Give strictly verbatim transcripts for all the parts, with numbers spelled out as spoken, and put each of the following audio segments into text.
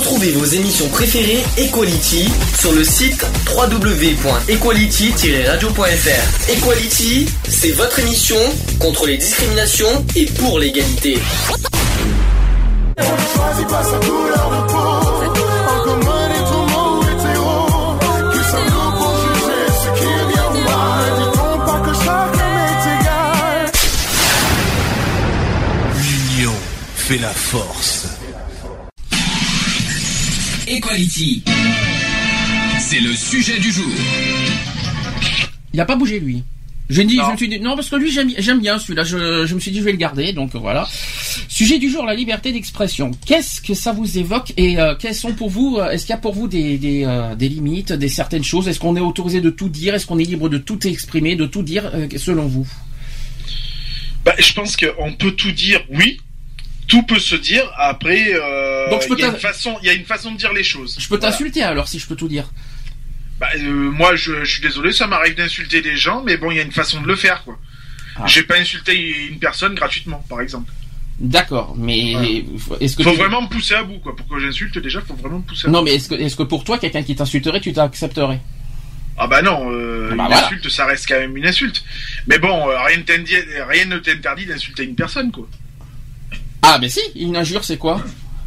Retrouvez vos émissions préférées Equality sur le site w w w point equality tiret radio point f r. Equality, c'est votre émission contre les discriminations et pour l'égalité. On ne choisit pas sa couleur de peau. En commun et tout mot hétéro. Qui sommes-nous pour juger ce qui est bien ou mal? Dit-on pas que chacun est égal? L'union fait la force. Equality, c'est le sujet du jour. Il n'a pas bougé lui. Je me dis, je me suis dit, non, parce que lui, j'aime, j'aime bien celui-là. Je, je me suis dit, je vais le garder. Donc voilà. Sujet du jour, la liberté d'expression. Qu'est-ce que ça vous évoque et euh, quelles sont pour vous, euh, est-ce qu'il y a pour vous des des, euh, des limites, des certaines choses? Est-ce qu'on est autorisé de tout dire? Est-ce qu'on est libre de tout exprimer, de tout dire, euh, selon vous? Bah, je pense qu'on peut tout dire, oui. Tout peut se dire. Après, euh, Donc je peux il y a une façon, il y a une façon de dire les choses. Je peux voilà. t'insulter alors si je peux tout dire. Bah, euh, moi, je, je suis désolé, ça m'arrive d'insulter des gens, mais bon, il y a une façon de le faire, quoi. Ah. J'ai pas insulté une personne gratuitement, par exemple. D'accord, mais voilà. est-ce que faut tu... vraiment me pousser à bout, quoi. Pour que j'insulte, déjà, faut vraiment me pousser à non, bout. Non, mais est-ce que, est-ce que pour toi, quelqu'un qui t'insulterait, tu t'accepterais? Ah bah non, euh, ah bah une voilà. insulte, ça reste quand même une insulte. Mais bon, euh, rien, rien ne t'interdit d'insulter une personne, quoi. Ah, mais si, une injure, c'est quoi?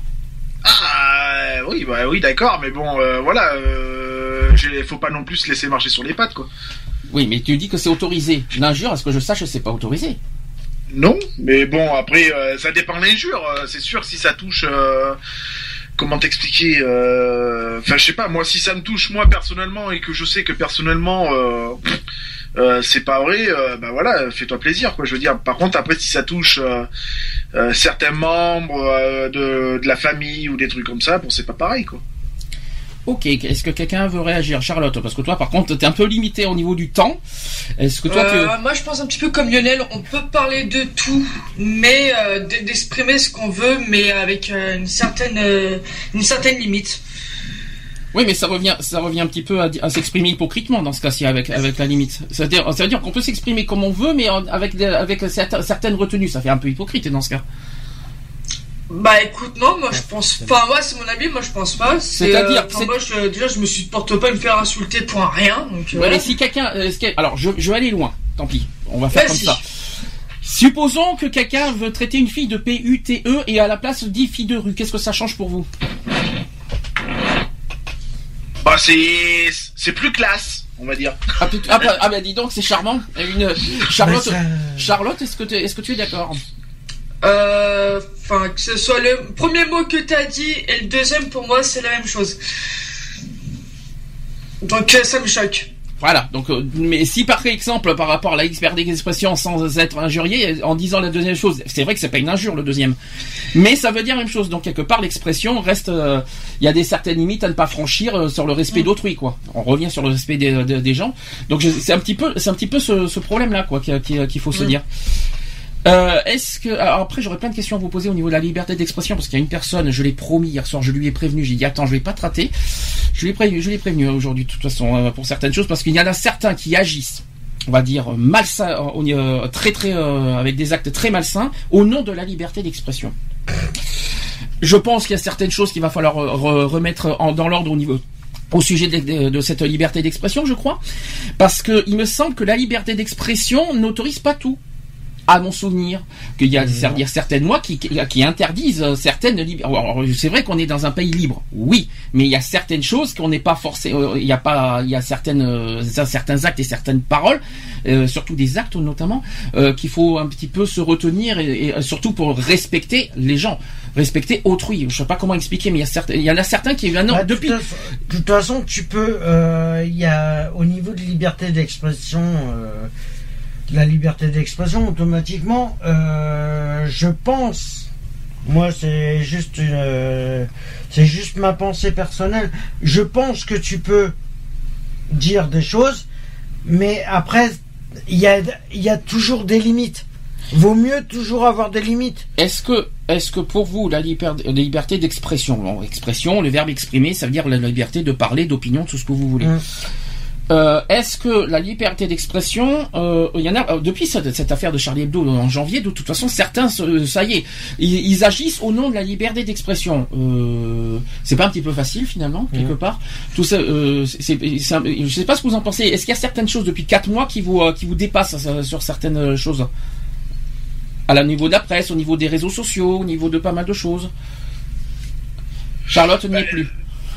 Ah, oui, bah oui, d'accord, mais bon, euh, voilà, euh, faut pas non plus se laisser marcher sur les pattes, quoi. Oui, mais tu dis que c'est autorisé. L'injure, à ce que je sache, c'est pas autorisé. Non, mais bon, après, euh, ça dépend de l'injure. C'est sûr, si ça touche... Euh, comment t'expliquer euh, Enfin, je sais pas, moi, si ça me touche, moi, personnellement, et que je sais que, personnellement... Euh, Euh, c'est pas vrai, euh, bah voilà, fais-toi plaisir, quoi. Je veux dire. Par contre, après, si ça touche euh, euh, certains membres euh, de, de la famille ou des trucs comme ça, bon, c'est pas pareil, quoi. Ok, est-ce que quelqu'un veut réagir, Charlotte? Parce que toi, par contre, t'es un peu limité au niveau du temps. Est-ce que toi, euh, tu... Moi, je pense un petit peu comme Lionel. On peut parler de tout, mais euh, d'exprimer ce qu'on veut, mais avec euh, une certaine, euh, une certaine limite. Oui, mais ça revient, ça revient un petit peu à, à s'exprimer hypocritement dans ce cas-ci avec avec la limite. C'est-à-dire, ça veut dire qu'on peut s'exprimer comme on veut, mais avec des, avec certaines retenues. Ça fait un peu hypocrite dans ce cas. Bah écoute, non, moi je pense pas. Moi, c'est mon avis, moi je pense pas. C'est-à-dire, euh, moi je, déjà je me supporte pas de me faire insulter pour un rien. Donc, ouais, voilà. mais si quelqu'un, euh, alors je, je vais aller loin. Tant pis, on va faire Vas-y. comme ça. Supposons que quelqu'un veut traiter une fille de P U T E et à la place dit fille de rue. Qu'est-ce que ça change pour vous? Bah c'est c'est plus classe, on va dire. Ah, plus, ah, bah, ah bah dis donc, c'est charmant. Une Charlotte, ça... Charlotte, est-ce que tu est-ce que tu es d'accord? Euh, enfin, que ce soit le premier mot que t'as dit et le deuxième pour moi c'est la même chose. Donc euh, ça me choque. Voilà, donc, euh, mais si par exemple, par rapport à la liberté d'expression sans être injurié, en disant la deuxième chose, c'est vrai que c'est pas une injure le deuxième, mais ça veut dire la même chose, donc quelque part l'expression reste, il euh, y a des certaines limites à ne pas franchir euh, sur le respect mmh. d'autrui, quoi. On revient sur le respect des, des, des gens, donc je, c'est un petit peu, c'est un petit peu ce, ce problème-là, quoi, qu'il, qu'il faut se mmh. dire. Euh, est-ce que alors après j'aurais plein de questions à vous poser au niveau de la liberté d'expression parce qu'il y a une personne, je l'ai promis hier soir, je lui ai prévenu, j'ai dit attends je vais pas te rater, je l'ai prévenu, je l'ai prévenu aujourd'hui de toute façon euh, pour certaines choses parce qu'il y en a certains qui agissent, on va dire malsains, euh, très très euh, avec des actes très malsains au nom de la liberté d'expression. Je pense qu'il y a certaines choses qu'il va falloir re- remettre en, dans l'ordre au niveau au sujet de, de, de cette liberté d'expression, je crois, parce que il me semble que la liberté d'expression n'autorise pas tout. À mon souvenir, qu'il y a, mmh. y a certaines lois qui, qui, qui interdisent certaines libertés. C'est vrai qu'on est dans un pays libre, oui, mais il y a certaines choses qu'on n'est pas forcé. Il y a pas, il y a certaines, euh, certains actes et certaines paroles, euh, surtout des actes notamment, euh, qu'il faut un petit peu se retenir et, et surtout pour respecter les gens, respecter autrui. Je sais pas comment expliquer, mais il y a certains, il y en a certains qui viennent bah, depuis. De toute façon, tu peux. Il euh, y a au niveau de liberté d'expression. Euh, La liberté d'expression, automatiquement, euh, je pense, moi c'est juste, une, euh, c'est juste ma pensée personnelle. Je pense que tu peux dire des choses, mais après, il y a, il y a toujours des limites. Vaut mieux toujours avoir des limites. Est-ce que, est-ce que pour vous la liberté, la liberté d'expression, bon, expression, le verbe exprimer, ça veut dire la liberté de parler, d'opinion, tout ce que vous voulez. Mmh. Euh, est-ce que la liberté d'expression, euh, il y en a euh, depuis cette, cette affaire de Charlie Hebdo en janvier, de toute façon certains, ça y est, ils, ils agissent au nom de la liberté d'expression. Euh, c'est pas un petit peu facile finalement quelque mmh. part. Tout ça, euh, c'est, c'est, c'est un, je sais pas ce que vous en pensez. Est-ce qu'il y a certaines choses depuis quatre mois qui vous euh, qui vous dépassent euh, sur certaines choses, à la niveau de la presse, au niveau des réseaux sociaux, au niveau de pas mal de choses. Charlotte n'y est plus.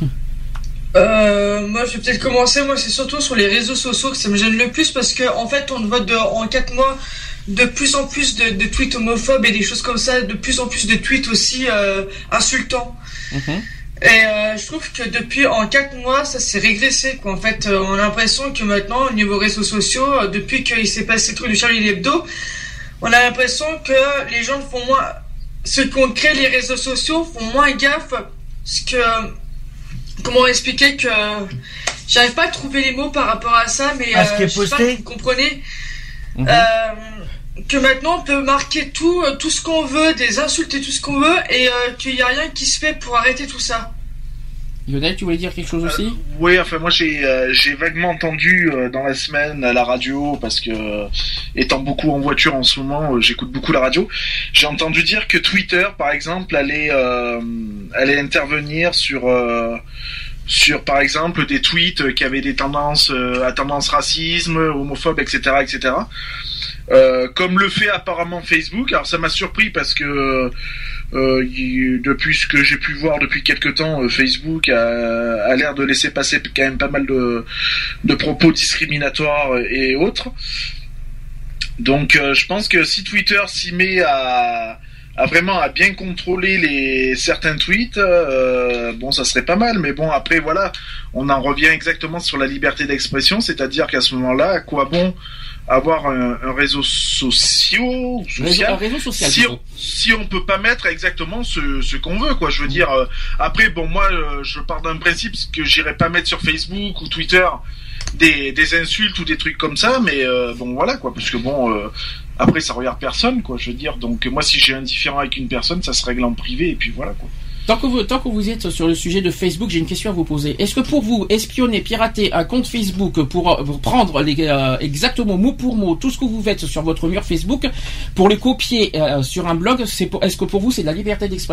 Euh, moi, je vais peut-être commencer. Moi, c'est surtout sur les réseaux sociaux que ça me gêne le plus parce que, en fait, on voit de, en quatre mois de plus en plus de, de tweets homophobes et des choses comme ça, de plus en plus de tweets aussi euh, insultants. Mm-hmm. Et euh, je trouve que depuis en quatre mois, ça s'est régressé, quoi. En fait, euh, on a l'impression que maintenant, au niveau réseaux sociaux, euh, depuis qu'il s'est passé le truc du Charlie Hebdo, on a l'impression que les gens font moins, ceux qui ont créé les réseaux sociaux font moins gaffe, parce que comment expliquer que j'arrive pas à trouver les mots par rapport à ça, mais à ce qui euh, est je sais pas posté. si vous comprenez mmh. euh, que maintenant on peut marquer tout, tout ce qu'on veut, des insultes et tout ce qu'on veut, et euh, qu'il y a rien qui se fait pour arrêter tout ça. Lionel, tu voulais dire quelque chose aussi ? euh, Oui, enfin moi j'ai euh, j'ai vaguement entendu euh, dans la semaine à la radio, parce que euh, étant beaucoup en voiture en ce moment, euh, j'écoute beaucoup la radio. J'ai entendu dire que Twitter, par exemple, allait euh, allait intervenir sur euh, sur par exemple des tweets qui avaient des tendances euh, à tendance racisme, homophobe, et cetera, et cetera. Euh, comme le fait apparemment Facebook. Alors ça m'a surpris parce que euh, il, depuis ce que j'ai pu voir depuis quelques temps, euh, Facebook a, a l'air de laisser passer quand même pas mal de, de propos discriminatoires et autres. Donc euh, je pense que si Twitter s'y met à, à vraiment à bien contrôler les certains tweets, euh, bon ça serait pas mal. Mais bon après voilà, on en revient exactement sur la liberté d'expression, c'est-à-dire qu'à ce moment-là, à quoi bon avoir un, un réseau social, social, un réseau social si on, si on peut pas mettre exactement ce, ce qu'on veut, quoi. Je veux dire, euh, après, bon, moi, euh, je pars d'un principe que j'irai pas mettre sur Facebook ou Twitter des, des insultes ou des trucs comme ça, mais euh, bon, voilà, quoi, parce que bon, euh, après, ça regarde personne, quoi, je veux dire. Donc, moi, si j'ai un différend avec une personne, ça se règle en privé, et puis voilà, quoi. Tant que, vous, tant que vous êtes sur le sujet de Facebook, j'ai une question à vous poser. Est-ce que pour vous, espionner, pirater un compte Facebook pour, pour prendre les, euh, exactement mot pour mot tout ce que vous faites sur votre mur Facebook, pour le copier euh, sur un blog, c'est pour, est-ce que pour vous c'est de la liberté d'expression ?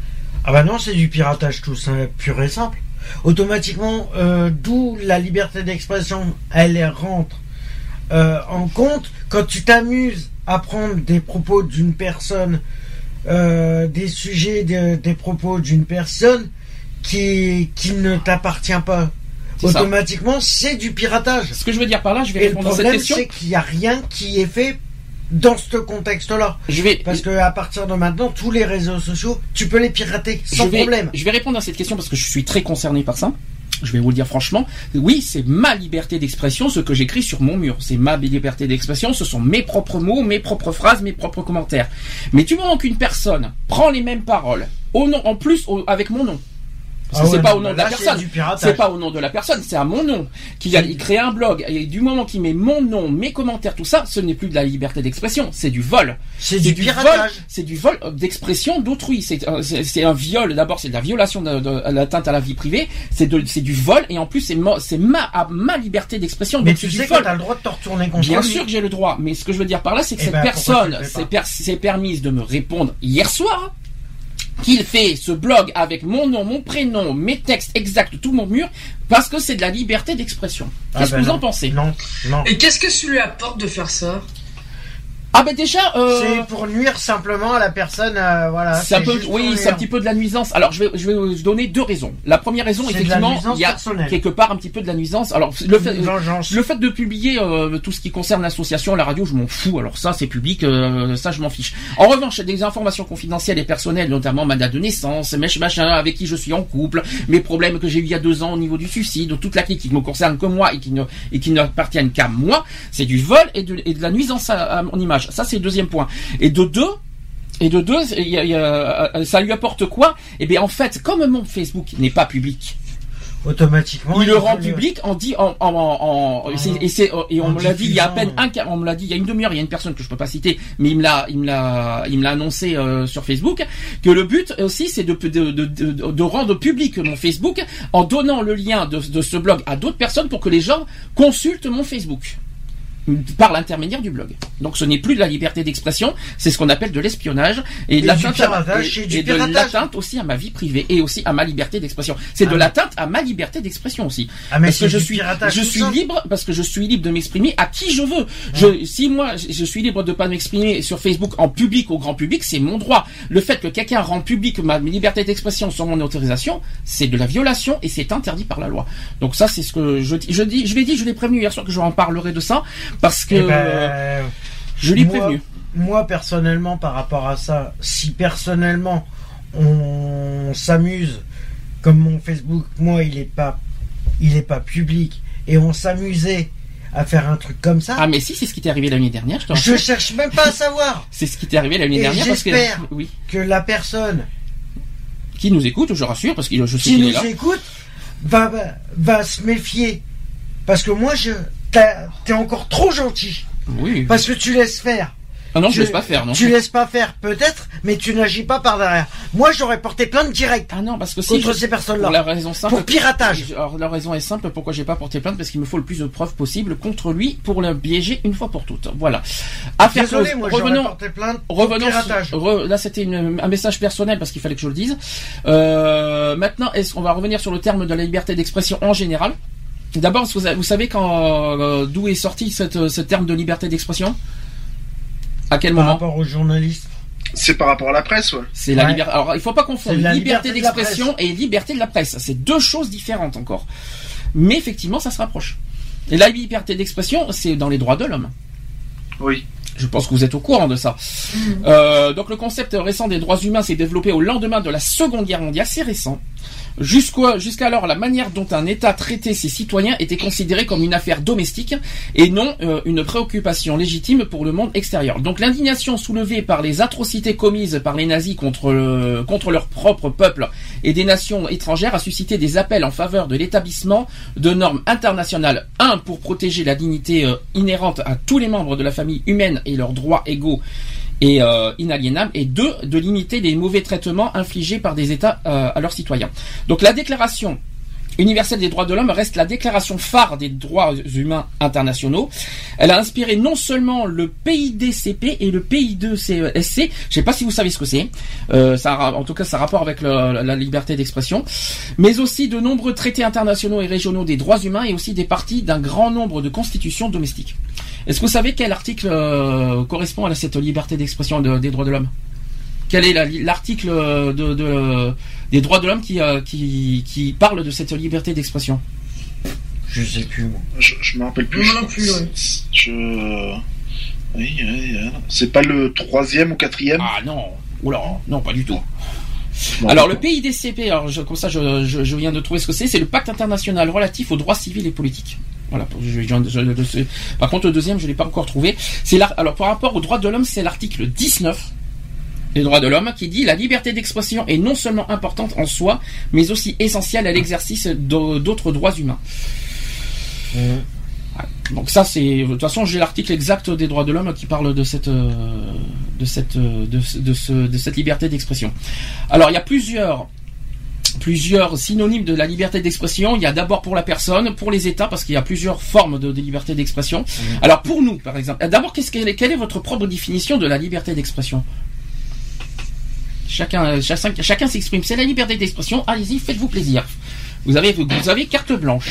Ah bah non, c'est du piratage tout simple, pur et simple. Automatiquement, euh, d'où la liberté d'expression, elle rentre euh, en compte quand tu t'amuses à prendre des propos d'une personne. Euh, des sujets, de, des propos d'une personne qui, qui ne t'appartient pas. C'est automatiquement, ça. C'est du piratage. Ce que je veux dire par là, je vais Et répondre à cette question. Le problème, c'est qu'il n'y a rien qui est fait dans ce contexte-là. Je vais... Parce que à partir de maintenant, tous les réseaux sociaux, tu peux les pirater sans je vais... problème. Je vais répondre à cette question parce que je suis très concerné par ça. Je vais vous le dire franchement, oui, c'est ma liberté d'expression, ce que j'écris sur mon mur. C'est ma liberté d'expression, ce sont mes propres mots, mes propres phrases, mes propres commentaires. Mais du moment qu'une personne prend les mêmes paroles, au nom, en plus au, avec mon nom, parce que ah ouais, c'est pas au nom de la personne, c'est pas au nom de la personne, c'est à mon nom, qu'il a créé un blog, et du moment qu'il met mon nom, mes commentaires, tout ça, ce n'est plus de la liberté d'expression, c'est du vol. C'est, c'est du, du piratage. Vol, c'est du vol d'expression d'autrui, c'est, c'est, c'est un viol, d'abord c'est de la violation de, de, de l'atteinte à la vie privée, c'est, de, c'est du vol, et en plus c'est, ma, c'est ma, à ma liberté d'expression. Mais donc tu c'est sais du vol. que t'as le droit de te retourner contre Bien lui. sûr que j'ai le droit, mais ce que je veux dire par là, c'est que et cette ben, personne s'est, per, s'est permise de me répondre hier soir, qu'il fait ce blog avec mon nom, mon prénom, mes textes exacts, tout mon mur, parce que c'est de la liberté d'expression. Qu'est-ce ah ben que vous non, en pensez ? Non, non. Et qu'est-ce que ça lui apporte de faire ça ? Ah ben déjà, euh... c'est pour nuire simplement à la personne, euh, voilà. C'est un peu, oui, c'est un petit peu de la nuisance. Alors je vais, je vais vous donner deux raisons. La première raison, c'est effectivement, il y a personnelle. Quelque part un petit peu de la nuisance. Alors le fait, le fait de publier euh, tout ce qui concerne l'association, la radio, je m'en fous. Alors ça, c'est public, euh, ça, je m'en fiche. En revanche, des informations confidentielles et personnelles, notamment ma date de naissance, mes machin, avec qui je suis en couple, mes problèmes que j'ai eu il y a deux ans au niveau du suicide, toute la clique qui ne me concerne que moi et qui ne et qui n'appartiennent qu'à moi, c'est du vol et de, et de la nuisance à, à mon image. Ça, c'est le deuxième point. Et de deux, et de deux, y a, y a, ça lui apporte quoi ? Eh bien, en fait, comme mon Facebook n'est pas public, automatiquement il le rend peut public en dit en, en, en, en- c'est- et, c'est, et on En me l'a dit il y a à diffusant, peine un quart- on me l'a dit il y a une demi-heure, il y a une personne que je peux pas citer, mais il me l'a il me l'a il me l'a annoncé euh, sur Facebook, que le but aussi c'est de de, de, de, de rendre public mon Facebook en donnant le lien de, de ce blog à d'autres personnes pour que les gens consultent mon Facebook par l'intermédiaire du blog. Donc ce n'est plus de la liberté d'expression, c'est ce qu'on appelle de l'espionnage et, de Et l'atteinte du piratage, à, et, et du et de piratage. l'atteinte aussi à ma vie privée et aussi à ma liberté d'expression. C'est Ah de oui. l'atteinte à ma liberté d'expression aussi. Ah, mais parce c'est que je du suis piratage, je tout suis ça. libre parce que je suis libre de m'exprimer à qui je veux. Je si moi je je suis libre de pas m'exprimer sur Facebook en public au grand public, c'est mon droit. Le fait que quelqu'un rende public ma liberté d'expression sans mon autorisation, c'est de la violation et c'est interdit par la loi. Donc ça c'est ce que je dis je dis je l'ai dit, je l'ai prévenu hier soir que je en parlerai de ça parce que Eh ben, je l'ai moi- prévenu. Moi, personnellement, par rapport à ça, si personnellement on s'amuse, comme mon Facebook, moi, il est pas, il est pas public, et on s'amusait à faire un truc comme ça, Ah mais si, c'est ce qui t'est arrivé l'année dernière, je te je rassure. cherche même pas à savoir C'est ce qui t'est arrivé l'année Et dernière parce que j'espère oui, que la personne qui nous écoute, je rassure parce que je sais qui qu'il est nous là. écoute va, va, va se méfier. Parce que moi, je, t'as- t'es encore trop gentil. Oui. Parce que tu laisses faire. Ah non, je tu- laisse pas faire, non. Tu laisses pas faire, peut-être, mais tu n'agis pas par derrière. Moi, j'aurais porté plainte directe Ah non, parce que si contre je- ces personnes-là. pour la raison simple. Pour piratage. Alors la raison est simple, pourquoi j'ai pas porté plainte, parce qu'il me faut le plus de preuves possible contre lui pour le piéger une fois pour toutes. Voilà. Affaire Désolé, close. moi, j'aurais Revenons. porté plainte pour Revenons. piratage. sur- re- là, c'était une- un message personnel parce qu'il fallait que je le dise. Euh, maintenant, est-ce qu'on va revenir sur le terme de la liberté d'expression en général? D'abord, est-ce que vous avez- vous savez quand euh, d'où est sorti cette, ce terme de liberté d'expression? À quel Par moment? rapport aux journalistes. C'est par rapport à la presse, ouais. C'est la Ouais. liberté. Alors, il faut pas confondre C'est la liberté, liberté de la d'expression et liberté de la presse. C'est deux choses différentes encore. Mais effectivement, ça se rapproche. Et la liberté d'expression, c'est dans les droits de l'homme. Oui. Je pense que vous êtes au courant de ça. Euh, donc, le concept récent des droits humains s'est développé au lendemain de la Seconde Guerre mondiale. C'est récent. Jusqu'à, jusqu'alors, la manière dont un État traitait ses citoyens était considérée comme une affaire domestique et non euh, une préoccupation légitime pour le monde extérieur. Donc l'indignation soulevée par les atrocités commises par les nazis contre, le, contre leur propre peuple et des nations étrangères a suscité des appels en faveur de l'établissement de normes internationales. Un, pour protéger la dignité euh, inhérente à tous les membres de la famille humaine et leurs droits égaux et euh, inaliénable, et deux, de limiter les mauvais traitements infligés par des États euh, à leurs citoyens. Donc la déclaration universelle des droits de l'homme reste la déclaration phare des droits humains internationaux. Elle a inspiré non seulement le P I D C P et le P I deux S C, je sais pas si vous savez ce que c'est, euh, ça a, en tout cas ça a rapport avec le, la, la liberté d'expression, mais aussi de nombreux traités internationaux et régionaux des droits humains et aussi des parties d'un grand nombre de constitutions domestiques. Est-ce que vous savez quel article euh, correspond à cette liberté d'expression de, des droits de l'homme? Quel est la, l'article de, de, des droits de l'homme qui, euh, qui, qui parle de cette liberté d'expression? Je sais plus, moi. Je, je me rappelle plus. Moi non plus, ouais. Je. Oui, oui, oui. C'est pas le troisième ou quatrième? Ah non, oula, non, pas du tout. Bon, Alors bon. le P I D C P, alors je, comme ça je, je, je viens de trouver ce que c'est, c'est le pacte international relatif aux droits civils et politiques. Voilà. Je, je, je, je, je, par contre le deuxième je l'ai pas encore trouvé. C'est là, alors par rapport aux droits de l'homme, c'est l'article dix-neuf des droits de l'homme qui dit la liberté d'expression est non seulement importante en soi, mais aussi essentielle à l'exercice de, d'autres droits humains. Mmh. Donc ça c'est de toute façon j'ai l'article exact des droits de l'homme qui parle de cette de cette de, de, ce, de cette liberté d'expression. Alors il y a plusieurs plusieurs synonymes de la liberté d'expression. Il y a d'abord pour la personne, pour les États, parce qu'il y a plusieurs formes de, de liberté d'expression. Mmh. Alors pour nous par exemple, d'abord qu'est-ce qu'elle est, quelle est votre propre définition de la liberté d'expression? Chacun chacun chacun s'exprime. C'est la liberté d'expression. Allez-y, faites-vous plaisir. Vous avez vous avez carte blanche.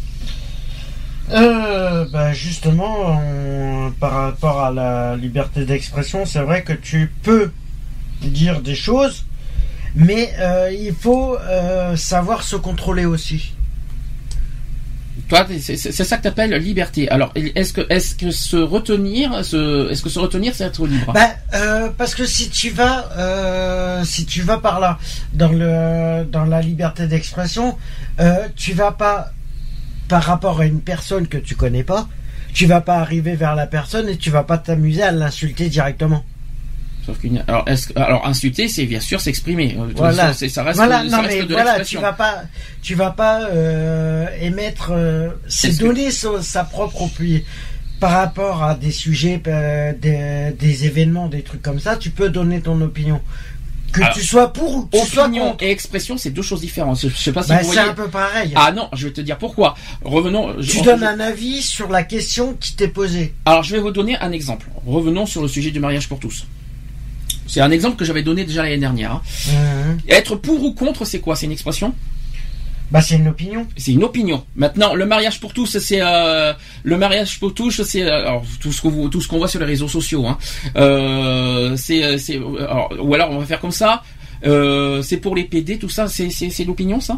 Euh, bah justement, on- par rapport à la liberté d'expression, c'est vrai que tu peux dire des choses, mais euh, il faut euh, savoir se contrôler aussi. Toi, c'est, c'est, c'est ça que tu appelles liberté. Alors, est-ce que, est-ce que se retenir, se, est-ce que se retenir, c'est être libre? Bah, euh, parce que si tu vas, euh, si tu vas par là, dans le, dans la liberté d'expression, euh, tu vas pas, par rapport à une personne que tu connais pas, tu vas pas arriver vers la personne et tu vas pas t'amuser à l'insulter directement. Sauf qu'une, alors, est-ce, alors insulter, c'est bien sûr s'exprimer. Voilà. C'est, ça reste, voilà. ça Non, reste mais de voilà, l'expression. tu vas pas, tu vas pas euh, émettre, euh, c'est Est-ce que- donner sa, sa propre opinion par rapport à des sujets, euh, des, des événements, des trucs comme ça. Tu peux donner ton opinion, que Alors, tu sois pour ou que tu sois Opinion contre. et expression, c'est deux choses différentes. Je, je sais pas si Bah, vous c'est voyez. un peu pareil. Ah non, je vais te dire pourquoi. Revenons. Tu je- donnes un avis sur la question qui t'est posée. Alors, je vais vous donner un exemple. Revenons sur le sujet du mariage pour tous. C'est un exemple que j'avais donné déjà l'année dernière. hein. Mhm. Être pour ou contre, c'est quoi? C'est une expression? Bah, c'est une opinion. C'est une opinion. Maintenant, le mariage pour tous, c'est euh, le mariage pour tous, c'est euh, alors, tout ce que vous, tout ce qu'on voit sur les réseaux sociaux. Hein. Euh, c'est, c'est, alors, ou alors on va faire comme ça. Euh, c'est pour les P D, tout ça. C'est, c'est, c'est l'opinion, ça?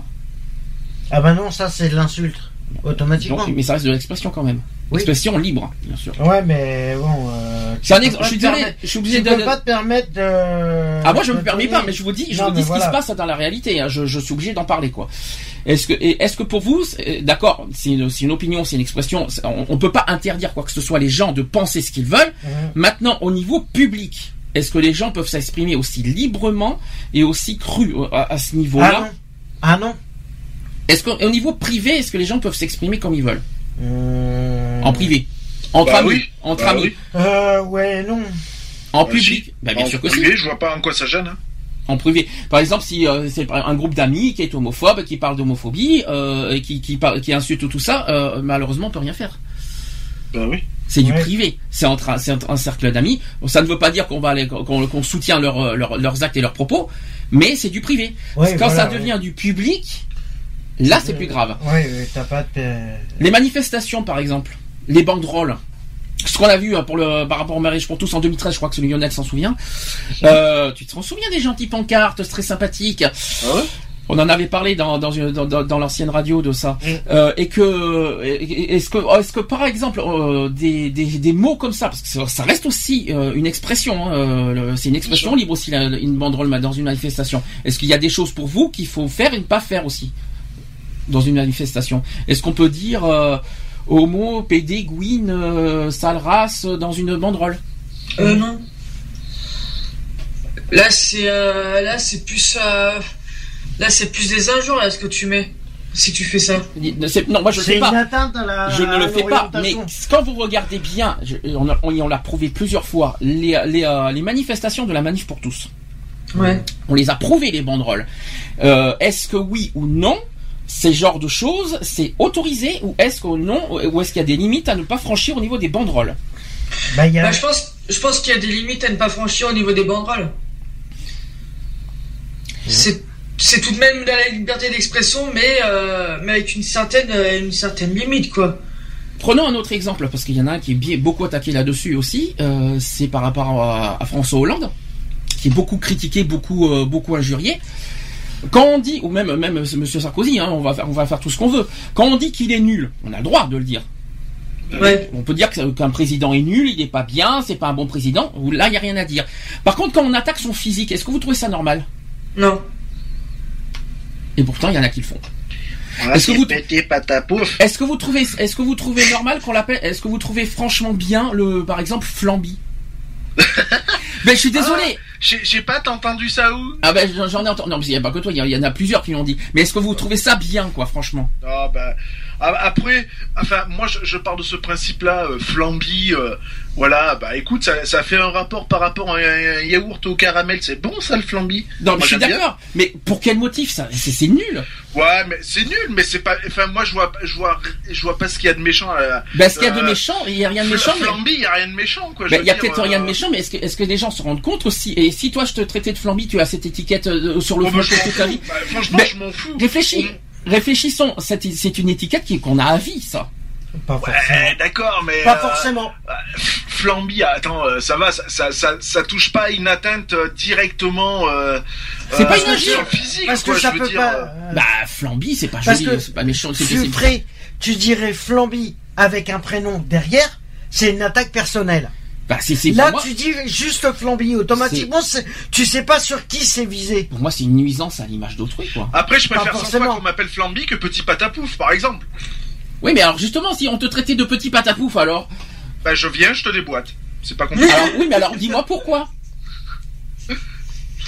Ah bah non, ça c'est de l'insulte, automatiquement. Non, mais ça reste de l'expression quand même. Oui. Expression libre, bien sûr. Ouais, mais bon. Euh, tu C'est un peux exemple. pas Je suis te désolé. permettre- Je suis obligé Tu de. peux pas te permettre de. Ah moi je de me permets donner- pas, mais je vous dis, je Non, vous dis mais ce voilà. qui se passe dans la réalité. hein. Je, je suis obligé d'en parler quoi. Est-ce que, et est-ce que pour vous, c'est- d'accord, c'est une, c'est une opinion, c'est une expression. c'est- On, on peut pas interdire quoi que ce soit les gens de penser ce qu'ils veulent. Mhm. Maintenant, au niveau public, est-ce que les gens peuvent s'exprimer aussi librement et aussi cru à, à ce Ah niveau-là? non. Ah non. Est-ce qu'au niveau privé, est-ce que les gens peuvent s'exprimer comme ils veulent Euh, en privé, entre Bah amis, oui. entre Bah amis, oui. Euh, ouais, non. en Bah, public? si. Bah, bien En sûr que si. privé, je vois pas en quoi ça gêne. Hein. En privé. Par exemple, si euh, c'est un groupe d'amis qui est homophobe, qui parle d'homophobie, euh, et qui qui, parle, qui insulte tout ça, euh, malheureusement, on peut rien faire. Bah oui. C'est du Ouais. privé. C'est entre un, c'est entre un cercle d'amis. Bon, ça ne veut pas dire qu'on va aller, qu'on, qu'on soutient leur, leur- leurs actes et leurs propos, mais c'est du privé. Ouais, Quand voilà, ça ouais. devient du public, là, c'est plus grave. Ouais, ouais, t'as pas de. Les manifestations, par exemple, les banderoles. Ce qu'on a vu hein, pour le par rapport au mariage pour tous en deux mille treize, je crois que celui Lionel s'en souvient. Euh, tu te souviens des gentilles pancartes très sympathiques. Ah ouais. On en avait parlé dans dans, une- dans, dans, dans l'ancienne radio de ça. Mm. Euh, et que est-ce que est-ce que par exemple euh, des, des des mots comme ça, parce que ça, ça reste aussi euh, une expression, hein, euh, le- c'est une expression libre aussi la- une banderole dans une manifestation. Est-ce qu'il y a des choses pour vous qu'il faut faire et ne pas faire aussi dans une manifestation? Est-ce qu'on peut dire euh, homo, P D, Gwyn, euh, sale race euh, dans une banderole? Euh, non. Là, c'est euh, là, c'est plus euh, là, c'est plus des injures là ce que tu mets si tu fais ça. C'est- Non, moi je le C'est fais une pas. atteinte à la. Je ne le à fais pas, mais l'orientation. quand vous regardez bien, je- on, a- on, on l'a prouvé plusieurs fois, les, les, euh, les manifestations de la manif pour tous, Ouais. on les a prouvées les banderoles. Euh, est-ce que oui ou non, ces genres de choses, c'est autorisé ou est-ce que non, ou est-ce qu'il y a des limites à ne pas franchir au niveau des banderoles? Bah, il y a. Bah, je pense, je pense qu'il y a des limites à ne pas franchir au niveau des banderoles. C'est, c'est tout de même dans la liberté d'expression, mais euh, mais avec une certaine, euh, une certaine limite quoi. Prenons un autre exemple, parce qu'il y en a un qui est bien, beaucoup attaqué là-dessus aussi, euh, c'est par rapport à, à François Hollande, qui est beaucoup critiqué, beaucoup, euh, beaucoup injurié. Quand on dit, ou même, même Monsieur Sarkozy, hein, on va faire, on va faire tout ce qu'on veut. Quand on dit qu'il est nul, on a le droit de le dire. Ouais. On peut dire que- qu'un président est nul, il n'est pas bien, c'est pas un bon président. Ou là, il y a rien à dire. Par contre, quand on attaque son physique, est-ce que vous trouvez ça normal? Non. Et pourtant, il y en a qui le font. Ah, Est-ce que c'est vous- pété patapouf. Est-ce que vous trouvez, est-ce que vous trouvez normal qu'on l'appelle, est-ce que vous trouvez franchement bien le, par exemple, Flamby? Ben, je suis désolé. J'ai j'ai pas entendu ça où? Ah ben j'en- j'en ai entendu. Non, mais il n'y a pas que toi, il y, y en a plusieurs qui l'ont dit. Mais est-ce que vous trouvez ça bien, quoi, franchement? Ah bah ah, après, enfin moi je, je pars de ce principe-là, euh, Flamby, euh, voilà, bah écoute, ça, ça fait un rapport par rapport à un, un yaourt au caramel, c'est bon ça le Flamby? Non, mais Moi, je suis j'aime bien. d'accord. Mais pour quel motif ça? C'est c'est nul. Ouais, mais c'est nul, mais c'est pas, enfin moi je vois, je vois, je vois pas ce qu'il y a de méchant. À, Ben, est-ce qu'il y a de euh, méchant? Il y a rien de Fl- méchant. mais- Flamby, il y a rien de méchant quoi. je Ben, veux il y a dire, peut-être rien de euh, méchant, mais est-ce que, est-ce que les gens se rendent compte aussi? Et si toi je te traitais de Flamby, tu as cette étiquette euh, sur le oh, front bah, je m'en toute ta fous. vie. Bah, franchement, Mais je m'en fous. Réfléchis. Réfléchissons. C'est c'est une étiquette qui- qu'on a à vie, ça. Pas Ouais, forcément. d'accord, mais Pas euh, forcément. euh, Flamby, attends, euh, ça va, ça, ça, ça, ça touche pas une atteinte euh, directement. Euh, C'est pas euh, une injure. sur le physique, Parce quoi, que ça je veux peut dire, pas. euh, euh, Bah, Flamby, c'est pas Parce joli, que c'est pas méchant. c'est- tu c'est- ferais, tu dirais Flamby avec un prénom derrière, c'est une attaque personnelle. Bah, c'est, c'est, Là, pour moi, tu dis juste Flamby, automatiquement, c'est- tu sais pas sur qui c'est visé. pour moi, c'est une nuisance à l'image d'autrui, quoi. Après, je Pas préfère cent forcément. fois qu'on m'appelle Flamby que Petit Patapouf, par exemple. Oui, mais alors, justement, si on te traitait de petit patapouf, alors, Bah, je viens, je te déboîte. C'est pas compliqué. alors, oui, mais alors, dis-moi pourquoi.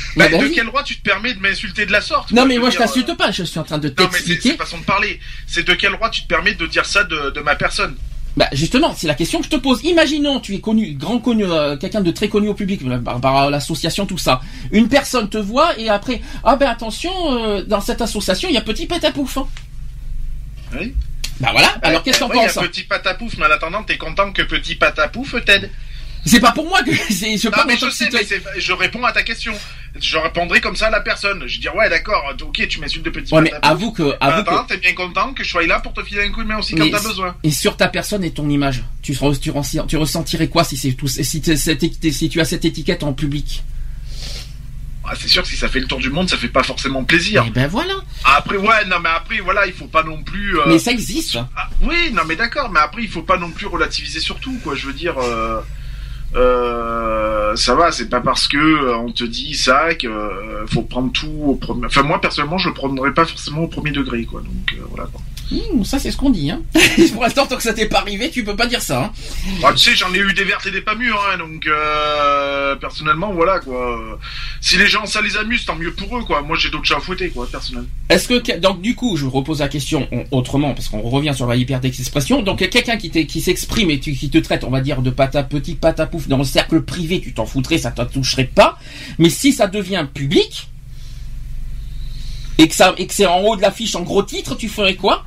Bah, bah de oui. quel droit tu te permets de m'insulter de la sorte? Non quoi, mais je moi veux je dire, t'insulte euh, pas, je suis en train de Non, mais c'est t'expliquer. c'est façon de parler. C'est de quel droit tu te permets de dire ça de, de ma personne? Bah justement, c'est la question que je te pose. Imaginons, tu es connu, grand connu, euh, quelqu'un de très connu au public euh, par, par euh, l'association, tout ça. Une personne te voit et après, ah ben attention, euh, dans cette association, il y a petit patapouf. Hein. Oui. Bah voilà. Alors qu'est-ce que t'en Ouais, penses? il y a petit patapouf, mais en attendant, t'es content que petit patapouf t'aide. C'est pas pour moi que c'est. Je Non, parle mais en tant je que sais, citoyen. mais c'est- je réponds à ta question. Je répondrai comme ça à la personne. Je dis ouais, d'accord, ok, tu m'insultes de petit Ouais, mais patapouf. avoue que, En avoue attendant, que. t'es bien content que je sois là pour te filer un coup de main aussi Mais quand t'as besoin. Et sur ta personne et ton image, tu, re- tu, ressens- tu ressentirais quoi si c'est tout, si, t'es- cette éti- si tu as cette étiquette en public? Ah, c'est sûr que si ça fait le tour du monde, ça fait pas forcément plaisir. Eh ben voilà. Après, ouais, non, mais après, voilà, il faut pas non plus. euh, Mais ça existe. Ah, oui, non, mais d'accord, mais après, il faut pas non plus relativiser sur tout, quoi. Je veux dire, euh, euh, ça va, c'est pas parce que euh, on te dit ça que euh, faut prendre tout au premier. Enfin, moi, personnellement, je le prendrais pas forcément au premier degré, quoi. Donc, euh, voilà, quoi. Mmh, ça c'est ce qu'on dit. Hein. Pour l'instant, tant que ça t'est pas arrivé, tu peux pas dire ça. Hein. Ah, tu sais, j'en ai eu des vertes et des pas mûres, hein, donc euh, personnellement, voilà, quoi. Si les gens, ça les amuse, tant mieux pour eux, quoi. Moi, j'ai d'autres chats à fouetter, quoi, personnellement. Est-ce que donc du coup, je repose la question on- autrement parce qu'on revient sur la liberté d'expression. Donc quelqu'un qui, t'est- qui s'exprime et tu- qui te traite, on va dire de pata petit patapouf dans le cercle privé, tu t'en foutrais, ça te toucherait pas. Mais si ça devient public et que ça et que c'est en haut de l'affiche en gros titre, tu ferais quoi?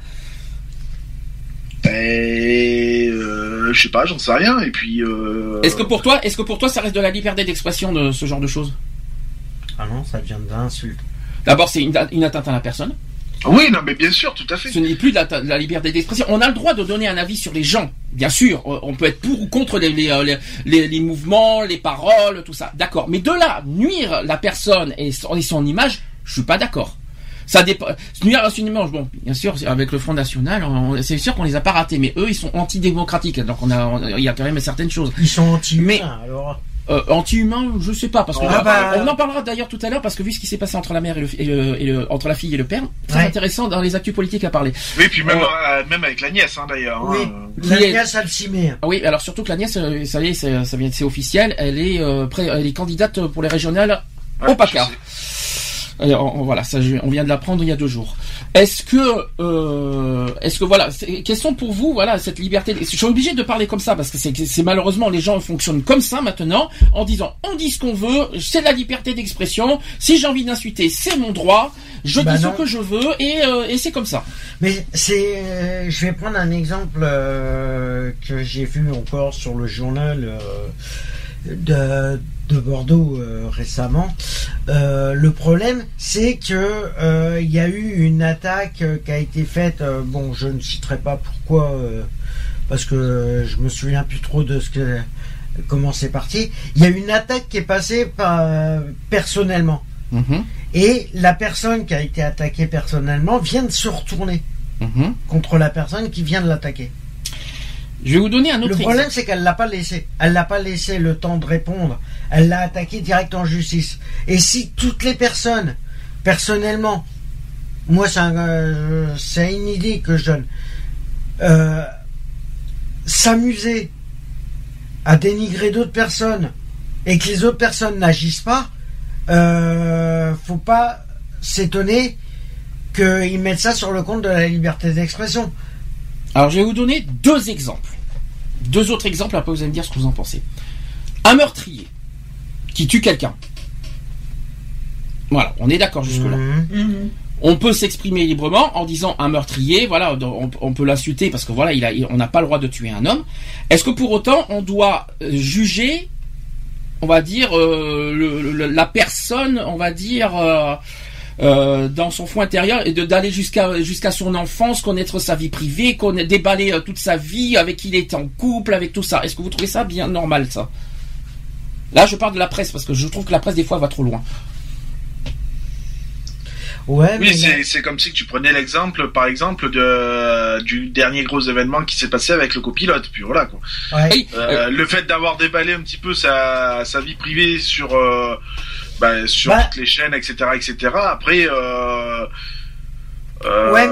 Et euh, je sais pas, j'en sais rien. Et puis. Euh... Est-ce que pour toi, est-ce que pour toi, ça reste de la liberté d'expression de ce genre de choses? Ah non, ça devient de l'insulte. D'abord, c'est une, une atteinte à la personne. Oui, non, mais bien sûr, tout à fait. Ce n'est plus de la, de la liberté d'expression. On a le droit de donner un avis sur les gens, bien sûr. On peut être pour ou contre les, les, les, les, les mouvements, les paroles, tout ça. D'accord. Mais de là, nuire la personne et son, et son image, je suis pas d'accord. Ça dépend. Nuire à son image, bon, bien sûr, avec le Front National, on, c'est sûr qu'on les a pas ratés, mais eux, ils sont antidémocratiques. Donc on a, on, il y a quand même certaines choses. Ils sont anti-humains, Mais- alors. Euh, anti-humain, je sais pas, parce qu'on Ah bah, on en parlera d'ailleurs tout à l'heure, parce que vu ce qui s'est passé entre la mère et le, et le, et le- entre la fille et le père, très Ouais. intéressant dans les actus politiques à parler. Oui, puis même, Euh, euh, même avec la nièce, hein, d'ailleurs. Oui, hein. la Qui est- nièce Alcimé. Ah oui, alors surtout que la nièce, euh, ça y est, c'est, ça vient, c'est officiel, elle est, euh, prêt, elle est candidate pour les régionales Ouais, au PACA. je sais. Alors, on- voilà, ça, je- on vient de l'apprendre il y a deux jours. Est-ce que, euh, est-ce que voilà, c'est- quelles sont pour vous, voilà, cette liberté Je suis obligé de parler comme ça parce que c'est, c'est malheureusement les gens fonctionnent comme ça maintenant, en disant, on dit ce qu'on veut, c'est la liberté d'expression. Si j'ai envie d'insulter, c'est mon droit. Je Bah dis non. ce que je veux et, euh, et c'est comme ça. Mais c'est, euh, je vais prendre un exemple euh, que j'ai vu encore sur le journal euh, de, de Bordeaux euh, récemment. Euh, le problème, c'est que euh, il y a eu une attaque euh, qui a été faite. euh, bon, je ne citerai pas pourquoi, euh, parce que je me souviens plus trop de ce que comment c'est parti. Il y a eu une attaque qui est passée par, euh, personnellement. Mhm, Et la personne qui a été attaquée personnellement vient de se retourner mhm. contre la personne qui vient de l'attaquer. Je vais vous donner un autre Le exemple. problème, c'est qu'elle l'a pas laissé. Elle l'a pas laissé le temps de répondre. Elle l'a attaqué direct en justice. Et si toutes les personnes, personnellement, moi, c'est un, euh, c'est une idée que je donne, euh, s'amuser à dénigrer d'autres personnes et que les autres personnes n'agissent pas, euh, faut pas s'étonner qu'ils mettent ça sur le compte de la liberté d'expression. Alors, je vais vous donner deux exemples. Deux autres exemples, après vous allez me dire ce que vous en pensez. Un meurtrier qui tue quelqu'un. Voilà, on est d'accord jusque-là. Mhm. Mhm. On peut s'exprimer librement en disant un meurtrier, voilà, on, on peut l'insulter parce que voilà, il a, on n'a pas le droit de tuer un homme. Est-ce que pour autant on doit euh, juger, on va dire, euh, le, le- la personne, on va dire, euh, euh, dans son fond intérieur et de d'aller jusqu'à jusqu'à son enfance, connaître sa vie privée, connaître, déballer euh, toute sa vie, avec qui il est en couple, avec tout ça. Est-ce que vous trouvez ça bien normal, ça? Là, je parle de la presse parce que je trouve que la presse des fois va trop loin. Ouais, mais Oui, c'est, c'est comme si tu prenais l'exemple, par exemple, de, du dernier gros événement qui s'est passé avec le copilote. Puis voilà, quoi. ouais. Oui, Euh, le fait d'avoir déballé un petit peu sa, sa vie privée sur, euh, sur Bah. toutes les chaînes, et cetera, et cetera. Après, euh, euh, Ouais, mais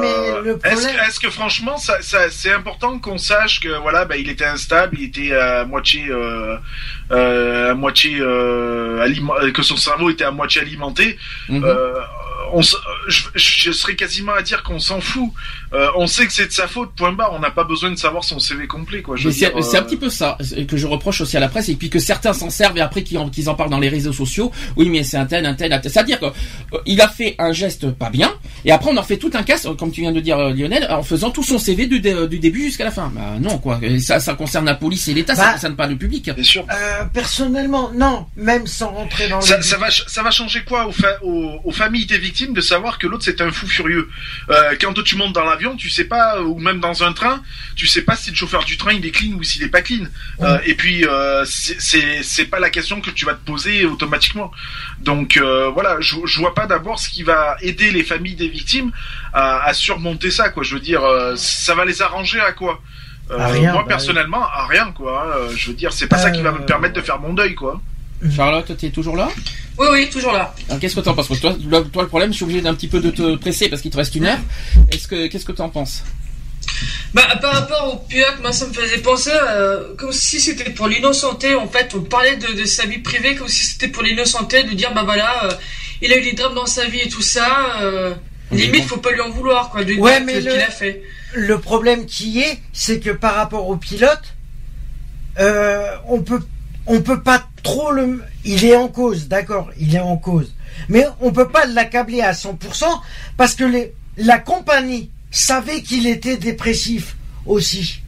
le problème. Est-ce que, est-ce que franchement, ça, ça, c'est important qu'on sache que voilà, bah, il était instable, il était à moitié, euh, euh, à moitié euh, aliment, que son cerveau était à moitié alimenté. Mm-hmm. Euh, on, je, je serais quasiment à dire qu'on s'en fout. Euh, on sait que c'est de sa faute. Point barre. On n'a pas besoin de savoir son C V complet, quoi. Je veux c'est, dire, c'est euh... un petit peu ça que je reproche aussi à la presse, et puis que certains s'en servent et après qu'ils en, qu'ils en parlent dans les réseaux sociaux. Oui, mais c'est un tel, un tel, un tel. C'est-à-dire qu'il a fait un geste pas bien, et après on en fait tout un casse, comme tu viens de dire, Lionel, en faisant tout son C V du, du début jusqu'à la fin. Bah non, quoi. Ça, ça concerne la police et l'État, bah, ça concerne pas le public. Bien sûr. Euh, personnellement, non. Même sans rentrer dans ça, le... ça va, ça va changer quoi aux, fa- aux, aux familles des victimes de savoir que l'autre c'est un fou furieux. Euh, quand tu montes dans l'avion, tu sais pas, ou même dans un train, tu sais pas si le chauffeur du train il est clean ou s'il est pas clean. Ouais. Euh, et puis euh, c'est, c'est c'est pas la question que tu vas te poser automatiquement. Donc euh, voilà, je, je vois pas d'abord ce qui va aider les familles des victimes à, à surmonter ça, quoi. Je veux dire, euh, ça va les arranger à quoi? Euh, à rien, moi bah personnellement, oui. à rien, quoi. Hein. Je veux dire, c'est pas euh... ça qui va me permettre de faire mon deuil, quoi. Charlotte, t'es toujours là? Oui, oui, toujours là. Alors, qu'est-ce que t'en penses? Parce que toi, toi, le problème, je suis obligé d'un petit peu de te presser parce qu'il te reste une heure. Est-ce que, qu'est-ce que t'en penses? Bah, par rapport au pilote, moi, ça me faisait penser euh, comme si c'était pour l'innocenté. En fait, on parlait de, de sa vie privée comme si c'était pour l'innocenté, de dire, bah voilà, euh, il a eu des drames dans sa vie et tout ça. Euh, limite, faut pas lui en vouloir, quoi, de ouais, dire mais ce le, qu'il a fait. Le problème qui est, c'est que par rapport au pilote, euh, on peut On peut pas trop le... Il est en cause, d'accord, il est en cause. Mais on peut pas l'accabler à cent pour cent parce que les... la compagnie savait qu'il était dépressif aussi.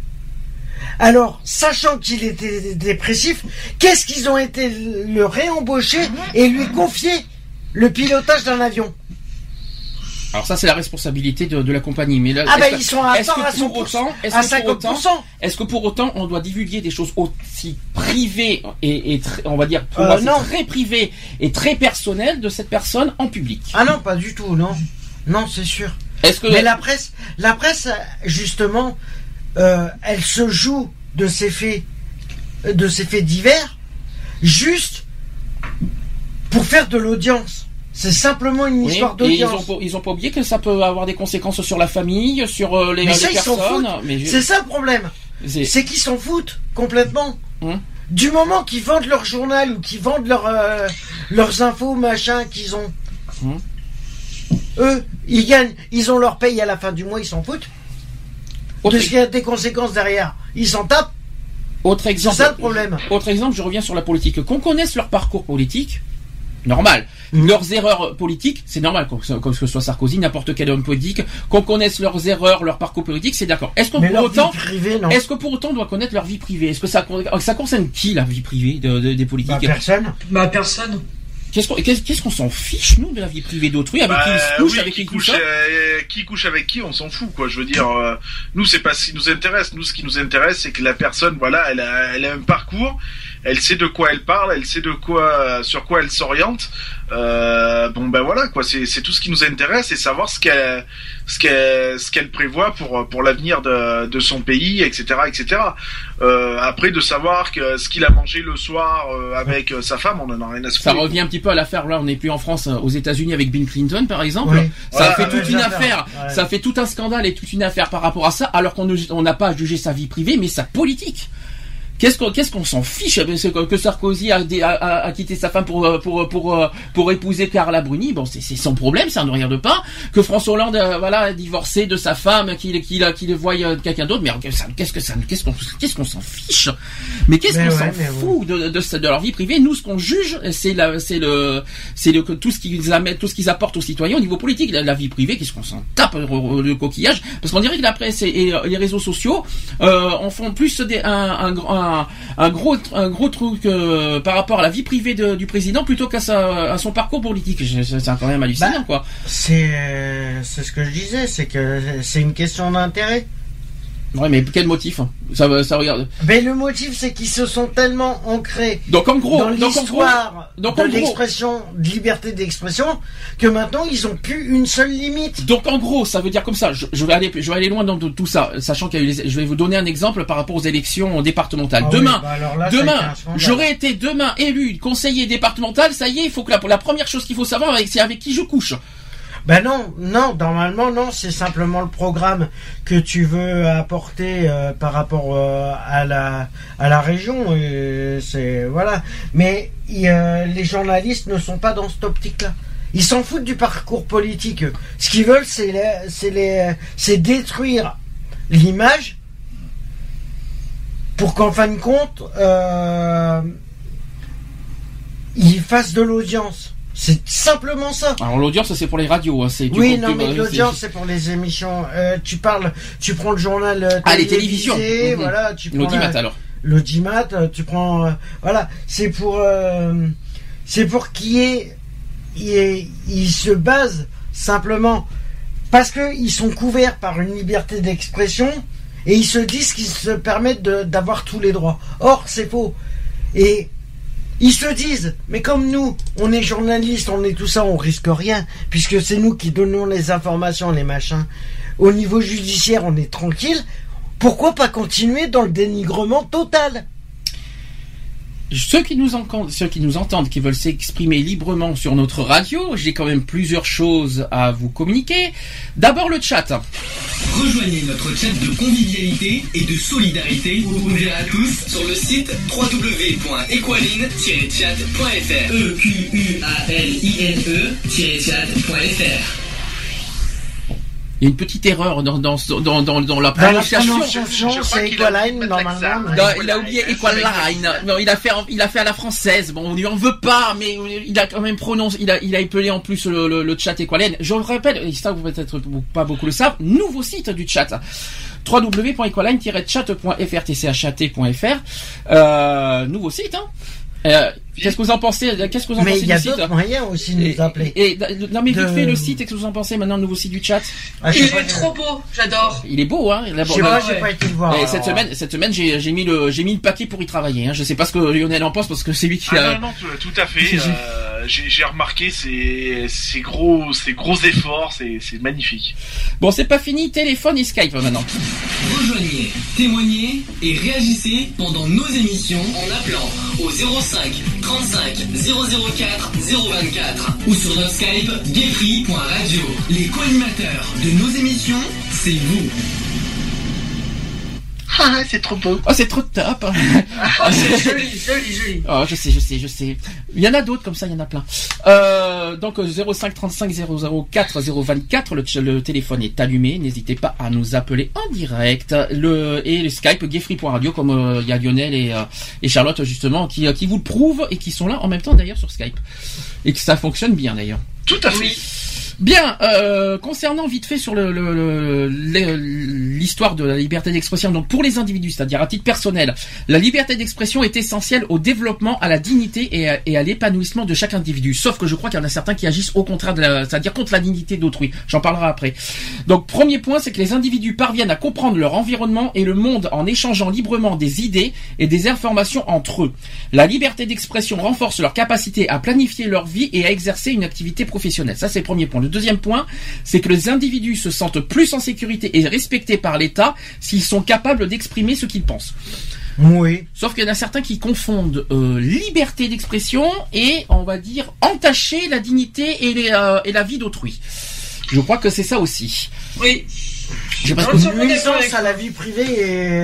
Alors, sachant qu'il était dépressif, qu'est-ce qu'ils ont été le réembaucher et lui confier le pilotage d'un avion? Alors ça c'est la responsabilité de, de la compagnie, mais là, ah ben bah, ils sont à est-ce tort à pour autant, est-ce à que cinquante pour cent. Pour autant, est-ce que pour autant on doit divulguer des choses aussi privées et, et très, on va dire pour euh, moi, non. très privées et très personnelles de cette personne en public? Ah non, pas du tout, non, non c'est sûr. Est-ce que mais la presse, la presse justement, euh, elle se joue de ces faits, de ces faits divers, juste pour faire de l'audience. C'est simplement une oui, histoire d'audience. Et ils ont, ils ont pas oublié que ça peut avoir des conséquences sur la famille, sur euh, les, mais les ça, personnes. Ils s'en foutent. Mais je... C'est ça le problème. C'est, c'est qu'ils s'en foutent complètement. Hum. Du moment qu'ils vendent leur journal ou qu'ils vendent leur, euh, leurs infos, machin qu'ils ont. Hum. Eux, ils gagnent, ils ont leur paye à la fin du mois, ils s'en foutent. Autre... De ce qu'il y a des conséquences derrière, ils s'en tapent. Autre exemple. C'est ça le problème. Autre exemple, je reviens sur la politique. Qu'on connaisse leur parcours politique. Normal. Mmh. Leurs erreurs politiques, c'est normal, comme que ce soit Sarkozy, n'importe quel homme politique, qu'on connaisse leurs erreurs, leur parcours politique, c'est d'accord. Est-ce que mais pour autant, privée, non. est-ce que pour autant on doit connaître leur vie privée? Est-ce que ça, ça concerne qui la vie privée de, de, des politiques? Bah, personne. Bah, personne. Qu'est-ce qu'on, qu'est-ce, qu'est-ce qu'on s'en fiche, nous, de la vie privée d'autrui, avec bah, qui ils se couchent, oui, avec qui, qui couche, euh, qui couche avec qui, on s'en fout, quoi. Je veux dire, euh, nous, c'est pas ce qui nous intéresse. Nous, ce qui nous intéresse, c'est que la personne, voilà, elle a, elle a un parcours, elle sait de quoi elle parle, elle sait de quoi, sur quoi elle s'oriente. Euh, bon, ben voilà, quoi. C'est, c'est tout ce qui nous intéresse, et savoir ce qu'elle, ce qu'elle, ce qu'elle prévoit pour, pour l'avenir de, de son pays, et cetera, et cetera. Euh, après, de savoir que ce qu'il a mangé le soir euh, avec euh, sa femme, on en a rien à se Ça revient un petit peu à l'affaire, là, on n'est plus en France, aux États-Unis avec Bill Clinton, par exemple. Oui. Ça ouais, fait ouais, toute une affaire, affaire. Ouais. Ça fait tout un scandale et toute une affaire par rapport à ça, alors qu'on ne, on n'a pas à juger sa vie privée, mais sa politique. Qu'est-ce qu'on, qu'est-ce qu'on s'en fiche que Sarkozy a, a, a quitté sa femme pour pour pour pour épouser Carla Bruni? Bon, c'est, c'est son problème, ça ne regarde pas. Que François Hollande, euh, voilà, a divorcé de sa femme, qu'il qu'il qu'il voie quelqu'un d'autre. Mais ça, qu'est-ce que ça, qu'est-ce qu'on qu'est-ce qu'on s'en fiche? Mais qu'est-ce mais qu'on ouais, s'en fout ouais. de, de de de leur vie privée? Nous, ce qu'on juge, c'est la c'est le c'est le tout ce qu'ils amènent, tout ce qu'ils apportent aux citoyens au niveau politique. La, la vie privée, qu'est-ce qu'on s'en tape le coquillage? Parce qu'on dirait que la presse et, et les réseaux sociaux euh, en font plus des, un un grand Un, un gros un gros truc euh, par rapport à la vie privée de, du président plutôt qu'à sa à son parcours politique. C'est quand même hallucinant, bah, quoi. C'est c'est ce que je disais, c'est que c'est une question d'intérêt. Ouais, mais quel motif? Ça, ça regarde. Mais le motif, c'est qu'ils se sont tellement ancrés donc en gros, dans donc l'histoire en gros, donc de en l'expression, gros, de liberté d'expression, que maintenant ils ont plus une seule limite. Donc en gros, ça veut dire comme ça. Je, je vais aller, je vais aller loin dans tout ça, sachant qu'il y a eu les, je vais vous donner un exemple par rapport aux élections départementales. Ah demain, oui, bah là, demain, j'aurais été demain élu conseiller départemental. Ça y est, il faut que la, la première chose qu'il faut savoir, c'est avec qui je couche. Ben non, non, normalement non, c'est simplement le programme que tu veux apporter euh, par rapport euh, à la à la région. Et c'est voilà. Mais euh, les journalistes ne sont pas dans cette optique-là. Ils s'en foutent du parcours politique. Ce qu'ils veulent, c'est les, c'est les, c'est détruire l'image pour qu'en fin de compte, euh, ils fassent de l'audience. C'est simplement ça. Alors l'audience, c'est pour les radios. Hein, c'est du oui, contenu, non, mais euh, l'audience, c'est... c'est pour les émissions. Euh, tu parles, tu prends le journal euh, ah, les télévisé, télévisions. voilà, tu prends l'audimat la, alors. L'audimat, tu prends, euh, voilà, c'est pour, euh, c'est pour qu'il y ait, il, y ait, il se base simplement parce que ils sont couverts par une liberté d'expression et ils se disent qu'ils se permettent de, d'avoir tous les droits. Or, c'est faux. Et ils se disent, mais comme nous, on est journalistes, on est tout ça, on risque rien, puisque c'est nous qui donnons les informations, les machins. Au niveau judiciaire, on est tranquille. Pourquoi pas continuer dans le dénigrement total ? Ceux qui nous entendent, ceux qui nous entendent, qui veulent s'exprimer librement sur notre radio, j'ai quand même plusieurs choses à vous communiquer. D'abord le chat. Rejoignez notre chat de convivialité et de solidarité ouvert à tous sur le site w w w point equaline tiret chat point f r. E Q U A L I N E tiret chat point f r. Il y a une petite erreur dans, dans, dans, dans, dans la prononciation. Dans la prononciation, c'est Equaline, normalement. Non, il a oublié Equaline. Non, il a fait, il a fait à la française. Bon, on lui en veut pas, mais il a quand même prononcé, il a, il a appelé en plus le, le, le chat Equaline. Je vous rappelle, et ça, vous peut-être pas beaucoup le savent, nouveau site du chat. w w w point equaline tiret chat point f r, t c h a t point f r. Euh, nouveau site, hein. Euh, qu'est-ce que vous en pensez Qu'est-ce que vous en mais pensez il y a du d'autres site moyens aussi de nous appeler. Et, et, non mais vite de... fait le site, qu'est-ce que vous en pensez maintenant, le nouveau site du chat? ah, Il est pas... trop beau, j'adore. Il est beau, hein. Je sais pas, j'ai pas été le voir. Et cette semaine, cette semaine, j'ai, j'ai mis le, j'ai mis le paquet pour y travailler. Hein. Je sais pas ce que Lionel en pense parce que c'est lui qui ah a. Non, non, tout, tout à fait. euh, j'ai, j'ai remarqué ces, ces gros, ces gros efforts, c'est, c'est magnifique. Bon, c'est pas fini. Téléphone et Skype maintenant. Rejoignez, témoignez et réagissez pendant nos émissions en appelant au zéro cinq trente-cinq zéro zéro quatre zéro vingt-quatre ou sur notre Skype gayfree point radio. Les co-animateurs de nos émissions, c'est vous. Ah, c'est trop beau. Oh, c'est trop top. Oh, c'est joli, joli, joli. Oh, je sais, je sais, je sais. Il y en a d'autres comme ça, il y en a plein. Euh, donc zéro cinq trente-cinq zéro zéro quatre zéro vingt-quatre, le, le téléphone est allumé. N'hésitez pas à nous appeler en direct. Le et le Skype gayfree point radio, comme il euh, y a Lionel et, euh, et Charlotte justement qui qui vous le prouvent et qui sont là en même temps d'ailleurs sur Skype et que ça fonctionne bien d'ailleurs. Tout à fait. Oui. Bien, euh, concernant vite fait sur le, le, le, le, l'histoire de la liberté d'expression, donc pour les individus, c'est-à-dire à titre personnel, la liberté d'expression est essentielle au développement, à la dignité et à, et à l'épanouissement de chaque individu. Sauf que je crois qu'il y en a certains qui agissent au contraire, de la, c'est-à-dire contre la dignité d'autrui. J'en parlerai après. Donc premier point, c'est que les individus parviennent à comprendre leur environnement et le monde en échangeant librement des idées et des informations entre eux. La liberté d'expression renforce leur capacité à planifier leur vie et à exercer une activité professionnelle. Ça, c'est le premier point. Le deuxième point, c'est que les individus se sentent plus en sécurité et respectés par l'État s'ils sont capables d'exprimer ce qu'ils pensent. Oui. Sauf qu'il y en a certains qui confondent euh, liberté d'expression et, on va dire, entacher la dignité et, les, euh, et la vie d'autrui. Je crois que c'est ça aussi. Oui. Je sais pas Une ce que... nuisance à la vie privée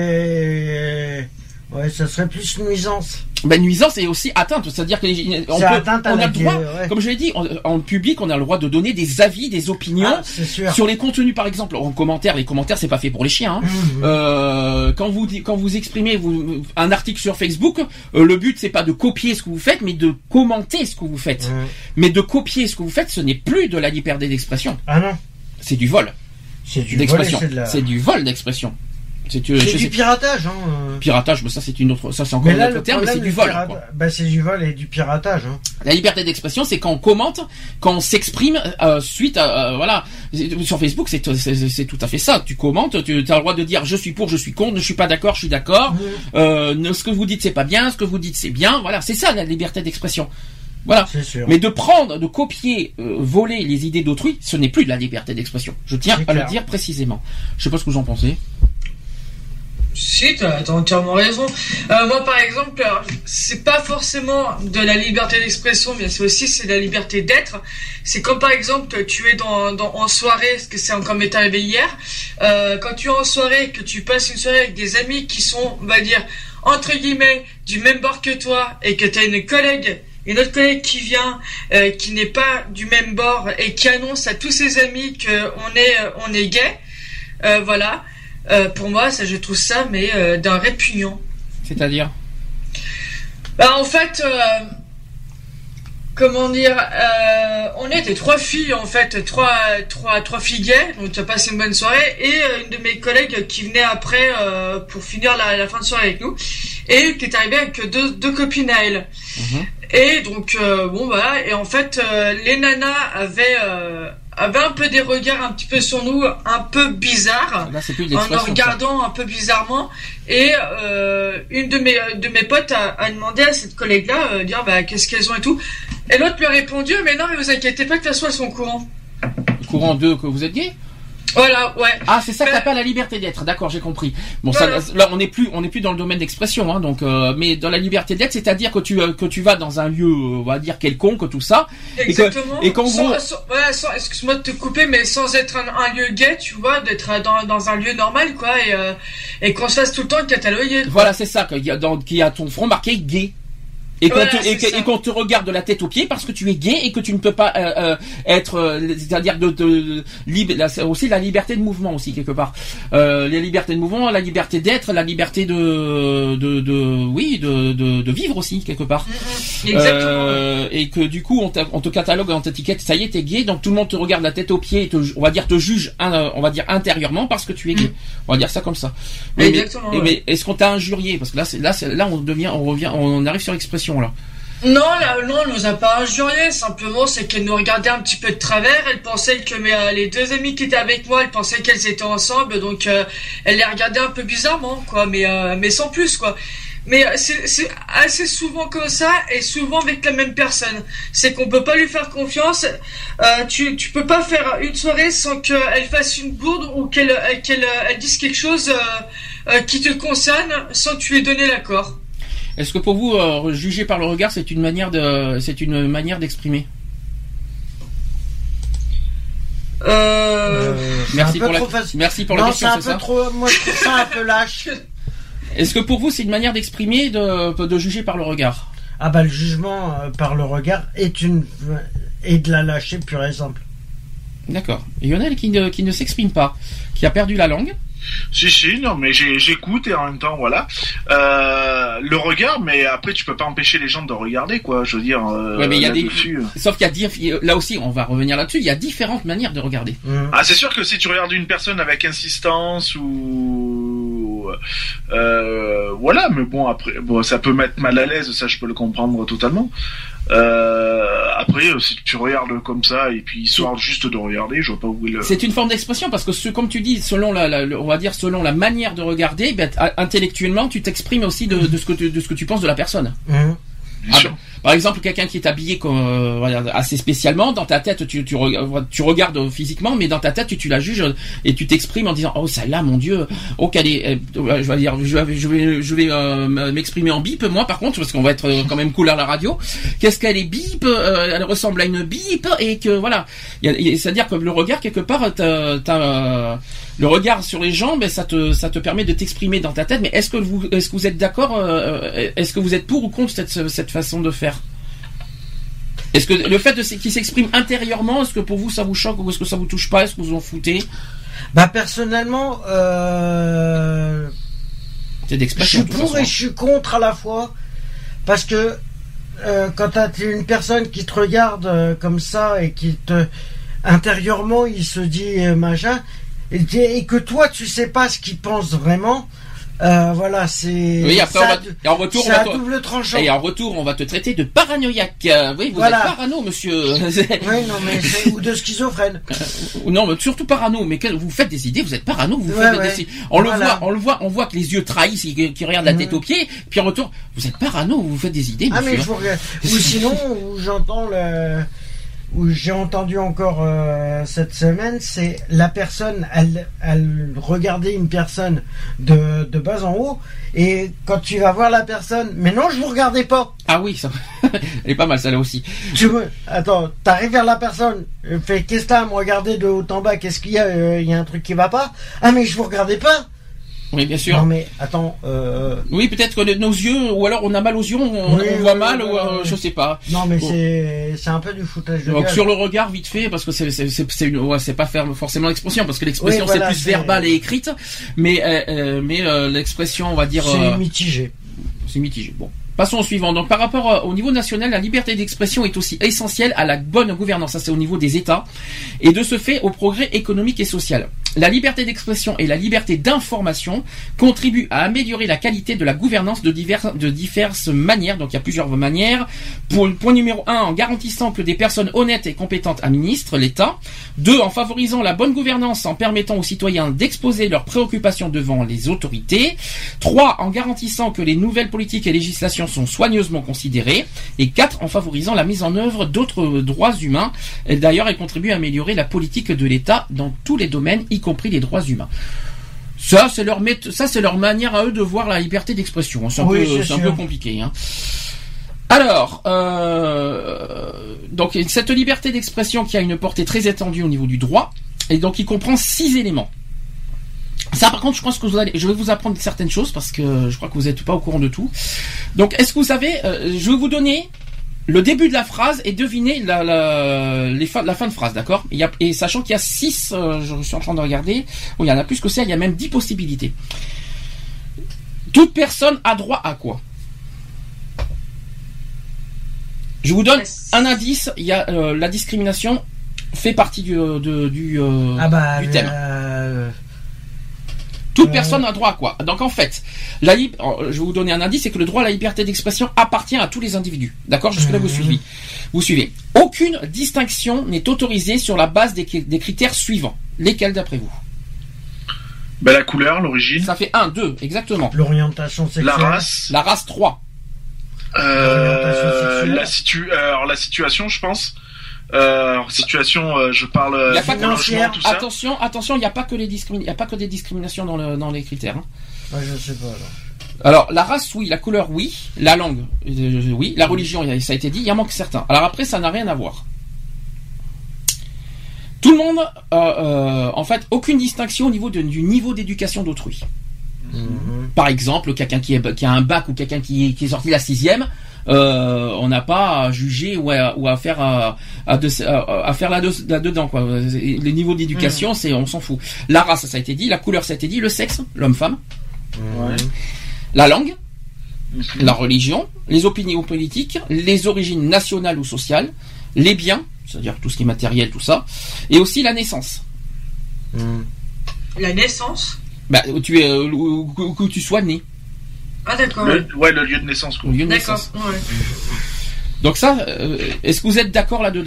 et... Ouais, ça serait plus nuisance. Ben, nuisance et aussi atteinte, c'est-à-dire que les, on, peut, atteinte à on la a le droit, ouais. Comme je l'ai dit, on, en public, on a le droit de donner des avis, des opinions ah, c'est sûr. Sur les contenus, par exemple, en commentaire. Les commentaires, c'est pas fait pour les chiens. Hein. Mmh. Euh, quand vous quand vous exprimez vous, un article sur Facebook, euh, le but c'est pas de copier ce que vous faites, mais de commenter ce que vous faites. Mmh. Mais de copier ce que vous faites, ce n'est plus de la liberté d'expression. Ah non. C'est du vol. C'est du d'expression. vol. C'est, de la... c'est du vol d'expression. C'est, c'est du sais... piratage, hein. Piratage, mais ça c'est une autre, ça c'est encore mais là, un autre terme, mais c'est du vol. Pirate... Bah, c'est du vol et du piratage, hein. La liberté d'expression, c'est quand on commente, quand on s'exprime euh, suite à, euh, voilà, sur Facebook, c'est, c'est, c'est tout à fait ça. Tu commentes, tu as le droit de dire je suis pour, je suis contre, je suis pas d'accord, je suis d'accord. Mmh. Euh, ce que vous dites c'est pas bien, ce que vous dites c'est bien. Voilà, c'est ça la liberté d'expression. Voilà. C'est sûr. Mais de prendre, de copier, euh, voler les idées d'autrui, ce n'est plus de la liberté d'expression. Je tiens c'est à clair. Le dire précisément. Je sais pas ce que vous en pensez. Si, t'as, t'as entièrement raison. Euh, moi, par exemple, alors, c'est pas forcément de la liberté d'expression, mais c'est aussi c'est de la liberté d'être. C'est comme par exemple, tu es dans, dans en soirée, parce que c'est encore m'est arrivé hier. Euh, quand tu es en soirée, que tu passes une soirée avec des amis qui sont, on va dire, entre guillemets, du même bord que toi, et que t'as une collègue, une autre collègue qui vient, euh, qui n'est pas du même bord et qui annonce à tous ses amis que on est, on est gay. Euh, voilà. Euh, pour moi, ça, je trouve ça, mais euh, d'un répugnant. C'est-à-dire Bah, en fait, euh, comment dire, euh, on était trois filles, en fait, trois, trois, trois filles gays, donc tu as passé une bonne soirée, et euh, une de mes collègues qui venait après euh, pour finir la, la fin de soirée avec nous, et qui est arrivée avec deux, deux copines à elle. Mmh. Et donc, euh, bon, voilà, et en fait, euh, les nanas avaient... Euh, avait un peu des regards un petit peu sur nous, un peu bizarres, là, c'est plus en nous regardant ça. Un peu bizarrement. Et euh, une de mes de mes potes a, a demandé à cette collègue-là, euh, dire bah qu'est-ce qu'elles ont et tout. Et l'autre lui a répondu mais non mais vous inquiétez pas que de toute façon elles sont au courant. Courant d'eux que vous êtes gay. Voilà, ouais. Ah, c'est ça que mais... t'appelles la liberté d'être. D'accord, j'ai compris. Bon, voilà. ça, là, on n'est plus, on n'est plus dans le domaine d'expression, hein. Donc, euh, mais dans la liberté d'être, c'est-à-dire que tu, euh, que tu vas dans un lieu, on va dire quelconque, tout ça. Exactement. Et, que, et qu'en sans, gros, sans, ouais, sans, excuse-moi de te couper, mais sans être un, un lieu gay, tu vois, d'être dans, dans un lieu normal, quoi, et, euh, et qu'on se fasse tout le temps cataloguer. Voilà, c'est ça, qu'il y a dans, qu'il y a ton front marqué gay. Et qu'on, voilà, te, et, que, et qu'on te regarde de la tête aux pieds parce que tu es gay et que tu ne peux pas euh, euh, être, euh, c'est-à-dire de, de, de là, c'est aussi la liberté de mouvement aussi quelque part. Euh, la liberté de mouvement, la liberté d'être, la liberté de, de, de oui, de, de, de vivre aussi quelque part. Mmh, exactement. Euh, et que du coup on, on te catalogue, on t'étiquette, ça y est, t'es gay, donc tout le monde te regarde la tête aux pieds, et te, on va dire te juge, on va dire intérieurement parce que tu es gay. Mmh. On va dire ça comme ça. Mais, exactement. Mais, ouais. mais est-ce qu'on t'a injurié? Parce que là, c'est, là, c'est, là, on devient, on revient, on arrive sur l'expression. Là. Non, là, non, elle nous a pas injurié. Simplement, c'est qu'elle nous regardait un petit peu de travers. Elle pensait que mes, euh, les deux amis qui étaient avec moi, elle pensait qu'elles étaient ensemble, donc euh, elle les regardait un peu bizarrement, quoi. Mais, euh, mais sans plus, quoi. Mais euh, c'est, c'est assez souvent comme ça et souvent avec la même personne. C'est qu'on peut pas lui faire confiance. Euh, tu, tu peux pas faire une soirée sans qu'elle fasse une bourde ou qu'elle, qu'elle, elle dise quelque chose euh, euh, qui te concerne sans que tu lui aies donné l'accord. Est-ce que pour vous, euh, juger par le regard, c'est une manière de, c'est une manière d'exprimer? Euh... euh merci, pour la... merci pour la non, question, c'est, un c'est peu ça trop... Moi, je trouve ça un peu lâche. Est-ce que pour vous, c'est une manière d'exprimer, de, de juger par le regard? Ah bah, le jugement euh, par le regard est une... est de la lâcher pure et simple. D'accord. Et il y en a qui ne, qui ne s'exprime pas, qui a perdu la langue. Si, si, non, mais j'ai, j'écoute et en même temps, voilà. Euh, le regard, mais après, tu peux pas empêcher les gens de regarder, quoi. Je veux dire. Euh, ouais, mais il y a des. Dessus. Sauf qu'il y a là aussi, on va revenir là-dessus. Il y a différentes manières de regarder. Mmh. Ah, c'est sûr que si tu regardes une personne avec insistance ou euh, voilà, mais bon, après, bon, ça peut mettre mal à l'aise, ça, je peux le comprendre totalement. Euh, après, si tu regardes comme ça et puis histoire juste de regarder, je vois pas où est le. C'est une forme d'expression parce que ce, comme tu dis, selon la, la, on va dire selon la manière de regarder, ben, intellectuellement, tu t'exprimes aussi de, de ce que tu, de ce que tu penses de la personne. Mmh. Bien ah, sûr. Par exemple, quelqu'un qui est habillé comme, euh, assez spécialement, dans ta tête, tu, tu, tu regardes physiquement, mais dans ta tête, tu, tu la juges et tu t'exprimes en disant, oh, celle-là, mon Dieu, oh, qu'elle est, euh, je vais dire, je vais, je vais, je vais euh, m'exprimer en bip, moi, par contre, parce qu'on va être quand même cool à la radio. Qu'est-ce qu'elle est bip, euh, elle ressemble à une bip, et que, voilà. C'est-à-dire que le regard, quelque part, t'as, t'as, le regard sur les gens, ben, ça te, ça te permet de t'exprimer dans ta tête, mais est-ce que vous, est-ce que vous êtes d'accord, euh, est-ce que vous êtes pour ou contre cette, cette façon de faire? Est-ce que le fait de qu'il s'exprime intérieurement, est-ce que pour vous ça vous choque ou est-ce que ça vous touche pas? Est-ce que vous en foutez? Bah personnellement, euh... c'est d'expression. Je suis pour et je suis contre à la fois, parce que euh, quand t'as une personne qui te regarde euh, comme ça et qui te intérieurement il se dit euh, machin et, et que toi tu sais pas ce qu'il pense vraiment. Euh, voilà, c'est. Oui, après, ça, on va, et en retour, c'est on va un te, double tranchant. Et en retour, on va te traiter de paranoïaque. Oui, vous voilà. êtes parano, monsieur. Oui, non, mais c'est, ou de schizophrène. Euh, non, mais surtout parano. Mais quel, vous faites des idées, vous êtes parano, vous ouais, faites ouais. des. On voilà. le voit, on le voit, on voit que les yeux trahissent, qui, qui regardent la tête mmh. aux pieds. Puis en retour, vous êtes parano, vous faites des idées, ah, monsieur. mais je vous regarde. Ou sinon, où j'entends le. où j'ai entendu encore euh, cette semaine, c'est la personne, elle, elle regardait une personne de, de bas en haut, et quand tu vas voir la personne, mais non, je vous regardais pas. Ah oui, ça, elle est pas mal, ça là aussi. Tu veux, attends, t'arrives vers la personne, fais qu'est-ce que t'as à me regarder de haut en bas, qu'est-ce qu'il y a, il euh, y a un truc qui va pas. Ah mais je vous regardais pas. Oui, bien sûr. Non mais attends. Euh... Oui, peut-être que nos yeux, ou alors on a mal aux yeux, on, oui, on voit oui, mal, oui, ou euh, oui. je sais pas. Non mais bon. c'est c'est un peu du foutage de Donc gueule. sur le regard vite fait, parce que c'est c'est c'est c'est, une, ouais, c'est pas faire forcément l'expression, parce que l'expression Oui, voilà, c'est plus c'est... verbale et écrite, mais euh, euh, mais euh, l'expression, on va dire. C'est euh, mitigé. C'est mitigé. Bon. Passons au suivant. Donc, par rapport euh, au niveau national, la liberté d'expression est aussi essentielle à la bonne gouvernance. Ça, c'est au niveau des États. Et de ce fait, au progrès économique et social. La liberté d'expression et la liberté d'information contribuent à améliorer la qualité de la gouvernance de diverses, de diverses manières. Donc, il y a plusieurs manières. Pour le point numéro un, en garantissant que des personnes honnêtes et compétentes administrent l'État. Deux, en favorisant la bonne gouvernance en permettant aux citoyens d'exposer leurs préoccupations devant les autorités. Trois, en garantissant que les nouvelles politiques et législations sont soigneusement considérées. Et quatre, en favorisant la mise en œuvre d'autres droits humains. Et d'ailleurs, elle contribue à améliorer la politique de l'État dans tous les domaines, y compris les droits humains. Ça, c'est leur méth- ça, c'est leur manière à eux de voir la liberté d'expression. C'est un, oui, peu, c'est c'est un peu compliqué. Hein. Alors, euh, donc cette liberté d'expression qui a une portée très étendue au niveau du droit, et donc il comprend six éléments. Ça, par contre, je pense que vous allez, je vais vous apprendre certaines choses parce que je crois que vous n'êtes pas au courant de tout. Donc, est-ce que vous savez, euh, je vais vous donner le début de la phrase et deviner la, la, les fin, la fin de phrase, d'accord ? Il y a, et sachant qu'il y a six, euh, je suis en train de regarder, oh, il y en a plus que ça, il y a même dix possibilités. Toute personne a droit à quoi ? Je vous donne un indice, il y a euh, la discrimination fait partie du, de, du, euh, ah bah, du thème. Euh... Toute personne a droit à quoi ? Donc en fait, la li- je vais vous donner un indice, c'est que le droit à la liberté d'expression appartient à tous les individus. D'accord ? Jusque-là, vous suivez. Vous suivez. Aucune distinction n'est autorisée sur la base des, des critères suivants. Lesquels d'après vous ? Ben, la couleur, l'origine. Ça fait un, deux, exactement. L'orientation sexuelle. La race. La race, trois. Euh, la, situ- alors, la situation, je pense. Euh, situation, euh, je parle euh, y a pas de logement, tout ça. Attention, attention, il n'y a pas que les discrimin- y a pas que des discriminations dans, le, dans les critères. Hein. Ah, je sais pas alors. Alors la race, oui, la couleur, oui, la langue, euh, oui, la religion, ça a été dit, il y en manque certains. Alors après, ça n'a rien à voir. Tout le monde, euh, euh, en fait, aucune distinction au niveau de, du niveau d'éducation d'autrui. Mm-hmm. Par exemple, quelqu'un qui, est, qui a un bac ou quelqu'un qui, qui est sorti de la sixième. Euh, on n'a pas à juger ou à, ou à faire à, à, de, à, à faire là, de, là dedans quoi. Les niveaux d'éducation, mmh. c'est on s'en fout. La race, ça a été dit, la couleur, ça a été dit, le sexe, l'homme-femme, ouais. La langue, mmh. la religion, les opinions politiques, les origines nationales ou sociales, les biens, c'est-à-dire tout ce qui est matériel, tout ça, et aussi la naissance. Mmh. La naissance ? Bah, où tu es, où, où, où tu sois né. Ah d'accord. Le, ouais, le lieu de naissance. Quoi. Le lieu de d'accord. naissance. Ouais. Donc ça, euh, est-ce que vous êtes d'accord là-dedans ?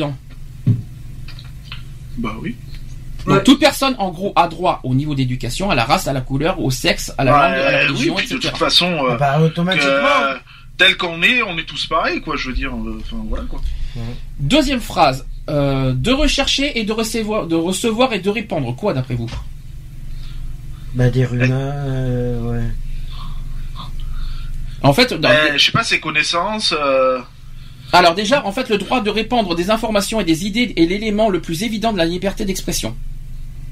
Bah oui. Donc ouais. Toute personne, en gros, a droit au niveau d'éducation, à la race, à la couleur, au sexe, à la bah, langue, à la religion, oui, puis et cetera. de toute façon, euh, bah, automatiquement. Que, euh, tel qu'on est, on est tous pareils, quoi. Je veux dire, enfin euh, voilà quoi. Deuxième phrase euh, de rechercher et de recevoir, de recevoir et de répandre quoi d'après vous ? Bah des rumeurs, euh, ouais. En fait, dans... euh, je sais pas, ses connaissances. Euh... Alors déjà, en fait, le droit de répandre des informations et des idées est l'élément le plus évident de la liberté d'expression. D'accord ?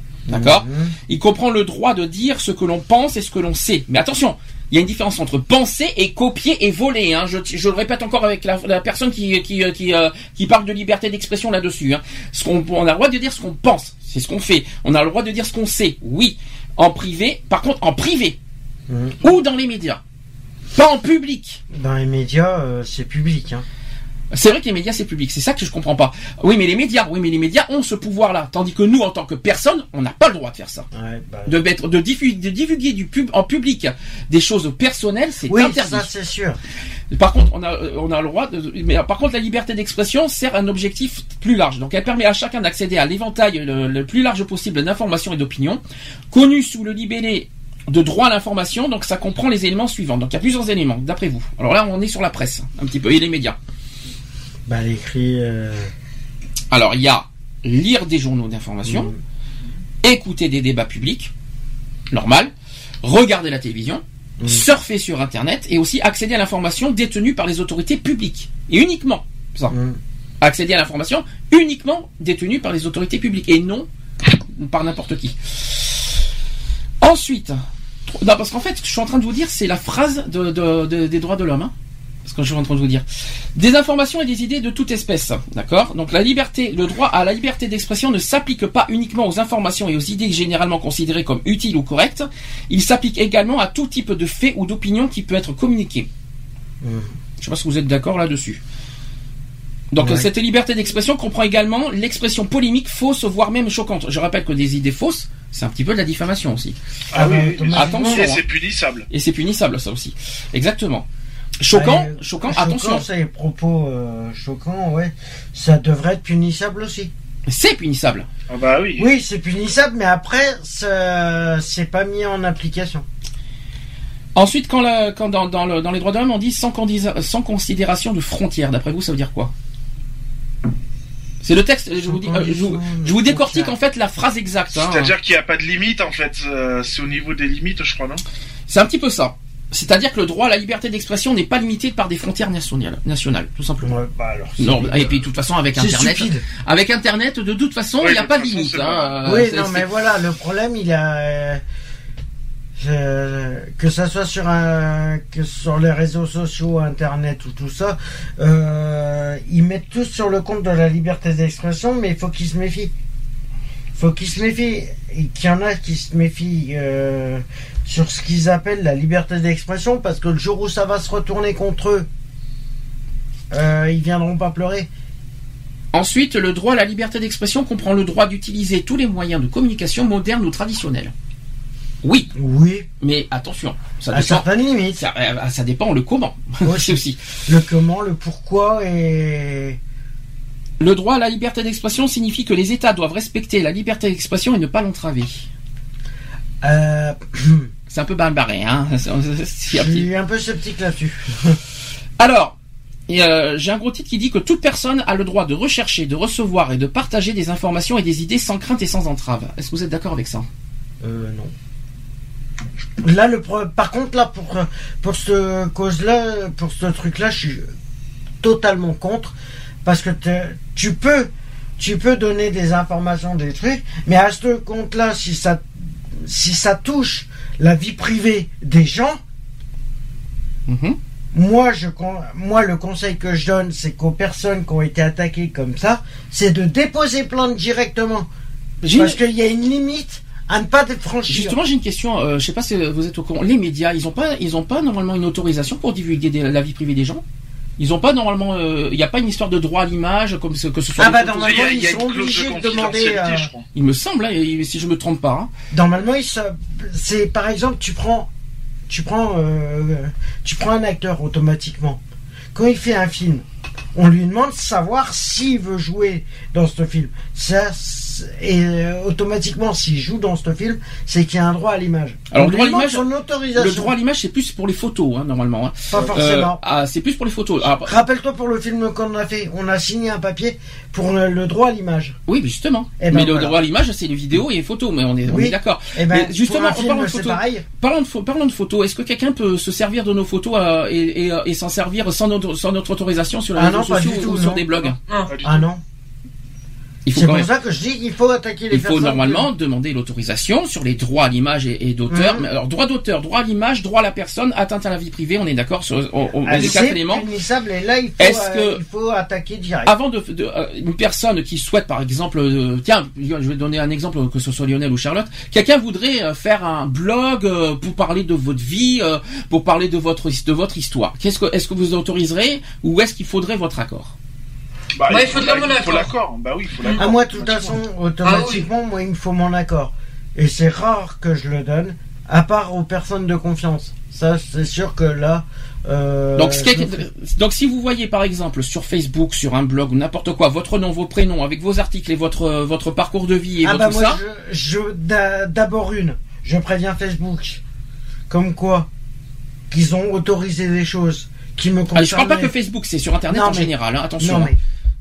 Mmh. Il comprend le droit de dire ce que l'on pense et ce que l'on sait. Mais attention, il y a une différence entre penser et copier et voler. Hein. Je, je le répète encore avec la, la personne qui qui qui, euh, qui parle de liberté d'expression là-dessus. Hein. Ce qu'on, on a le droit de dire ce qu'on pense, c'est ce qu'on fait. On a le droit de dire ce qu'on sait, oui. En privé, par contre, en privé mmh. ou dans les médias. Pas en public. Dans les médias, euh, c'est public. Hein. C'est vrai que les médias, c'est public. C'est ça que je comprends pas. Oui, mais les médias, oui, mais les médias ont ce pouvoir-là. Tandis que nous, en tant que personne, on n'a pas le droit de faire ça. Ouais, bah... De mettre, de diffuser, de divulguer du pub, en public des choses personnelles, c'est oui, interdit. Ça, c'est sûr. Par contre, on a, on a le droit de, mais par contre, la liberté d'expression sert un objectif plus large. Donc, elle permet à chacun d'accéder à l'éventail le, le plus large possible d'informations et d'opinions, connues sous le libellé de droit à l'information. Donc, ça comprend les éléments suivants. Donc, il y a plusieurs éléments, d'après vous. Alors là, on est sur la presse, un petit peu, et les médias. Bah, l'écrit. Euh... Alors, il y a lire des journaux d'information, mmh. écouter des débats publics, normal, regarder la télévision, mmh. surfer sur Internet et aussi accéder à l'information détenue par les autorités publiques. Et uniquement ça. Mmh. Accéder à l'information uniquement détenue par les autorités publiques et non par n'importe qui. Ensuite, non, parce qu'en fait, je suis en train de vous dire, c'est la phrase de, de, de, des droits de l'homme, hein, ce que je suis en train de vous dire. Des informations et des idées de toute espèce, d'accord ? Donc la liberté, le droit à la liberté d'expression ne s'applique pas uniquement aux informations et aux idées généralement considérées comme utiles ou correctes. Il s'applique également à tout type de faits ou d'opinions qui peut être communiqué. Mmh. Je ne sais pas si vous êtes d'accord là-dessus. Donc ouais. Cette liberté d'expression comprend également l'expression polémique, fausse, voire même choquante. Je rappelle que des idées fausses, c'est un petit peu de la diffamation aussi. Ah, ah oui, oui, attention. Et c'est punissable. Et c'est punissable, ça aussi. Exactement. Choquant, ouais, choquant, choquant, attention. C'est propos euh, choquants, ouais. Ça devrait être punissable aussi. C'est punissable. Ah bah oui. Oui, c'est punissable, mais après, ça, c'est pas mis en application. Ensuite, quand, la, quand dans, dans, le, dans les droits de l'homme, on dit sans, condisa, sans considération de frontières. D'après vous, ça veut dire quoi ? C'est le texte, je vous, dis, euh, je, vous, je vous décortique en fait la phrase exacte. Hein. C'est-à-dire qu'il n'y a pas de limite en fait, euh, c'est au niveau des limites je crois, non ? C'est un petit peu ça. C'est-à-dire que le droit à la liberté d'expression n'est pas limité par des frontières nationales, nationales tout simplement. Ouais, bah alors, non, et puis de toute façon avec Internet, stupide. Avec Internet de toute façon il ouais, n'y a pas de limite. Hein. Oui, c'est, non c'est... mais voilà, le problème il a... Euh... Je, que ça soit sur un, que sur les réseaux sociaux, Internet ou tout ça, euh, ils mettent tous sur le compte de la liberté d'expression, mais il faut qu'ils se méfient. Il faut qu'ils se méfient. Et qu'il y en a qui se méfient euh, sur ce qu'ils appellent la liberté d'expression, parce que le jour où ça va se retourner contre eux, euh, ils viendront pas pleurer. Ensuite, le droit à la liberté d'expression comprend le droit d'utiliser tous les moyens de communication modernes ou traditionnels. Oui. Oui. Mais attention. Ça à dépend, certaines limites. Ça, ça dépend le comment. Aussi. aussi. Le comment, le pourquoi et... Le droit à la liberté d'expression signifie que les États doivent respecter la liberté d'expression et ne pas l'entraver. Euh... C'est un peu barbaré, hein. Je suis un peu sceptique là-dessus. Alors, et euh, j'ai un gros titre qui dit que toute personne a le droit de rechercher, de recevoir et de partager des informations et des idées sans crainte et sans entrave. Est-ce que vous êtes d'accord avec ça ? Euh, non. Là, le pro... par contre, là, pour, pour ce cause-là, pour ce truc-là, je suis totalement contre. Parce que tu peux, tu peux donner des informations, des trucs, mais à ce compte-là, si ça, si ça touche la vie privée des gens, mm-hmm. moi, je, moi, le conseil que je donne, c'est qu'aux personnes qui ont été attaquées comme ça, c'est de déposer plainte directement. J'ai... Parce qu'il y a une limite à ne pas franchir. Justement, j'ai une question. Euh, je sais pas si vous êtes au courant. Les médias, ils ont pas, ils ont pas normalement une autorisation pour divulguer des, la vie privée des gens. Ils ont pas normalement. Il euh, n'y a pas une histoire de droit à l'image comme ce, que ce soit. Ah bah normalement ils sont obligés de demander. Euh... Il me semble, hein, si je me trompe pas. Hein. Normalement, ils se... c'est par exemple, tu prends, tu prends, euh, tu prends un acteur automatiquement. Quand il fait un film, on lui demande de savoir s'il veut jouer dans ce film. Ça, et euh, automatiquement, s'il joue dans ce film, c'est qu'il y a un droit à l'image. Alors, le droit à l'image, son autorisation. Le droit à l'image, c'est plus pour les photos, hein, normalement. Hein. Pas forcément. Euh, ah, c'est plus pour les photos. Ah, rappelle-toi pour le film qu'on a fait, on a signé un papier pour le, le droit à l'image. Oui, mais justement. Et ben mais voilà. Le droit à l'image, c'est les vidéos et les photos, mais on est, oui. on est d'accord. Et ben, mais justement, pour un film, parlons de photos. Parlons de, parlons de photos. Est-ce que quelqu'un peut se servir de nos photos euh, et, et, et s'en servir sans notre, sans notre autorisation sur les ah réseaux non, sociaux tout, ou non. sur des blogs? Ah, ah non. Il faut c'est pour même... ça que je dis qu'il faut attaquer les Il faut normalement que... demander l'autorisation sur les droits à l'image et, et d'auteur. Mmh. Alors droit d'auteur, droit à l'image, droit à la personne, atteinte à la vie privée, on est d'accord sur on, on, ah, les quatre éléments. C'est punissable et là il faut, euh, il faut attaquer direct. Avant de, de euh, une personne qui souhaite par exemple, euh, tiens, je vais donner un exemple que ce soit Lionel ou Charlotte, quelqu'un voudrait euh, faire un blog euh, pour parler de votre vie, euh, pour parler de votre de votre histoire. Qu'est-ce que est-ce que vous autoriserez ou est-ce qu'il faudrait votre accord? Bah, bah, il, il faut, faut, la, la, mon il faut l'accord. Bah oui, il faut l'accord. Ah, moi, de toute façon, automatiquement, ah, oui. moi, il me faut mon accord. Et c'est rare que je le donne, à part aux personnes de confiance. Ça, c'est sûr que là. Euh, donc, ce je... donc, si vous voyez par exemple sur Facebook, sur un blog ou n'importe quoi, votre nom, vos prénoms, avec vos articles et votre votre parcours de vie et ah votre bah tout moi, ça. Je, je d'abord une, je préviens Facebook, comme quoi qu'ils ont autorisé des choses qui me concernent. Ah, je parle pas que Facebook, c'est sur Internet non, en mais, général. Hein, attention. Non, mais,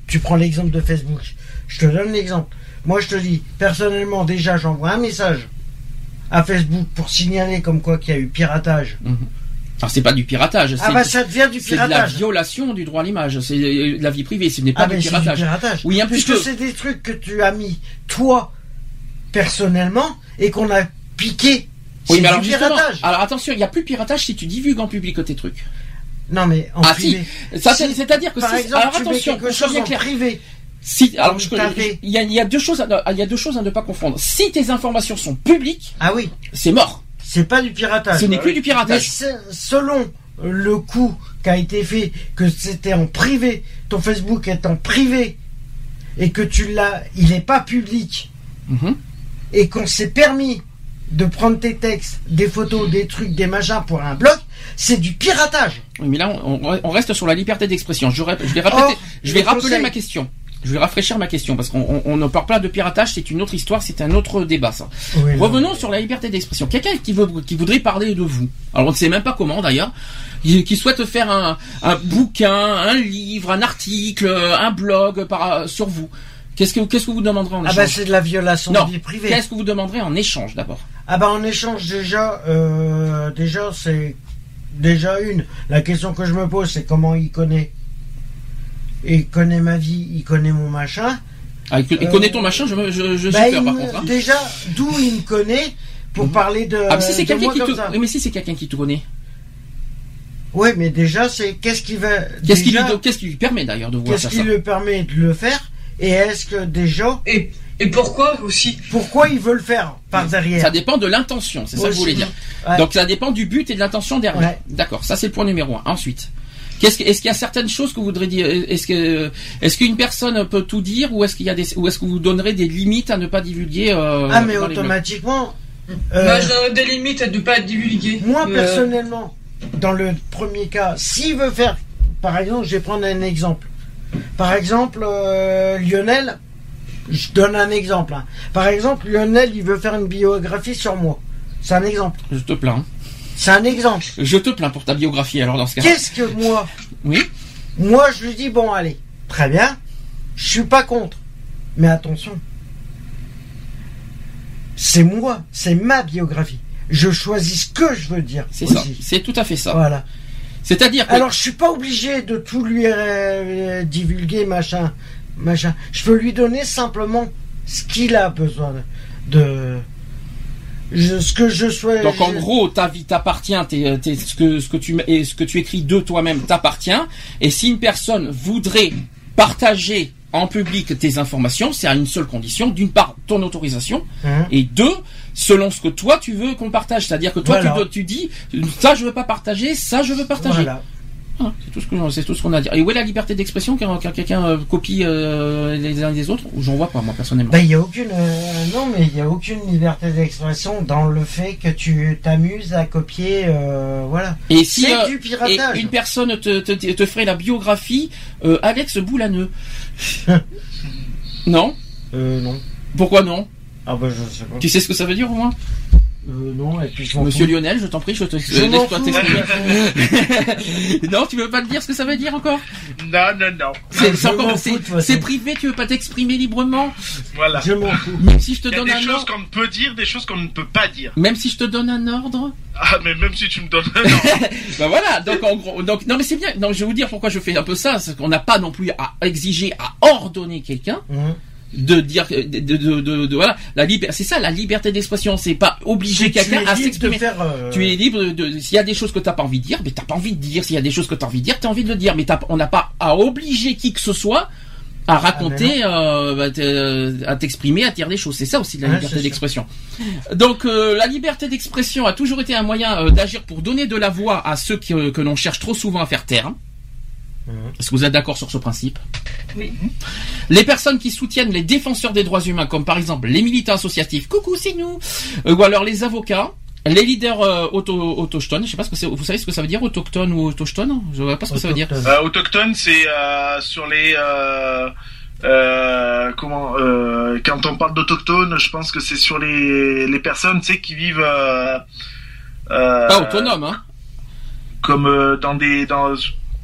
tu prends l'exemple de Facebook. Je te donne l'exemple. Moi, je te dis, personnellement, déjà, j'envoie un message à Facebook pour signaler comme quoi qu'il y a eu piratage. Mmh. Alors, c'est pas du piratage. Ah, bah, ça devient du C'est de la piratage. violation du droit à l'image. C'est de la vie privée. Ce n'est pas Ah, du mais c'est piratage. du piratage. Oui, un peu. Puisque c'est des trucs que tu as mis, toi, personnellement, et qu'on a piqué. Oui, C'est mais alors du justement, piratage. alors attention, il n'y a plus de piratage si tu divulgues en public tes trucs. Non, mais en ah privé. si, ça, Si, c'est-à-dire que par si, exemple, alors tu mets attention, quelque qu'on soit chose bien en clair. privé. Si, alors, je, T'as fait. il y a, il y a deux choses, à, il y a deux choses à ne pas confondre. Si tes informations sont publiques, Ah oui, c'est mort. c'est pas du piratage. Ce n'est Ah plus oui. du Mais piratage. c'est- selon le coup qui a été fait, que c'était en privé, ton Facebook est en privé, et que tu l'as, il n'est pas public, Mhm. et qu'on s'est permis de prendre tes textes, des photos, des trucs, des machins pour un blog, c'est du piratage. Oui, mais là, on, on reste sur la liberté d'expression. Je, rép- je vais, répéter, Or, je vais le rappeler conseil- ma question. Je vais rafraîchir ma question parce qu'on on, on ne parle pas de piratage, c'est une autre histoire, c'est un autre débat ça. Oui, non. Revenons sur la liberté d'expression. Quelqu'un qui veut, qui voudrait parler de vous. Alors on ne sait même pas comment d'ailleurs. Qui qui souhaite faire un, un bouquin, un livre, un article, un blog par, sur vous. Qu'est-ce que, qu'est-ce que vous demanderez en Ah échange? bah c'est de la violation Non. de vie privée. Qu'est-ce que vous demanderez en échange d'abord? Ah bah en échange déjà, euh, déjà c'est déjà une. La question que je me pose c'est comment il connaît. Il connaît ma vie, il connaît mon machin. Ah, il il Euh, connaît ton machin, je, me- je, je Bah, suis peur il par me- contre. Hein. Déjà, d'où il me connaît pour Mhm. parler de. Ah, mais si c'est de quelqu'un moi qui comme te, ça. oui, mais si c'est quelqu'un qui te connaît, Oui, mais déjà c'est qu'est-ce qui va. qu'est-ce qui lui, déjà, qu'est-ce qui lui permet d'ailleurs de voir qu'est-ce faire qui ça? lui permet de le faire et est-ce que déjà Et, et pourquoi aussi? pourquoi il veut le faire par derrière. Ça dépend de l'intention, c'est ça que je Aussi. voulais dire. Ouais. Donc ça dépend du but et de l'intention derrière. Ouais. D'accord, ça c'est le point numéro un. Ensuite, qu'est-ce que, est-ce qu'il y a certaines choses que vous voudrez dire? Est-ce que, est-ce qu'une personne peut tout dire ou est-ce qu'il y a des, ou est-ce que vous donnerez des limites à ne pas divulguer euh, Ah mais dans les blogs? automatiquement. euh, Bah, je donnerais des limites à ne pas divulguer. Moi, Euh, personnellement, dans le premier cas, s'il veut faire, par exemple, je vais prendre un exemple. Par exemple, euh, Lionel, je donne un exemple. hein. Par exemple, Lionel, il veut faire une biographie sur moi. C'est un exemple. Je te plains. C'est un exemple. Je te plains pour ta biographie alors dans ce cas. Qu'est-ce que moi, Oui. moi, je lui dis, bon, allez, très bien, je suis pas contre. Mais attention, c'est moi, c'est ma biographie. Je choisis ce que je veux dire. C'est aussi. ça. C'est tout à fait ça. Voilà. C'est-à-dire que Alors, je suis pas obligé de tout lui euh, divulguer, machin, machin. Je peux lui donner simplement ce qu'il a besoin de, je, ce que je souhaite. donc en je- gros, ta vie t'appartient, t'es, t'es- ce que ce que tu et ce que tu écris de toi-même t'appartient. Et si une personne voudrait partager en public tes informations, c'est à une seule condition. D'une part, ton autorisation. Hein. Et deux, selon ce que toi tu veux qu'on partage. C'est-à-dire que toi Voilà. tu, dois- tu dis, ça je veux pas partager, ça je veux partager. Voilà. Ah, c'est tout ce que c'est tout ce qu'on a à dire. Et où est la liberté d'expression quand, quand quelqu'un euh, copie euh, les uns des autres? Ou j'en vois pas moi personnellement. Ben, il y a aucune, euh, non, mais il y a aucune liberté d'expression dans le fait que tu t'amuses à copier, euh, voilà. Et si C'est euh, du et piratage. une personne te, te, te ferait la biographie euh, Alex Boulaneux. Non? Euh, non. Pourquoi non? Ah bah je sais pas. Tu sais ce que ça veut dire au moins? Euh, non, et puis je m'en Monsieur fous. Lionel, je t'en prie, je te Je euh, m'en laisse-toi fous. t'exprimer. Non, tu veux pas te dire ce que ça veut dire encore? Non, non, non. C'est Je c'est encore- m'en c'est- fous, de toute façon. c'est privé, tu veux pas t'exprimer librement? Voilà. Je m'en fous. Même si je te Il y a donne des un choses ordre, qu'on peut dire, des choses qu'on ne peut pas dire. même si je te donne un ordre, Ah, mais même si tu me donnes un ordre. bah voilà. Donc en gros, donc non mais c'est bien. Non, je vais vous dire pourquoi je fais un peu ça, c'est qu'on n'a pas non plus à exiger, à ordonner quelqu'un Hein. de dire, de, de, de, de- de- voilà, la liberté. C'est ça la liberté d'expression. C'est pas obliger Tu quelqu'un es à libre de s'exprimer. faire, euh, Tu es libre de, de- s'il y a des choses que t'as pas envie de dire, mais t'as pas envie de dire. S'il y a des choses que t'as envie de dire, t'as envie de le dire. Mais t'as- on n'a pas à obliger qui que ce soit à raconter, euh, bah, te- à t'exprimer, à dire des choses. C'est ça aussi la Ouais, liberté c'est d'expression. Donc euh, la liberté d'expression a toujours été un moyen euh, d'agir pour donner de la voix à ceux qui, euh, que l'on cherche trop souvent à faire taire. Est-ce que vous êtes d'accord sur ce principe? Oui. Les personnes qui soutiennent les défenseurs des droits humains, comme par exemple les militants associatifs, coucou c'est nous, euh, ou alors les avocats, les leaders euh, auto, autochtones, je sais pas ce que c'est, vous savez ce que ça veut dire autochtone ou autochtone? Je vois pas ce que ça veut dire. autochtone. Euh, autochtone, c'est euh, sur les. Euh, euh, comment euh, quand on parle d'autochtone, je pense que c'est sur les les personnes, tu sais, qui vivent. Euh, euh, Pas autonome, hein. Comme euh, dans des dans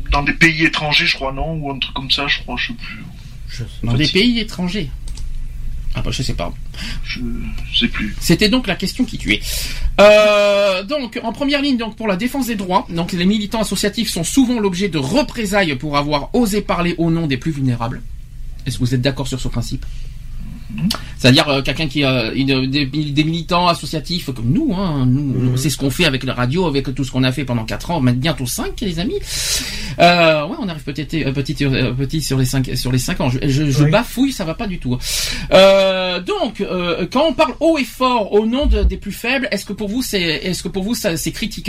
dans des pays étrangers, je crois, non, ou un truc comme ça, je crois, je sais plus. Je- Dans des pays étrangers. Ah bah je sais pas. Je sais plus. C'était donc la question qui tuait. Euh, donc en première ligne donc pour la défense des droits, donc les militants associatifs sont souvent l'objet de représailles pour avoir osé parler au nom des plus vulnérables. Est-ce que vous êtes d'accord sur ce principe ? C'est-à-dire euh, quelqu'un qui a une, des, des militants associatifs comme nous, hein, nous, nous, c'est ce qu'on fait avec la radio, avec tout ce qu'on a fait pendant quatre ans, maintenant bientôt cinq les amis. Euh, ouais, on arrive peut-être euh, petit, euh, petit sur les cinq sur les cinq ans. Je, je, je Oui. bafouille, ça va pas du tout. Euh, donc, euh, quand on parle haut et fort au nom de, des plus faibles, est-ce que pour vous c'est est-ce que pour vous ça, c'est critiquable ?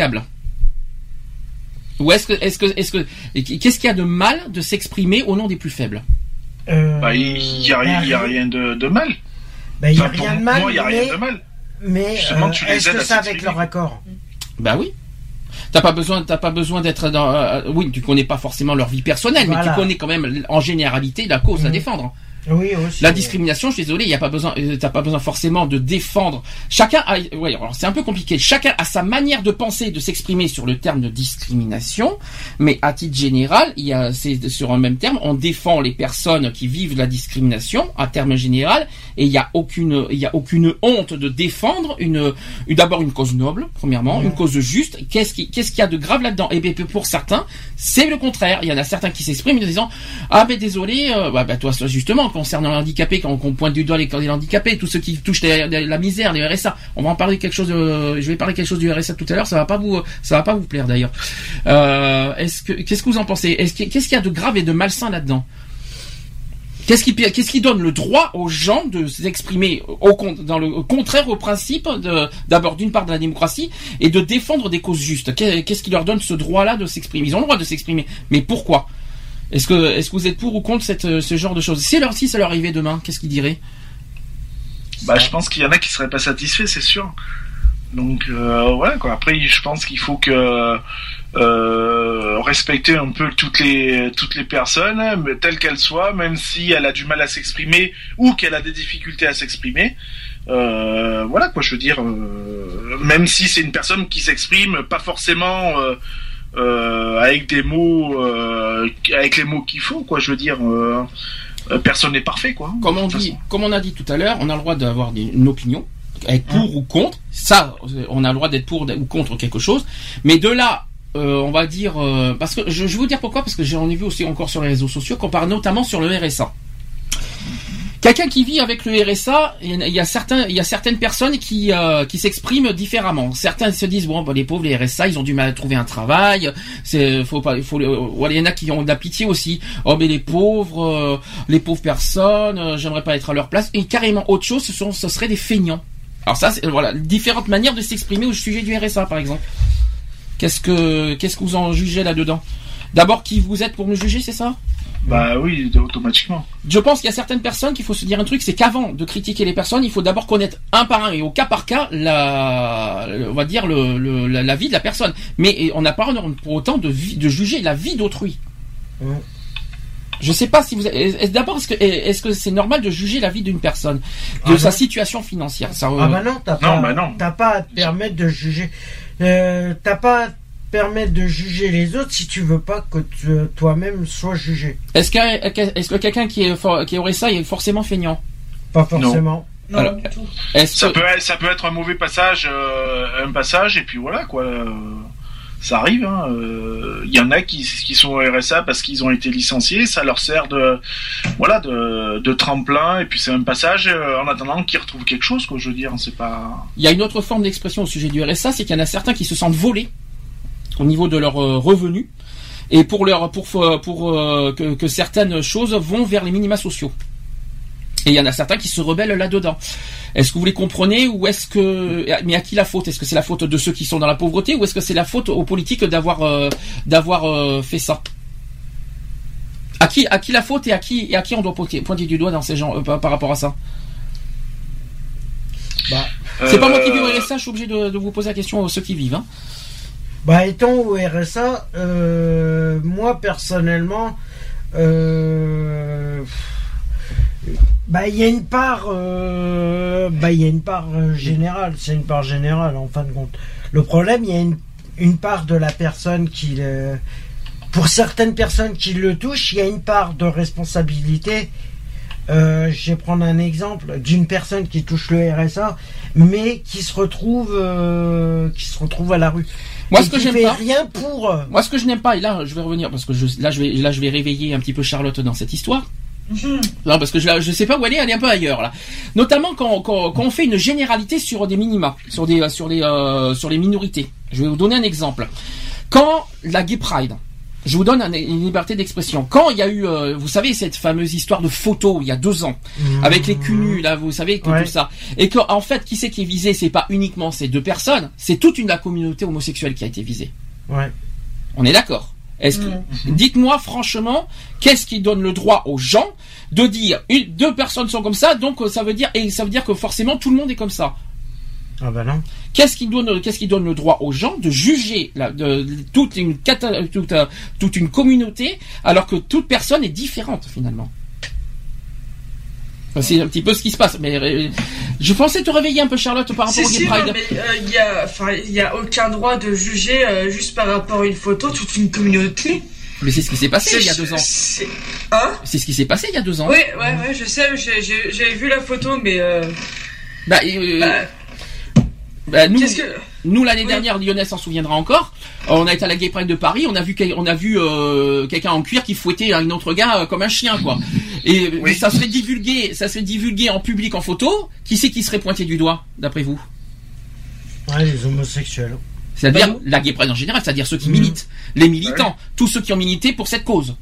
Ou est-ce que est-ce que est-ce que qu'est-ce qu'il y a de mal de s'exprimer au nom des plus faibles ? Euh, Bah, il y a, il y a rien de, de mal. Bah, il y a Enfin, pour rien de mal, moi, il y a mais, rien de mal. mais Justement, euh, tu les est-ce aides que à c'est avec s'exprimer. leur accord? Bah oui. T'as pas besoin, t'as pas besoin d'être dans. Euh, oui, tu connais pas forcément leur vie personnelle, mais Voilà. tu connais quand même en généralité la cause à Mhm. défendre. Oui, aussi. La discrimination, je suis désolé, il y a pas besoin, euh, t'as pas besoin forcément de défendre. Chacun a, ouais, alors c'est un peu compliqué. Chacun a sa manière de penser, et de s'exprimer sur le terme de discrimination, mais à titre général, il y a, c'est sur un même terme, on défend les personnes qui vivent la discrimination à terme général, et il y a aucune, il y a aucune honte de défendre une, une d'abord une cause noble, premièrement, Ouais. une cause juste. Qu'est-ce qui, qu'est-ce qu'il y a de grave là-dedans? Et bien pour certains, c'est le contraire. Il y en a certains qui s'expriment en disant ah ben désolé, euh, bah, bah toi justement concernant les handicapés, quand on pointe du doigt les, les handicapés, tous ceux qui touchent les, les, la misère, les R S A, on va en parler quelque chose. De, je vais parler quelque chose du R S A tout à l'heure. Ça va pas vous, ça va pas vous plaire d'ailleurs. Euh, est-ce que, qu'est-ce que vous en pensez? Est-ce que, qu'est-ce qu'il y a de grave et de malsain là-dedans? Qu'est-ce qui, qu'est-ce qui donne le droit aux gens de s'exprimer au, dans le au contraire au principe de, d'abord d'une part de la démocratie et de défendre des causes justes? Qu'est-ce qui leur donne ce droit-là de s'exprimer? Ils ont le droit de s'exprimer, mais pourquoi? Est-ce que, est-ce que vous êtes pour ou contre cette, ce genre de choses? Si leur, si ça leur arrivait demain, qu'est-ce qu'ils diraient? Bah, je pense qu'il y en a qui seraient pas satisfaits, c'est sûr. Donc, euh, ouais, quoi. Après, je pense qu'il faut que euh, respecter un peu toutes les toutes les personnes, mais telles qu'elles soient, même si elle a du mal à s'exprimer ou qu'elle a des difficultés à s'exprimer. Euh, voilà, quoi. Je veux dire, euh, même si c'est une personne qui s'exprime pas forcément euh, euh, avec des mots, euh, avec les mots qu'il faut, quoi. Je veux dire. Euh, personne n'est parfait, quoi. Comme on dit, comme on a dit tout à l'heure, on a le droit d'avoir des, une opinion, être pour mmh. ou contre. Ça, on a le droit d'être pour ou contre quelque chose. Mais de là, euh, on va dire, euh, parce que je, je vais vous dire pourquoi, parce que j'en ai vu aussi encore sur les réseaux sociaux, qu'on parle notamment sur le R S A. Quelqu'un qui vit avec le R S A, il y a certains, il y a certaines personnes qui euh, qui s'expriment différemment. Certains se disent bon, bah, les pauvres, les R S A, ils ont du mal à trouver un travail. C'est, faut pas, il faut. Voilà, il y en a qui ont de la pitié aussi. Oh, mais les pauvres, euh, les pauvres personnes, euh, j'aimerais pas être à leur place. Et carrément autre chose, ce sont, ce seraient des feignants. Alors ça, c'est, voilà, différentes manières de s'exprimer au sujet du R S A, par exemple. Qu'est-ce que, qu'est-ce que vous en jugez là-dedans? D'abord, qui vous êtes pour me juger, c'est ça? Bah oui, automatiquement. Je pense qu'il y a certaines personnes qu'il faut se dire un truc, c'est qu'avant de critiquer les personnes, il faut d'abord connaître un par un et au cas par cas la, on va dire le, le la, la vie de la personne. Mais on n'a pas pour autant de, de juger la vie d'autrui. Mmh. Je sais pas si vous est, d'abord est-ce que est-ce que c'est normal de juger la vie d'une personne, de ah sa non. situation financière? Ça, ah bah non, t'as pas, non, bah non. t'as pas à te permettre de juger. Euh, t'as pas à te permettre de juger les autres si tu veux pas que tu, toi-même sois jugé. Est-ce que est-ce que quelqu'un qui est qui aurait ça est forcément feignant? Pas forcément. Non, Alors, du tout. Est-ce ça que... peut être, ça peut être un mauvais passage, euh, un passage et puis voilà quoi. Euh, ça arrive. Il hein. euh, y en a qui qui sont au R S A parce qu'ils ont été licenciés, ça leur sert de voilà de, de tremplin et puis c'est un passage euh, en attendant qu'ils retrouvent quelque chose quoi. Je veux dire, c'est pas. Il y a une autre forme d'expression au sujet du R S A, c'est qu'il y en a certains qui se sentent volés au niveau de leurs euh, revenus et pour leur pour pour euh, que, que certaines choses vont vers les minima sociaux. Et il y en a certains qui se rebellent là-dedans. Est-ce que vous les comprenez ou est-ce que mais à qui la faute? Est-ce que c'est la faute de ceux qui sont dans la pauvreté ou est-ce que c'est la faute aux politiques d'avoir euh, d'avoir euh, fait ça? À qui à qui la faute et à qui et à qui on doit pointer, pointer du doigt dans ces gens euh, par, par rapport à ça? Bah, c'est euh... pas moi qui vis au R S A, je suis obligé de, de vous poser la question aux ceux qui vivent. Hein. Bah étant au R S A, euh, moi personnellement, euh, bah il y a une part, euh, bah il y a une part euh, générale, c'est une part générale en fin de compte. Le problème, il y a une, une part de la personne qui, euh, pour certaines personnes qui le touchent, il y a une part de responsabilité. Euh, je vais prendre un exemple d'une personne qui touche le R S A, mais qui se retrouve, euh, qui se retrouve à la rue. Moi, et ce que qui j'aime fait pas, rien pour. moi, ce que je n'aime pas, et là, je vais revenir parce que je, là, je vais, là, je vais réveiller un petit peu Charlotte dans cette histoire. Mhm. Non, parce que je, je sais pas où elle est, elle est un peu ailleurs là. Notamment quand, quand, quand on fait une généralité sur des minima, sur des, sur les, euh, sur les minorités. Je vais vous donner un exemple. Quand la Gay Pride. Je vous donne un, une liberté d'expression. Quand il y a eu, euh, vous savez, cette fameuse histoire de photo il y a deux ans, mmh. avec les cul nus, là, vous savez, que ouais. tout ça, et que en fait, qui c'est qui est visé, c'est pas uniquement ces deux personnes, c'est toute une la communauté homosexuelle qui a été visée. Ouais. On est d'accord. Est-ce que, mmh. dites-moi franchement, qu'est-ce qui donne le droit aux gens de dire une, deux personnes sont comme ça, donc ça veut dire et ça veut dire que forcément tout le monde est comme ça. Ah bah non. Qu'est-ce qui donne, qu'est-ce qui donne le droit aux gens de juger la, de, de, toute une cata, toute, uh, toute une communauté alors que toute personne est différente finalement. Enfin, c'est un petit peu ce qui se passe. Mais euh, je pensais te réveiller un peu, Charlotte, par rapport si, au Gay si, Pride. non, mais il euh, y a, enfin, il y a aucun droit de juger euh, juste par rapport à une photo toute une communauté. Mais c'est ce qui s'est passé C'est- il y a deux ans. c'est- Hein? C'est ce qui s'est passé il y a deux ans. Oui, ouais, ouais, je sais, j'ai, j'ai, j'avais vu la photo, mais euh, Bah, euh, bah, bah, nous, qu'est-ce que... nous l'année Oui. dernière, Lionel s'en souviendra encore. euh, On a été à la Gay Pride de Paris, on a vu, quel- on a vu euh, quelqu'un en cuir qui fouettait un autre gars euh, comme un chien, quoi. Et Oui. ça serait divulgué, ça serait divulgué en public en photo. Qui c'est qui serait pointé du doigt, d'après vous? Ouais, les homosexuels. C'est-à-dire Bah, la Gay Pride en général, c'est-à-dire ceux qui Mhm. militent, les militants, tous ceux qui ont milité pour cette cause.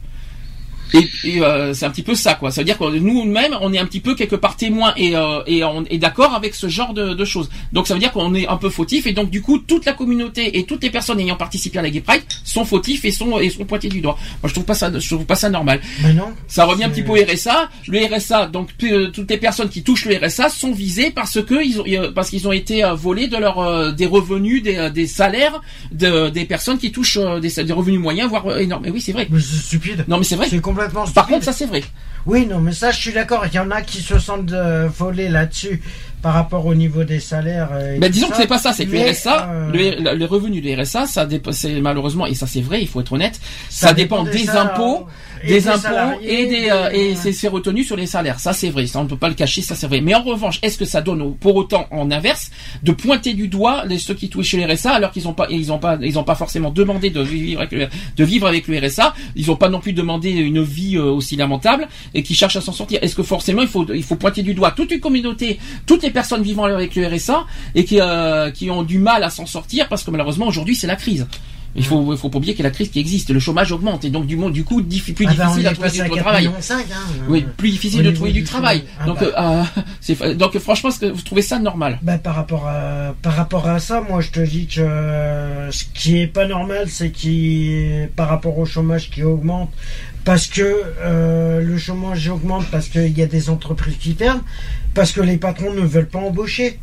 Et, et euh, c'est un petit peu ça, quoi. Ça veut dire que nous-mêmes, on est un petit peu quelque part témoins et, euh, et on est d'accord avec ce genre de, de choses. Donc ça veut dire qu'on est un peu fautif et donc du coup toute la communauté et toutes les personnes ayant participé à la Gay Pride sont fautifs et sont et sont pointés du doigt. Moi je trouve pas ça, je trouve pas ça normal. Mais non. Ça revient un C'est- petit peu au R S A. Le R S A, donc euh, toutes les personnes qui touchent le R S A sont visées parce que ils ont, euh, parce qu'ils ont été euh, volés de leur euh, des revenus, des, euh, des salaires de, des personnes qui touchent euh, des, des revenus moyens, voire euh, énormes. Mais oui, c'est vrai. Mais c'est stupide. Non, mais c'est vrai. C'est complètement stupide. Par contre, ça c'est vrai. Oui, non, mais ça, je suis d'accord. Il y en a qui se sentent euh, volés là-dessus par rapport au niveau des salaires. euh, et Mais tout disons ça. que c'est pas ça, c'est que le Mais, R S A, euh, le, le revenu du R S A, ça dépend, c'est malheureusement, et ça c'est vrai, il faut être honnête, ça, ça dépend, des des salaires, impôts, et des, des impôts salariés, et des, euh, des- et c'est, c'est retenu sur les salaires. Ça c'est vrai, ça on ne peut pas le cacher, ça c'est vrai. Mais en revanche, est-ce que ça donne au- pour autant en inverse de pointer du doigt les ceux qui touchent le R S A alors qu'ils ont pas, ils ont pas, ils ont pas forcément demandé de vivre avec le, de vivre avec le R S A, ils ont pas non plus demandé une vie euh, aussi lamentable et qui cherchent à s'en sortir. Est-ce que forcément il faut, il faut pointer du doigt toute une communauté, toutes les personnes vivant avec le R S A et qui, euh, qui ont du mal à s'en sortir parce que malheureusement aujourd'hui c'est la crise. Il faut, il faut pas oublier qu'il y a la crise qui existe, le chômage augmente et donc du, du coup diffi- plus Ah bah, on difficile est à trouver passé à du quatre travail. virgule cinq, hein, Oui, euh, plus difficile au de niveau trouver du, du travail. chômage. Ah donc, bah. euh, c'est, donc franchement, est-ce que vous trouvez ça normal? Bah, par rapport à par rapport à ça, moi je te dis que euh, ce qui est pas normal, c'est qu'il par rapport au chômage qui augmente, parce que euh, le chômage augmente parce qu'il y a des entreprises qui ferment, parce que les patrons ne veulent pas embaucher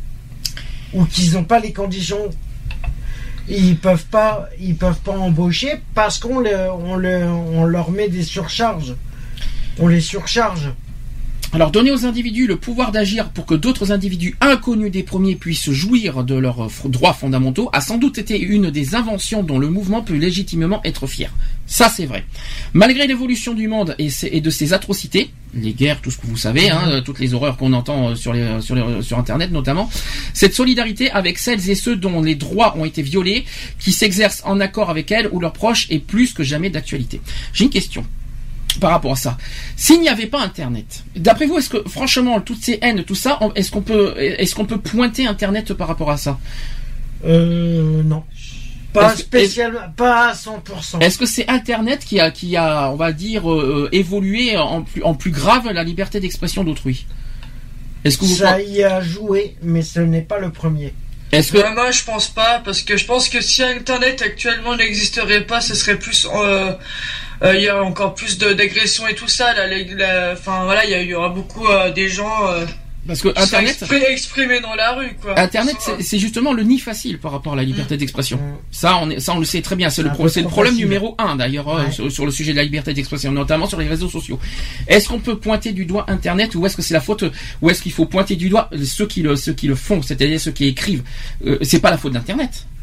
ou qu'ils n'ont pas les conditions. Ils peuvent pas, ils peuvent pas embaucher parce qu'on le, on le, on leur met des surcharges. On les surcharge. Alors, donner aux individus le pouvoir d'agir pour que d'autres individus inconnus des premiers puissent jouir de leurs f- droits fondamentaux a sans doute été une des inventions dont le mouvement peut légitimement être fier. Ça, c'est vrai. Malgré l'évolution du monde et, ses- et de ses atrocités, les guerres, tout ce que vous savez, hein, euh, toutes les horreurs qu'on entend euh, sur, les, sur, les, sur Internet notamment, cette solidarité avec celles et ceux dont les droits ont été violés, qui s'exercent en accord avec elles ou leurs proches, est plus que jamais d'actualité. J'ai une question par rapport à ça. S'il n'y avait pas Internet, d'après vous, est-ce que franchement toutes ces haines, tout ça, on- est-ce qu'on peut, est-ce qu'on peut pointer Internet par rapport à ça? Euh, non. Pas Est-ce que- spécialement, pas à cent pour cent. Est-ce que c'est Internet qui a, qui a, on va dire, euh, évolué en plus, en plus grave la liberté d'expression d'autrui? Est-ce que vous, Ça y a joué, mais ce n'est pas le premier. est-ce que, Ouais, moi je pense pas, parce que je pense que si Internet actuellement n'existerait pas, ce serait plus... euh, euh, il y a encore plus de, d'agressions et tout ça. Là, les- la- enfin voilà, il y, a- il y aura beaucoup euh, des gens euh, parce que qui sont Internet, expri- exprimés dans la rue, quoi. Internet, Sans- c'est, c'est justement le nid facile par rapport à la liberté d'expression. Mm. Ça, on est, ça, on le sait très bien. C'est le, Un pro- peu c'est le trop problème facile. numéro un, d'ailleurs, euh, Ouais. sur, sur le sujet de la liberté d'expression, notamment sur les réseaux sociaux. Est-ce qu'on peut pointer du doigt Internet, ou est-ce que c'est la faute, ou est-ce qu'il faut pointer du doigt ceux qui le, ceux qui le font, c'est-à-dire ceux qui écrivent? Euh, c'est pas la faute d'Internet.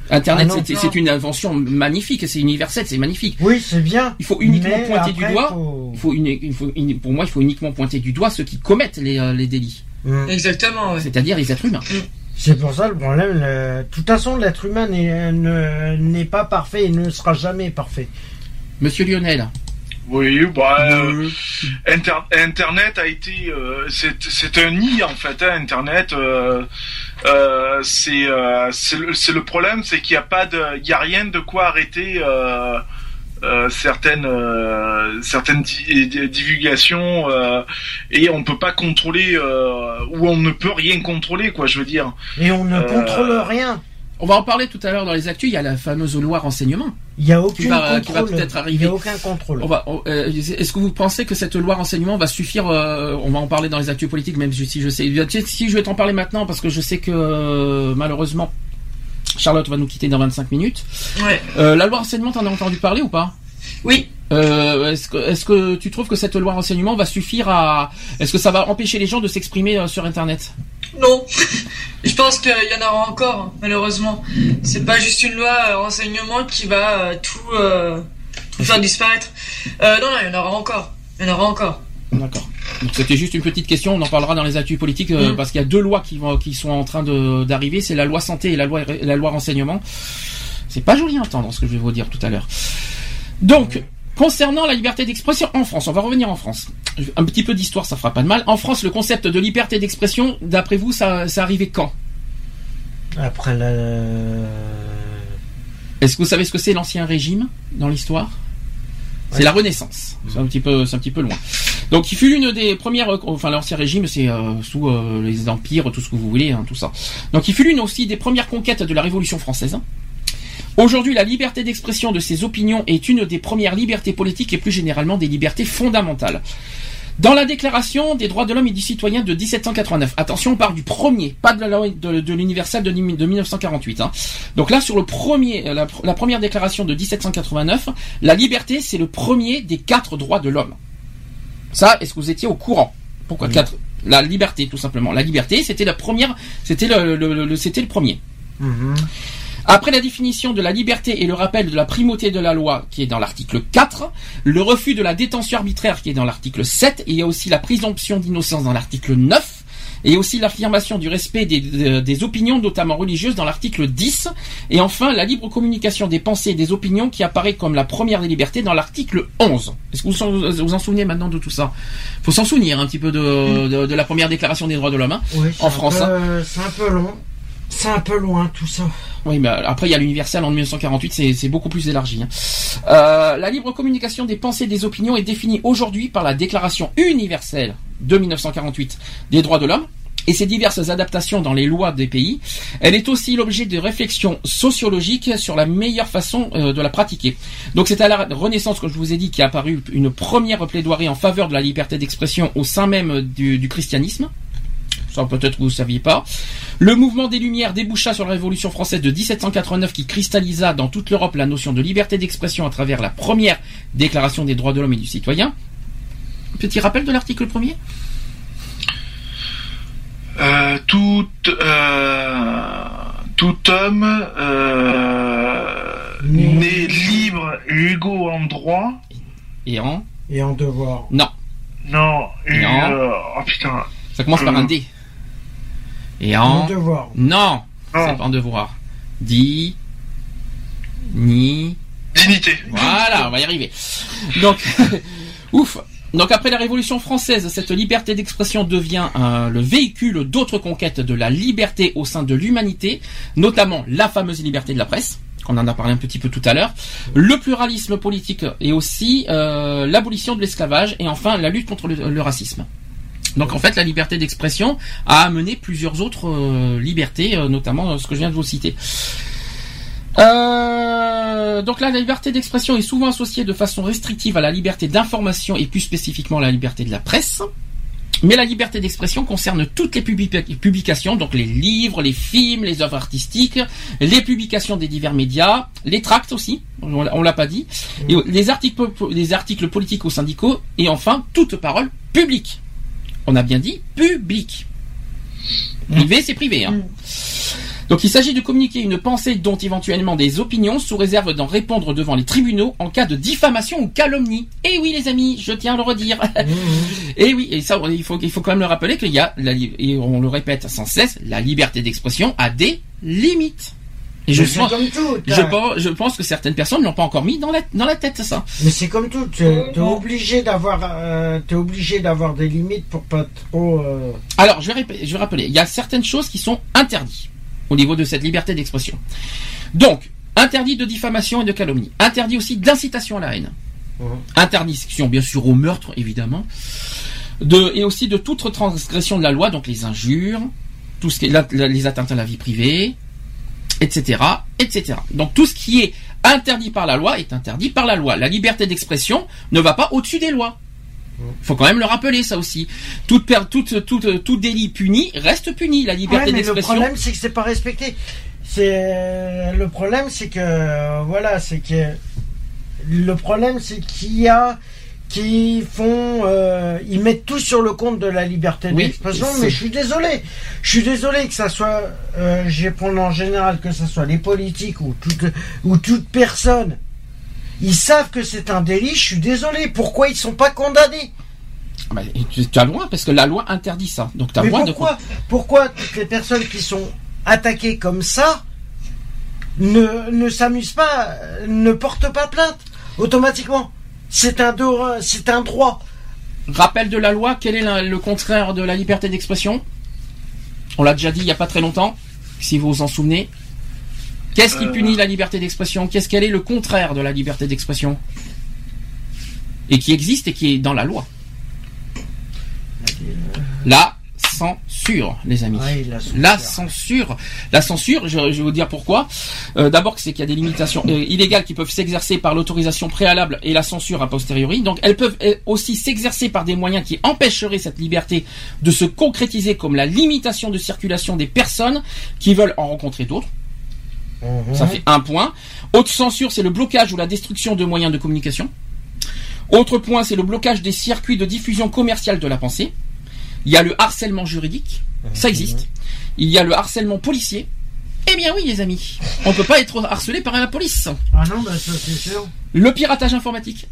Internet, Ah non, c'est, non. c'est une invention magnifique, c'est universel, c'est magnifique. Oui, c'est bien. Il faut uniquement mais pointer après, du doigt. faut- Il faut, une, il faut une- pour moi, il faut uniquement pointer du doigt ceux qui commettent les, euh, les délits, Mm. Exactement, ouais. c'est-à-dire les êtres humains. C'est pour ça le problème. le- De toute façon, l'être humain n'est, ne- n'est pas parfait et ne sera jamais parfait. Monsieur Lionel. Oui, bah, euh, Euh, Inter- Internet a été, euh, c'est, c'est un nid en fait. Hein, Internet, euh, euh, c'est, euh, c'est, le, c'est le problème, c'est qu'il n'y a pas de, il y a rien de quoi arrêter euh, euh, certaines, euh, certaines di- di- divulgations euh, et on peut pas contrôler euh, ou on ne peut rien contrôler, quoi. Je veux dire. Et on ne Euh, contrôle rien. On va en parler tout à l'heure dans les actus. Il y a la fameuse loi renseignement. Il n'y a aucun Qui va- qui va contrôle. peut-être Il arriver. n'y a aucun contrôle. On va, on- euh, est-ce que vous pensez que cette loi renseignement va suffire euh, On va en parler dans les actus politiques, même si je sais. Si je vais t'en parler maintenant, parce que je sais que euh, malheureusement Charlotte va nous quitter dans vingt-cinq minutes. Ouais. Euh, la loi renseignement, t'en as entendu parler ou pas? Oui. Euh, est-ce que, est-ce que tu trouves que cette loi renseignement va suffire à, est-ce que ça va empêcher les gens de s'exprimer euh, sur Internet? Non. Je pense qu'il y en aura encore, hein, malheureusement. C'est pas juste une loi euh, renseignement qui va euh, tout, euh, tout faire disparaître. Euh, non, non, il y en aura encore. Il y en aura encore. D'accord. Donc c'était juste une petite question, on en parlera dans les actus politiques euh, Mm. parce qu'il y a deux lois qui vont, qui sont en train de, d'arriver, c'est la loi santé et la loi, la loi renseignement. C'est pas joli à entendre ce que je vais vous dire tout à l'heure. Donc, concernant la liberté d'expression en France, on va revenir en France. Un petit peu d'histoire, ça fera pas de mal. En France, le concept de liberté d'expression, d'après vous, ça, ça arrivait quand? Après la. Est-ce que vous savez ce que c'est l'ancien régime dans l'histoire? C'est Ouais. la Renaissance. C'est un petit peu, c'est un petit peu loin. Donc, il fut l'une des premières, euh, enfin, l'ancien régime, c'est euh, sous euh, les empires, tout ce que vous voulez, hein, tout ça. Donc, il fut l'une aussi des premières conquêtes de la Révolution française. Aujourd'hui, la liberté d'expression de ses opinions est une des premières libertés politiques et plus généralement des libertés fondamentales. Dans la Déclaration des droits de l'homme et du citoyen de dix-sept cent quatre-vingt-neuf, attention, on parle du premier, pas de la loi de, de l'universel de, de mille neuf cent quarante-huit. Hein. Donc là, sur le premier, la, la première déclaration de dix-sept cent quatre-vingt-neuf, la liberté, c'est le premier des quatre droits de l'homme. Ça, est-ce que vous étiez au courant? Pourquoi Oui. quatre? La liberté, tout simplement. La liberté, c'était la première, c'était le, le, le- c'était le premier. Mhm. Après la définition de la liberté et le rappel de la primauté de la loi qui est dans l'article quatre, le refus de la détention arbitraire qui est dans l'article sept, et il y a aussi la présomption d'innocence dans l'article neuf, et aussi l'affirmation du respect des, des, des opinions, notamment religieuses, dans l'article dix, et enfin la libre communication des pensées et des opinions qui apparaît comme la première des libertés dans l'article onze. Est-ce que vous vous vous en souvenez maintenant de tout ça? Faut s'en souvenir un petit peu de, de, de la première déclaration des droits de l'homme, hein. Oui, c'est En un France, peu- C'est un peu long. C'est un peu loin tout ça. Oui, mais après il y a l'universel en mille neuf cent quarante-huit, c'est, c'est beaucoup plus élargi. Hein. Euh, la libre communication des pensées et des opinions est définie aujourd'hui par la Déclaration universelle de mille neuf cent quarante-huit des droits de l'homme et ses diverses adaptations dans les lois des pays. Elle est aussi l'objet de réflexions sociologiques sur la meilleure façon euh, de la pratiquer. Donc c'est à la Renaissance, comme je vous ai dit, qu'il a apparu une première plaidoirie en faveur de la liberté d'expression au sein même du, du christianisme. Ça peut-être vous ne saviez pas. Le mouvement des Lumières déboucha sur la Révolution française de dix-sept cent quatre-vingt-neuf qui cristallisa dans toute l'Europe la notion de liberté d'expression à travers la première déclaration des droits de l'homme et du citoyen. Petit rappel de l'article premier. Euh, tout, euh, tout homme euh, Né- né libre et égaux en droit. Et en... Et en devoir. Non, Non, et, Non. euh, oh putain. ça commence par un D. Et En en... devoir. Non, Non. c'est pas en devoir. Di... Ni... Dignité. Voilà, on va y arriver. Donc, ouf. Donc après la Révolution française, cette liberté d'expression devient euh, le véhicule d'autres conquêtes de la liberté au sein de l'humanité, notamment la fameuse liberté de la presse, qu'on en a parlé un petit peu tout à l'heure, le pluralisme politique et aussi euh, l'abolition de l'esclavage et enfin la lutte contre le, le racisme. Donc en fait la liberté d'expression a amené plusieurs autres euh, libertés, euh, notamment euh, ce que je viens de vous citer. Euh, donc là, la liberté d'expression est souvent associée de façon restrictive à la liberté d'information et plus spécifiquement à la liberté de la presse. Mais la liberté d'expression concerne toutes les publi- publications, donc les livres, les films, les œuvres artistiques, les publications des divers médias, les tracts aussi, on l'a, on l'a pas dit, et les articles, les articles politiques ou syndicaux, et enfin toute parole publique. On a bien dit public. Privé, c'est privé, hein. Donc il s'agit de communiquer une pensée dont éventuellement des opinions sous réserve d'en répondre devant les tribunaux en cas de diffamation ou calomnie. Et oui les amis, je tiens à le redire. Mmh. Et oui, et ça il faut il faut quand même le rappeler qu'il y a la, et on le répète sans cesse, la liberté d'expression a des limites. Et je pense, comme tout, je pense, je pense que certaines personnes n'ont pas encore mis dans la dans la tête ça. Mais c'est comme tout, t'es, t'es obligé d'avoir, euh, t'es obligé d'avoir des limites pour pas trop. Euh... Alors je vais répéter, je vais rappeler, il y a certaines choses qui sont interdites au niveau de cette liberté d'expression. Donc interdit de diffamation et de calomnie, interdit aussi d'incitation à la haine, mmh. interdiction bien sûr au meurtre évidemment, de et aussi de toute transgression de la loi, donc les injures, tout ce qui est la, la, les atteintes à la vie privée, et cetera, et cetera. Donc tout ce qui est interdit par la loi est interdit par la loi. La liberté d'expression ne va pas au-dessus des lois. Il faut quand même le rappeler ça aussi. Tout, tout, tout, tout délit puni reste puni. La liberté ouais, mais d'expression. Le problème c'est que c'est pas respecté. C'est le problème c'est que voilà c'est que le problème c'est qu'il y a qui font, euh, ils mettent tout sur le compte de la liberté oui, d'expression, mais je suis désolé, je suis désolé que ça soit, euh, je vais prendre en général que ça soit les politiques ou toute, ou toute personne, ils savent que c'est un délit, je suis désolé, pourquoi ils sont pas condamnés? Bah, tu, tu as le droit, parce que la loi interdit ça, donc tu as le droit de... Pourquoi, pourquoi toutes les personnes qui sont attaquées comme ça ne, ne s'amusent pas, ne portent pas plainte automatiquement? C'est un, droit, c'est un droit. Rappel de la loi, quel est la, le contraire de la liberté d'expression? On l'a déjà dit il n'y a pas très longtemps, si vous vous en souvenez. Qu'est-ce qui euh... punit la liberté d'expression? Qu'est-ce quel est le contraire de la liberté d'expression? Et qui existe et qui est dans la loi. La censure, les amis. Oui, la censure. La censure. La censure, je, je vais vous dire pourquoi. Euh, d'abord, c'est qu'il y a des limitations euh, illégales qui peuvent s'exercer par l'autorisation préalable et la censure a posteriori. Donc, elles peuvent aussi s'exercer par des moyens qui empêcheraient cette liberté de se concrétiser, comme la limitation de circulation des personnes qui veulent en rencontrer d'autres. Mmh. Ça fait un point. Autre censure, c'est le blocage ou la destruction de moyens de communication. Autre point, c'est le blocage des circuits de diffusion commerciale de la pensée. Il y a le harcèlement juridique, ça existe. Il y a le harcèlement policier. Eh bien oui les amis, on ne peut pas être harcelé par la police. Ah non, bah ça c'est sûr. Le piratage informatique.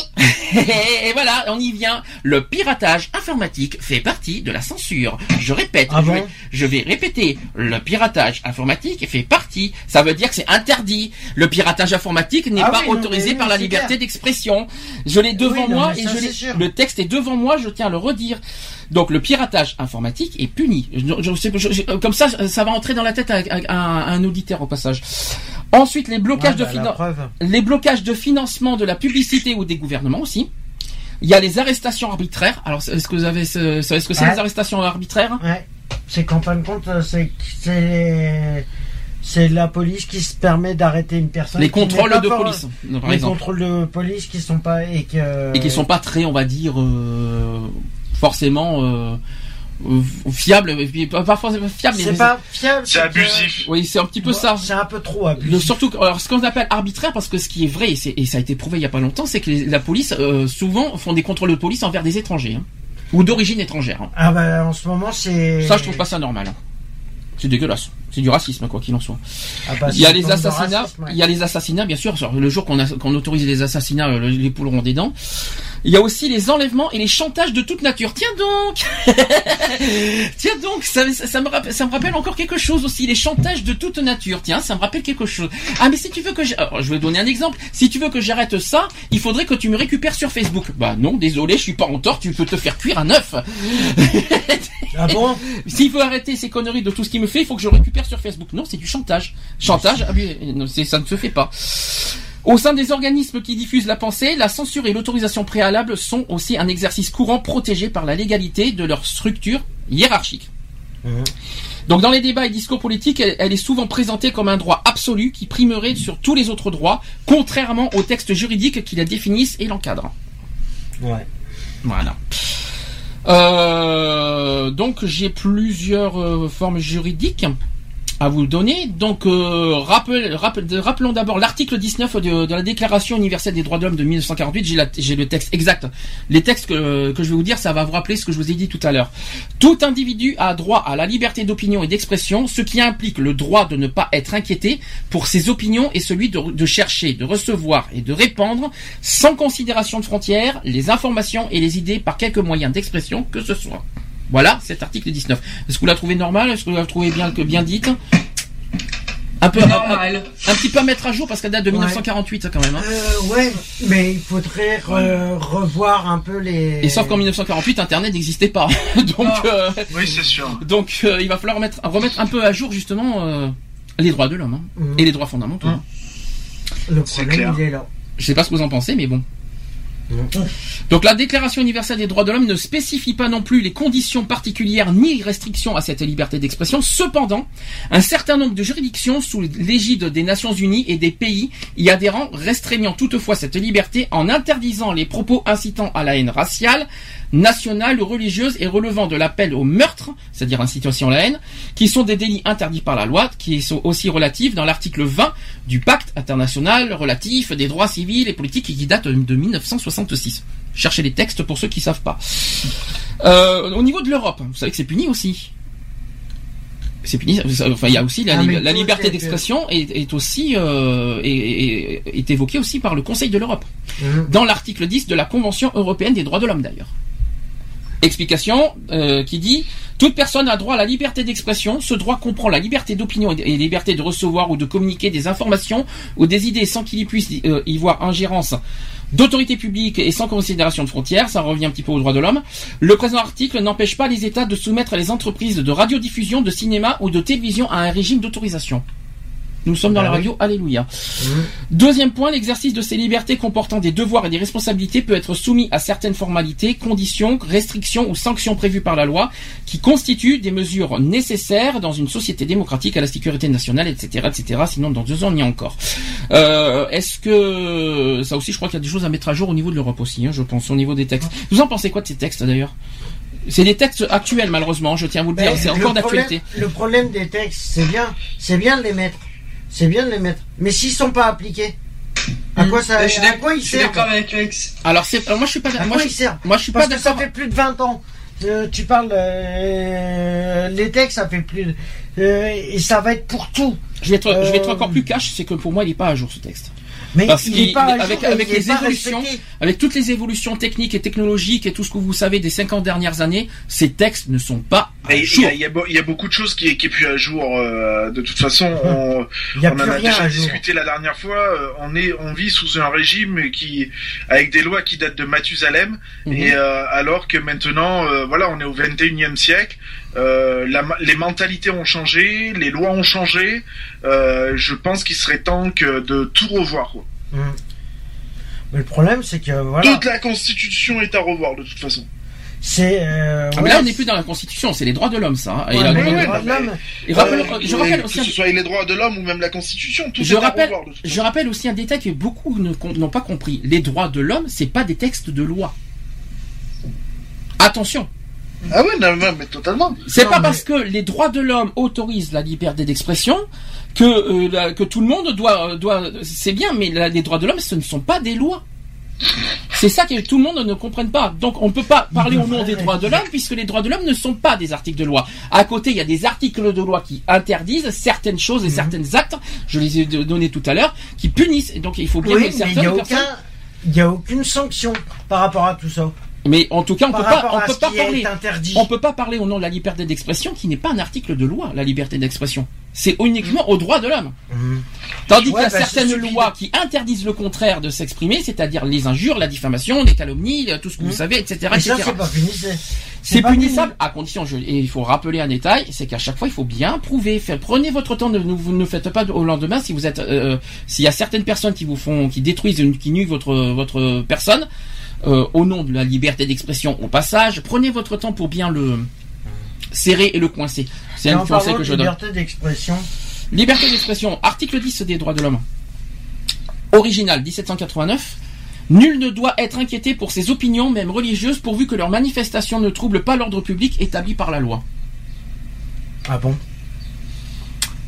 Et voilà, on y vient. Le piratage informatique fait partie de la censure. Je répète, ah je, bon vais, je vais répéter. Le piratage informatique fait partie. Ça veut dire que c'est interdit. Le piratage informatique n'est ah pas oui, autorisé non, par la liberté clair. d'expression. Je l'ai devant oui, non, moi et je l'ai, le texte est devant moi, je tiens à le redire. Donc le piratage informatique est puni. Je, je, je, je, comme ça, ça va entrer dans la tête à, à, à, à un auditeur au passage. Ensuite, les blocages ouais, bah, de financement, les blocages de financement de la publicité ou des gouvernements aussi. Il y a les arrestations arbitraires. Alors, est-ce que vous avez, ce, savez ce que c'est ouais. les arrestations arbitraires? Ouais. C'est qu'en fin de compte, c'est c'est c'est la police qui se permet d'arrêter une personne. Les contrôles de fort, police. Non, par les exemple. contrôles de police qui sont pas et que et qui sont pas très, on va dire, euh, forcément. Euh, fiable, pas forcément fiable, c'est pas fiable, c'est abusif. Oui, c'est un petit peu bon, ça. C'est un peu trop abusif. Le, surtout, alors ce qu'on appelle arbitraire, parce que ce qui est vrai, et, c'est, et ça a été prouvé il y a pas longtemps, c'est que les, la police euh, souvent font des contrôles de police envers des étrangers hein, ou d'origine étrangère. Hein. Ah bah en ce moment c'est. Ça, je trouve pas ça normal. Hein. C'est dégueulasse. C'est du racisme, quoi qu'il en soit. Ah bah, il y a les assassinats, racisme, ouais. il y a les assassinats, bien sûr. Le jour qu'on, a, qu'on autorise les assassinats, les poules auront des dents. Il y a aussi les enlèvements et les chantages de toute nature. Tiens donc, tiens donc, ça, ça, ça, me rappelle, ça me rappelle encore quelque chose aussi. Les chantages de toute nature. Tiens, ça me rappelle quelque chose. Ah mais si tu veux que, j'... Alors, je vais donner un exemple. Si tu veux que j'arrête ça, il faudrait que tu me récupères sur Facebook. Bah non, désolé, je suis pas en tort. Tu peux te faire cuire un œuf. Ah bon? S'il veut arrêter ces conneries de tout ce qu'il me fait, il faut que je le récupère sur Facebook. Non, c'est du chantage. Chantage, ah oui, non, c'est, ça ne se fait pas. Au sein des organismes qui diffusent la pensée, la censure et l'autorisation préalable sont aussi un exercice courant protégé par la légalité de leur structure hiérarchique. Mmh. Donc dans les débats et discours politiques, elle, elle est souvent présentée comme un droit absolu qui primerait sur tous les autres droits, contrairement aux textes juridiques qui la définissent et l'encadrent. Ouais. Voilà. Euh, donc j'ai plusieurs euh, formes juridiques. à vous donner. Donc, euh, rappel, rappel, rappelons d'abord l'article dix-neuf de, de la Déclaration universelle des droits de l'homme de mille neuf cent quarante-huit. J'ai, la, j'ai le texte exact. Les textes que, que je vais vous dire, ça va vous rappeler ce que je vous ai dit tout à l'heure. Tout individu a droit à la liberté d'opinion et d'expression, ce qui implique le droit de ne pas être inquiété pour ses opinions et celui de, de chercher, de recevoir et de répandre, sans considération de frontières, les informations et les idées par quelque moyen d'expression que ce soit. Voilà, cet article dix-neuf. Est-ce que vous la trouvez normale? Est-ce que vous la trouvez bien, bien dite? Un peu, un, un, un petit peu à mettre à jour parce qu'elle date de mille neuf cent quarante-huit, ça quand même. Hein. Euh, ouais, mais il faudrait re, revoir un peu les. Et sauf qu'en mille neuf cent quarante-huit, Internet n'existait pas. donc, euh, oui, c'est sûr. Donc, euh, il va falloir remettre, remettre un peu à jour justement euh, les droits de l'homme hein, mmh. et les droits fondamentaux. Mmh. Le problème, il est là. Je sais pas ce que vous en pensez, mais bon. Donc la Déclaration universelle des droits de l'homme ne spécifie pas non plus les conditions particulières ni restrictions à cette liberté d'expression. Cependant, un certain nombre de juridictions sous l'égide des Nations Unies et des pays y adhérents restreignant toutefois cette liberté en interdisant les propos incitant à la haine raciale, nationale ou religieuse et relevant de l'appel au meurtre, c'est-à-dire incitation à la haine, qui sont des délits interdits par la loi, qui sont aussi relatifs dans l'article vingt du pacte international relatif des droits civils et politiques qui date de mille neuf cent soixante-six. Cherchez les textes pour ceux qui savent pas. Euh, au niveau de l'Europe, vous savez que c'est puni aussi. C'est puni. Enfin, il y a aussi la, ah, li- la liberté d'expression que... est, est aussi euh, est, est, est évoquée aussi par le Conseil de l'Europe mmh. dans l'article dix de la Convention européenne des droits de l'homme d'ailleurs. Explication euh, qui dit « Toute personne a droit à la liberté d'expression. Ce droit comprend la liberté d'opinion et la liberté de recevoir ou de communiquer des informations ou des idées sans qu'il y puisse euh, y voir ingérence d'autorité publique et sans considération de frontières. » Ça revient un petit peu aux droits de l'homme. Le présent article n'empêche pas les États de soumettre les entreprises de radiodiffusion, de cinéma ou de télévision à un régime d'autorisation. Nous sommes dans ah la radio, oui. Alléluia. Mmh. Deuxième point, l'exercice de ces libertés comportant des devoirs et des responsabilités peut être soumis à certaines formalités, conditions, restrictions ou sanctions prévues par la loi qui constituent des mesures nécessaires dans une société démocratique à la sécurité nationale, et cetera, et cetera. Sinon, dans deux ans, on y est encore. Euh, est-ce que... Ça aussi, je crois qu'il y a des choses à mettre à jour au niveau de l'Europe aussi, hein, je pense, au niveau des textes. Vous en pensez quoi de ces textes, d'ailleurs ? C'est des textes actuels, malheureusement, je tiens à vous le dire, ben, c'est encore d'actualité. Le problème des textes, c'est bien, c'est bien de les mettre. C'est bien de les mettre. Mais s'ils sont pas appliqués, à quoi ça, je à quoi ils servent? avec Alex. Alors c'est, alors moi je suis pas, à moi quoi je, ils servent? Moi je suis Parce pas que d'accord. Ça fait plus de vingt ans. Euh, tu parles, euh, les textes, ça fait plus, euh, et ça va être pour tout. Je vais être, euh, je vais être encore plus cash, c'est que pour moi il est pas à jour ce texte. Mais parce il qu'il est pas à jour, avec, avec il est les pas évolutions, respecté. avec toutes les évolutions techniques et technologiques et tout ce que vous savez des cinquante dernières années, ces textes ne sont pas à il jour. Y a, il y, a, il y a beaucoup de choses qui, qui est plus à jour. Euh, de toute façon, on, il y a on plus en a rien déjà à discuté jour. la dernière fois. Euh, on est, on vit sous un régime qui, avec des lois qui datent de Mathusalem, mm-hmm. et euh, alors que maintenant, euh, voilà, on est au vingt et unième siècle. Euh, la, les mentalités ont changé, les lois ont changé. Euh, je pense qu'il serait temps que de tout revoir. Quoi. Mmh. Mais le problème, c'est que voilà. Toute la Constitution est à revoir de toute façon. C'est. Euh, ah ouais, mais là, on n'est plus dans la Constitution, c'est les droits de l'homme, ça. Ouais, et la, mais le, les droits de l'homme. Et rappelle, euh, je rappelle que aussi. Que ce soit les droits de l'homme ou même la Constitution, tout je est rappelle, à revoir. De toute je façon. rappelle aussi un détail que beaucoup ne, n'ont pas compris. Les droits de l'homme, c'est pas des textes de loi. Attention. Ah ouais, non, non, mais totalement. C'est non, pas mais... parce que les droits de l'homme autorisent la liberté d'expression que euh, la, que tout le monde doit doit. C'est bien, mais la, les droits de l'homme, ce ne sont pas des lois. C'est ça que tout le monde ne comprenne pas. Donc on ne peut pas parler au nom des droits de l'homme puisque les droits de l'homme ne sont pas des articles de loi. À côté, il y a des articles de loi qui interdisent certaines choses et mmh. certains actes, je les ai donnés tout à l'heure, qui punissent. Et donc il faut bien oui, que certaines mais personnes... Il n'y a aucune sanction par rapport à tout ça. Mais en tout cas, on par peut pas, on à peut ce pas qui parler, est interdit. on peut pas parler au nom de la liberté d'expression qui n'est pas un article de loi, la liberté d'expression. C'est uniquement aux droits de l'homme. Mmh. Tandis ouais, qu'il y a bah, certaines lois qui interdisent le contraire de s'exprimer, c'est-à-dire les injures, la diffamation, les calomnies, tout ce que mmh. vous savez, et cetera, et et cetera. ça, c'est pas punissable. C'est, c'est punissable à condition, je, et il faut rappeler un détail, c'est qu'à chaque fois, il faut bien prouver. Fait, prenez votre temps, ne, vous ne faites pas au lendemain si vous êtes, euh, s'il y a certaines personnes qui vous font, qui détruisent, qui nuisent votre, votre personne, Euh, au nom de la liberté d'expression au passage, prenez votre temps pour bien le serrer et le coincer. C'est un conseil que je donne. Liberté d'expression. Liberté d'expression, article dix des droits de l'homme. Original, dix-sept cent quatre-vingt-neuf. Nul ne doit être inquiété pour ses opinions, même religieuses, pourvu que leurs manifestations ne troublent pas l'ordre public établi par la loi. Ah bon?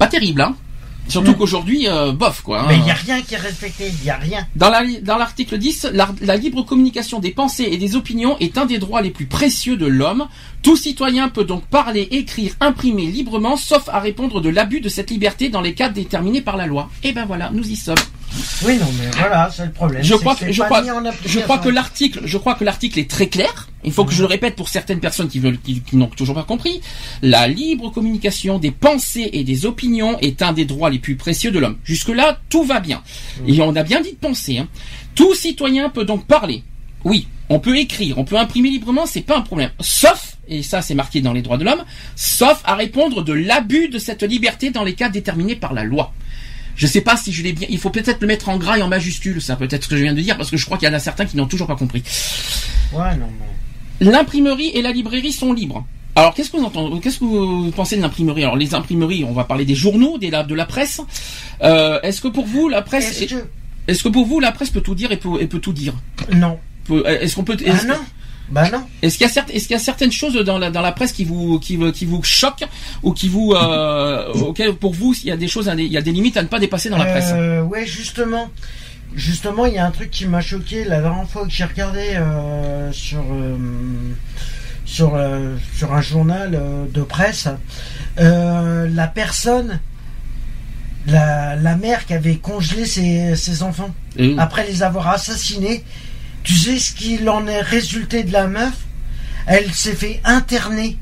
pas terrible, hein. Surtout mmh. qu'aujourd'hui, euh, bof, quoi. Hein. Mais il n'y a rien qui est respecté, il n'y a rien. Dans, la, dans l'article dix, la, la libre communication des pensées et des opinions est un des droits les plus précieux de l'homme. Tout citoyen peut donc parler, écrire, imprimer librement, sauf à répondre de l'abus de cette liberté dans les cas déterminés par la loi. Et ben voilà, nous y sommes. Oui, non, mais voilà, c'est le problème. Je c'est crois que, que, je crois, je crois que l'article, je crois que l'article est très clair. Il faut mmh. que je le répète pour certaines personnes qui veulent, qui, qui n'ont toujours pas compris. La libre communication des pensées et des opinions est un des droits les plus précieux de l'homme. Jusque-là, tout va bien. Mmh. Et on a bien dit de penser, hein. Tout citoyen peut donc parler. Oui, on peut écrire, on peut imprimer librement, c'est pas un problème. Sauf, et ça c'est marqué dans les droits de l'homme, sauf à répondre de l'abus de cette liberté dans les cas déterminés par la loi. Je sais pas si je l'ai bien, il faut peut-être le mettre en gras et en majuscule, ça peut-être ce que je viens de dire, parce que je crois qu'il y en a certains qui n'ont toujours pas compris. Ouais, non, non. L'imprimerie et la librairie sont libres. Alors, qu'est-ce que vous entendez, qu'est-ce que vous pensez de l'imprimerie? Alors, les imprimeries, on va parler des journaux, des, de la presse. Euh, est-ce que pour vous, la presse, est-ce que, est-ce que pour vous, la presse peut tout dire et peut, et peut tout dire? Non. Peut, est-ce qu'on peut, est-ce ah non. Bah non. Est-ce qu'il y a certes, est-ce qu'il y a certaines choses dans la dans la presse qui vous qui qui vous choquent ou qui vous euh, auxquelles pour vous il y a des choses, il y a des limites à ne pas dépasser dans la presse? Euh, ouais, justement, justement, il y a un truc qui m'a choqué la dernière fois que j'ai regardé euh, sur euh, sur euh, sur un journal euh, de presse, euh, la personne, la la mère qui avait congelé ses ses enfants mmh. après les avoir assassinés. Tu sais ce qu'il en est résulté de la meuf? Elle s'est fait interner.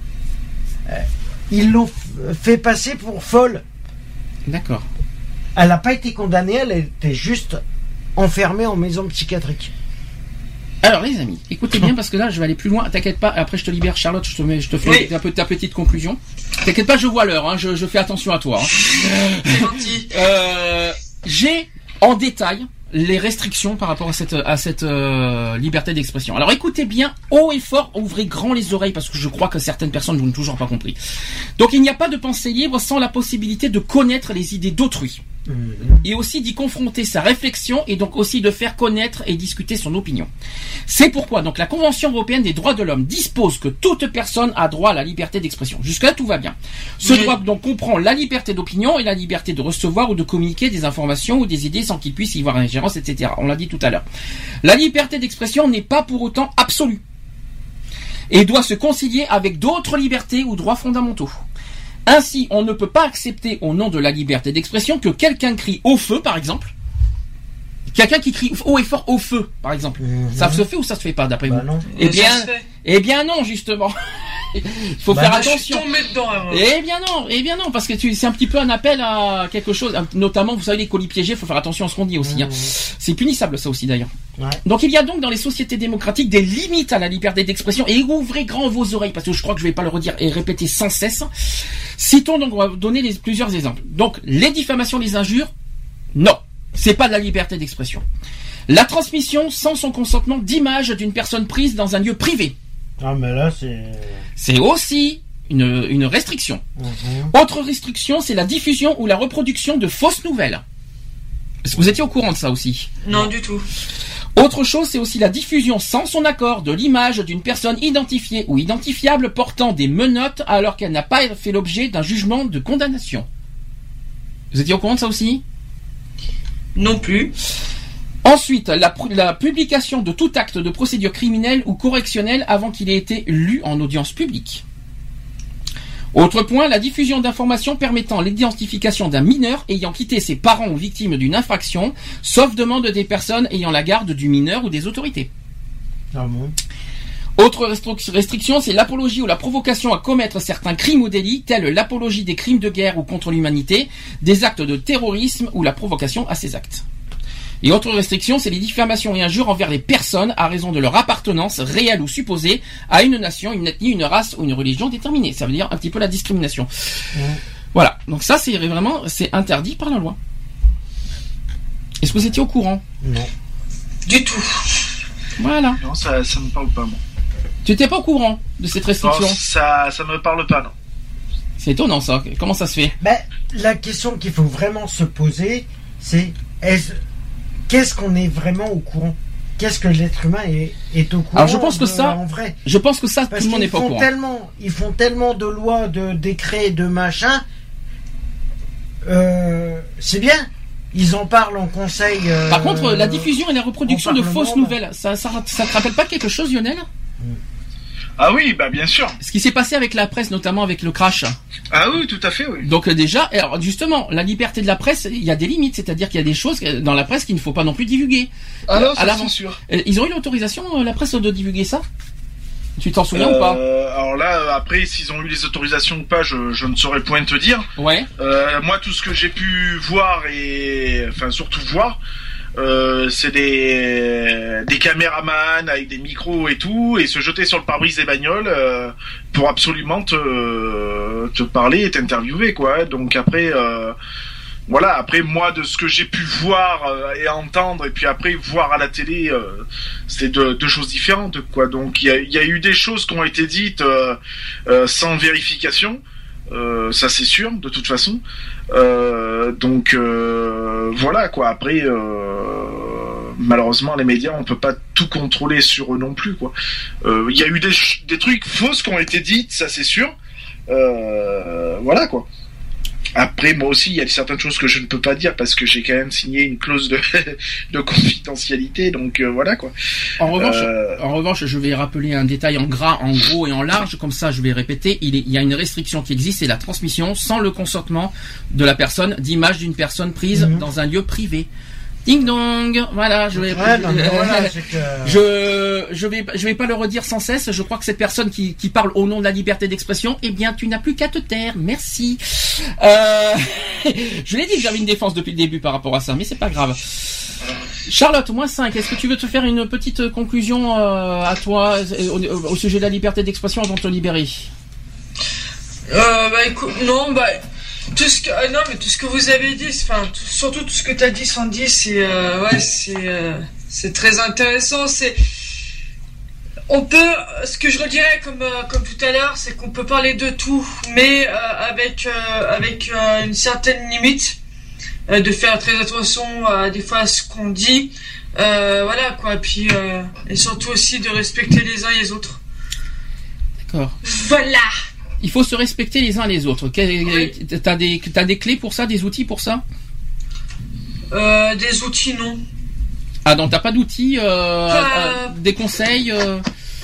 Ils l'ont fait passer pour folle. D'accord. Elle n'a pas été condamnée, elle était juste enfermée en maison psychiatrique. Alors les amis, écoutez bien parce que là je vais aller plus loin. T'inquiète pas, après je te libère Charlotte, je te mets, je te fais oui. un peu ta petite conclusion. T'inquiète pas, je vois l'heure, hein, je, je fais attention à toi. Hein. C'est gentil. Euh, j'ai en détail les restrictions par rapport à cette à cette euh, liberté d'expression. Alors écoutez bien haut et fort, ouvrez grand les oreilles parce que je crois que certaines personnes n'ont toujours pas compris. Donc il n'y a pas de pensée libre sans la possibilité de connaître les idées d'autrui. Mmh. Et aussi d'y confronter sa réflexion et donc aussi de faire connaître et discuter son opinion. C'est pourquoi donc la Convention européenne des droits de l'homme dispose que toute personne a droit à la liberté d'expression. Jusque-là tout va bien. Ce mmh. droit donc comprend la liberté d'opinion et la liberté de recevoir ou de communiquer des informations ou des idées sans qu'il puisse y voir ingérence, et cetera. On l'a dit tout à l'heure. La liberté d'expression n'est pas pour autant absolue et doit se concilier avec d'autres libertés ou droits fondamentaux. Ainsi, on ne peut pas accepter au nom de la liberté d'expression que quelqu'un crie au feu, par exemple. Quelqu'un qui crie haut et fort au feu, par exemple. Mmh. Ça se fait ou ça se fait pas, d'après bah vous non. Eh bien, eh bien non, justement. Il faut bah faire là, attention. Dedans, hein. Eh bien non, eh bien non, parce que tu, c'est un petit peu un appel à quelque chose. Notamment, vous savez, les colis piégés, il faut faire attention à ce qu'on dit aussi. Mmh. Hein. C'est punissable, ça aussi, d'ailleurs. Ouais. Donc, il y a donc dans les sociétés démocratiques des limites à la liberté d'expression. Et ouvrez grand vos oreilles, parce que je crois que je vais pas le redire et répéter sans cesse. Citons donc, on va donner les, plusieurs exemples. Donc, les diffamations, les injures, non, c'est pas de la liberté d'expression. La transmission sans son consentement d'images d'une personne prise dans un lieu privé. Ah mais là c'est... C'est aussi une, une restriction. Mmh. Autre restriction, c'est la diffusion ou la reproduction de fausses nouvelles. Est-ce que vous étiez au courant de ça aussi? Non, non. Du tout. Autre chose, c'est aussi la diffusion sans son accord de l'image d'une personne identifiée ou identifiable portant des menottes alors qu'elle n'a pas fait l'objet d'un jugement de condamnation. Vous étiez au courant de ça aussi? Non plus. Ensuite, la, la publication de tout acte de procédure criminelle ou correctionnelle avant qu'il ait été lu en audience publique. Autre point, la diffusion d'informations permettant l'identification d'un mineur ayant quitté ses parents ou victime d'une infraction, sauf demande des personnes ayant la garde du mineur ou des autorités. Ah bon. Autre restriction, c'est l'apologie ou la provocation à commettre certains crimes ou délits, tels l'apologie des crimes de guerre ou contre l'humanité, des actes de terrorisme ou la provocation à ces actes. Et autre restriction, c'est les diffamations et injures envers les personnes à raison de leur appartenance, réelle ou supposée, à une nation, une ethnie, une race ou une religion déterminée. Ça veut dire un petit peu la discrimination. Mmh. Voilà. Donc ça, c'est vraiment, c'est interdit par la loi. Est-ce que vous étiez au courant? Non. Du tout. Voilà. Non, ça, ça me parle pas, moi. Tu n'étais pas au courant de cette restriction? Non, ça, ça me parle pas, non. C'est étonnant, ça. Comment ça se fait? Ben, la question qu'il faut vraiment se poser, c'est est-ce qu'est-ce qu'on est vraiment au courant? Qu'est-ce que l'être humain est, est au courant? Alors je pense que de, ça, en vrai. je pense que ça, Parce tout le monde n'est pas au courant. Tellement, ils font tellement de lois, de décrets, de machins. euh, c'est bien. Ils en parlent en conseil. Euh, Par contre, la diffusion et la reproduction de fausses nouvelles, ça, ça, ça te rappelle pas quelque chose, Lionel ? Ah oui, bah bien sûr. Ce qui s'est passé avec la presse, notamment avec le crash. Ah oui, tout à fait, oui. Donc euh, déjà, alors justement, la liberté de la presse, il y a des limites, c'est-à-dire qu'il y a des choses dans la presse qu'il ne faut pas non plus divulguer. Ah non, ça c'est sûr. Ils ont eu l'autorisation, la presse, de divulguer ça ? Tu t'en souviens euh, ou pas ? Alors là, après, s'ils ont eu les autorisations ou pas, je, je ne saurais point te dire. Ouais. Euh, moi, tout ce que j'ai pu voir et, enfin, surtout voir, euh, c'est des des caméramans avec des micros et tout, et se jeter sur le pare-brise des bagnoles euh, pour absolument te te parler et t'interviewer, quoi. Donc après. Euh, Voilà, après moi de ce que j'ai pu voir euh, et entendre et puis après voir à la télé, euh, c'est deux, deux choses différentes, quoi. Donc il y a, y a eu des choses qui ont été dites euh, euh, sans vérification, euh, ça c'est sûr de toute façon. Euh, donc euh, voilà, quoi. Après euh, malheureusement les médias on peut pas tout contrôler sur eux non plus, quoi. Il euh, y a eu des, des trucs fausses qui ont été dites, ça c'est sûr. Euh, voilà, quoi. Après, moi aussi, il y a certaines choses que je ne peux pas dire parce que j'ai quand même signé une clause de, de confidentialité, donc euh, voilà, quoi. En revanche, euh... en revanche, je vais rappeler un détail en gras, en gros et en large, comme ça je vais répéter, il, est, il y a une restriction qui existe, c'est la transmission sans le consentement de la personne d'images d'une personne prise mmh. dans un lieu privé. Ding dong, voilà, je vais, ouais, non, voilà, c'est que... je, je vais, je vais pas le redire sans cesse. Je crois que cette personne qui, qui parle au nom de la liberté d'expression, eh bien, tu n'as plus qu'à te taire. Merci. Euh, je l'ai dit que j'avais une défense depuis le début par rapport à ça, mais c'est pas grave. Charlotte, moins cinq. Est-ce que tu veux te faire une petite conclusion euh, à toi au, au sujet de la liberté d'expression avant de te libérer? Euh, bah écoute, non, bah. Tout ce que euh, non mais tout ce que vous avez dit, enfin tout, surtout tout ce que t'as dit, Sandy, c'est euh, ouais c'est euh, c'est très intéressant. C'est on peut, ce que je redirais comme euh, comme tout à l'heure, c'est qu'on peut parler de tout, mais euh, avec euh, avec euh, une certaine limite, euh, de faire très attention à des fois à ce qu'on dit, euh, voilà quoi. Puis euh, et surtout aussi de respecter les uns et les autres. D'accord. Voilà. Il faut se respecter les uns les autres. Oui. T'as des, t'as des clés pour ça, des outils pour ça? euh, Des outils, non. Ah non, t'as pas d'outils, euh, euh... euh, des conseils euh...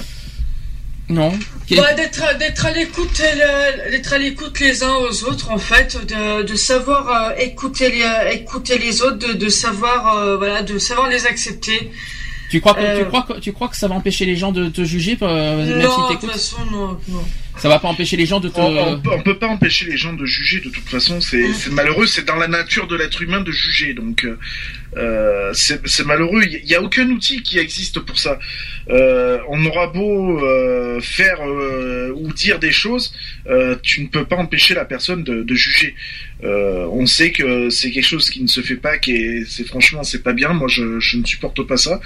Non. Bah, d'être, d'être à l'écoute, d'être à l'écoute les uns aux autres, en fait, de, de savoir euh, écouter les, écouter les autres, de, de savoir, euh, voilà, de savoir les accepter. Tu crois que, euh... tu crois que, tu crois que ça va empêcher les gens de te juger, euh, même non, si de toute façon, non, non. Ça va pas empêcher les gens de te... On, on, peut, on peut pas empêcher les gens de juger, de toute façon, c'est, mmh. c'est malheureux, c'est dans la nature de l'être humain de juger, donc euh, c'est, c'est malheureux, il y a aucun outil qui existe pour ça. Euh, on aura beau euh, faire euh, ou dire des choses, euh, tu ne peux pas empêcher la personne de, de juger. Euh, on sait que c'est quelque chose qui ne se fait pas, qui est, c'est franchement c'est pas bien, moi je, je ne supporte pas ça.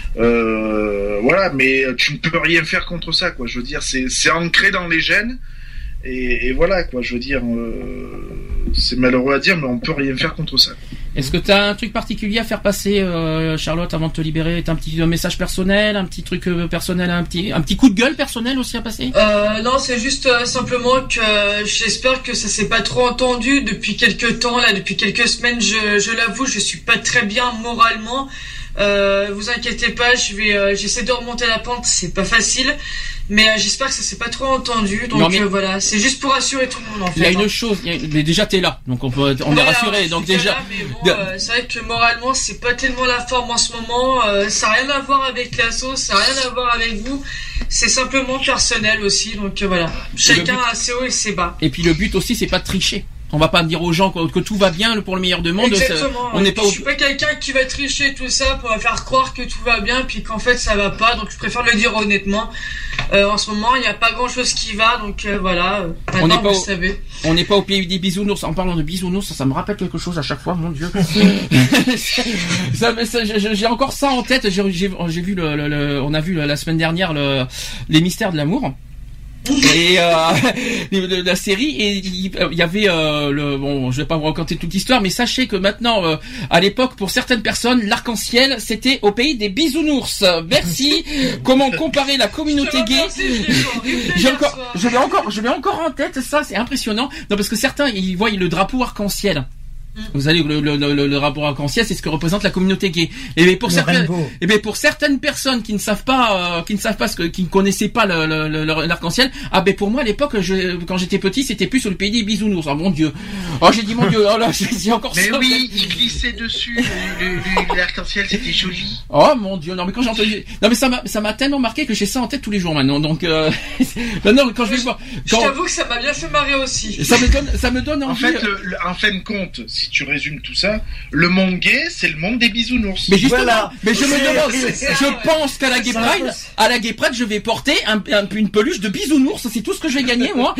Euh, voilà, mais tu ne peux rien faire contre ça, quoi. Je veux dire, c'est, c'est ancré dans les gènes, et, et voilà, quoi. Je veux dire, euh, c'est malheureux à dire, mais on peut rien faire contre ça. Est-ce que tu as un truc particulier à faire passer, euh, Charlotte, avant de te libérer? T'as un petit message personnel, un petit truc personnel, un petit, un petit coup de gueule personnel aussi à passer? euh, Non, c'est juste euh, simplement que euh, j'espère que ça s'est pas trop entendu depuis quelques temps, là, depuis quelques semaines. Je, je l'avoue, je suis pas très bien moralement. Euh, vous inquiétez pas, je vais, euh, j'essaie de remonter la pente, c'est pas facile, mais euh, j'espère que ça s'est pas trop entendu. Donc non, euh, voilà, c'est juste pour rassurer tout le monde en fait. Il y a une hein. chose, il y a, mais déjà t'es là, donc on peut, on voilà, est rassuré. Donc déjà, là, mais bon, euh, c'est vrai que moralement c'est pas tellement la forme en ce moment. Euh, ça a rien à voir avec l'assaut, ça a rien à voir avec vous. C'est simplement personnel aussi, donc euh, voilà. Chacun but, a ses hauts et ses bas. Et puis le but aussi, c'est pas de tricher. On va pas dire aux gens que, que tout va bien pour le meilleur de monde. Exactement. On n'est pas. Je suis pas quelqu'un qui va tricher tout ça pour faire croire que tout va bien, puis qu'en fait ça va pas. Donc je préfère le dire honnêtement. Euh, en ce moment, il n'y a pas grand chose qui va, donc euh, voilà. Maintenant, on n'est pas vous au, savez. On n'est pas au pays des bisounours. En parlant de bisounours, ça, ça me rappelle quelque chose à chaque fois, mon Dieu. ça, ça, j'ai encore ça en tête. J'ai, j'ai, j'ai vu le, le, le, on a vu la semaine dernière le, les mystères de l'amour. Et euh, la série, et il y avait euh, le bon, je vais pas vous raconter toute l'histoire, mais sachez que maintenant, euh, à l'époque, pour certaines personnes, l'arc-en-ciel, c'était au pays des bisounours. Merci. Comment comparer la communauté gay? J'ai encore, je l'ai encore, je l'ai encore en tête. Ça, c'est impressionnant. Non, parce que certains, ils voient le drapeau arc-en-ciel. Vous savez, le, le, le, le rapport arc-en-ciel, c'est ce que représente la communauté gay. Et bien pour Le certaines, rainbow. et bien pour certaines personnes qui ne savent pas, euh, qui ne savent pas ce que, qui ne connaissaient pas le, le, le- l'arc-en-ciel, ah ben pour moi à l'époque, je, quand j'étais petit, c'était plus sur le pays des bisounours. Ah mon Dieu. Oh j'ai dit mon Dieu. Oh là, j'ai encore Mais ça. oui, il glissait dessus. Le, le- le- l'arc-en-ciel, c'était joli. Oh mon Dieu. Non mais quand j'ai entendu, non mais ça m'a, ça m'a tellement marqué que j'ai ça en tête tous les jours maintenant. Donc euh... maintenant quand je vais le voir, Je quand t'avoue que ça m'a bien fait marrer aussi. ça me donne, ça me donne En envie. fait, le, le- en fin de compte, si tu résumes tout ça, le monde gay, c'est le monde des bisounours. Mais justement, Voilà. mais je me C'est- demande, c'est ça, je ouais. pense qu'à la Gay Ça Pride, impose. à la Gay Pride, je vais porter un, un- une peluche de bisounours, c'est tout ce que je vais gagner, moi.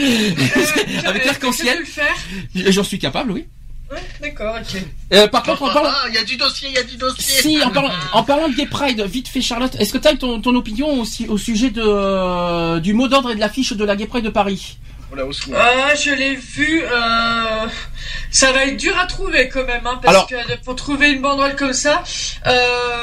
Avec l'arc-en-ciel. Tu peux le faire? J'en suis capable, oui. Ouais, d'accord, ok. Euh, par contre, en parlant, Ah, il y a du dossier, il y a du dossier. si, en parlant, en parlant de Gay Pride, vite fait, Charlotte, est-ce que tu as ton, ton opinion aussi au sujet de, euh, du mot d'ordre et de l'affiche de la Gay Pride de Paris? Voilà, au secours. Ah, je l'ai vu. Euh... Ça va être dur à trouver quand même, hein, parce Alors- que pour trouver une banderole comme ça, euh...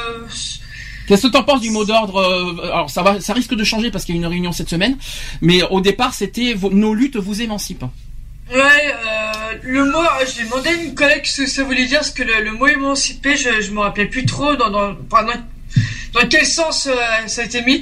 Qu'est-ce que t'en penses du mot d'ordre? euh, Alors, ça va, ça risque de changer parce qu'il y a une réunion cette semaine, mais au départ, c'était vos- nos luttes vous émancipent. ouais, euh, le mot, j'ai demandé à une collègue ce que ça voulait dire, parce que le, le mot émancipé, je, je me rappelais plus trop dans, dans, pendant, dans quel sens euh, ça a été mis.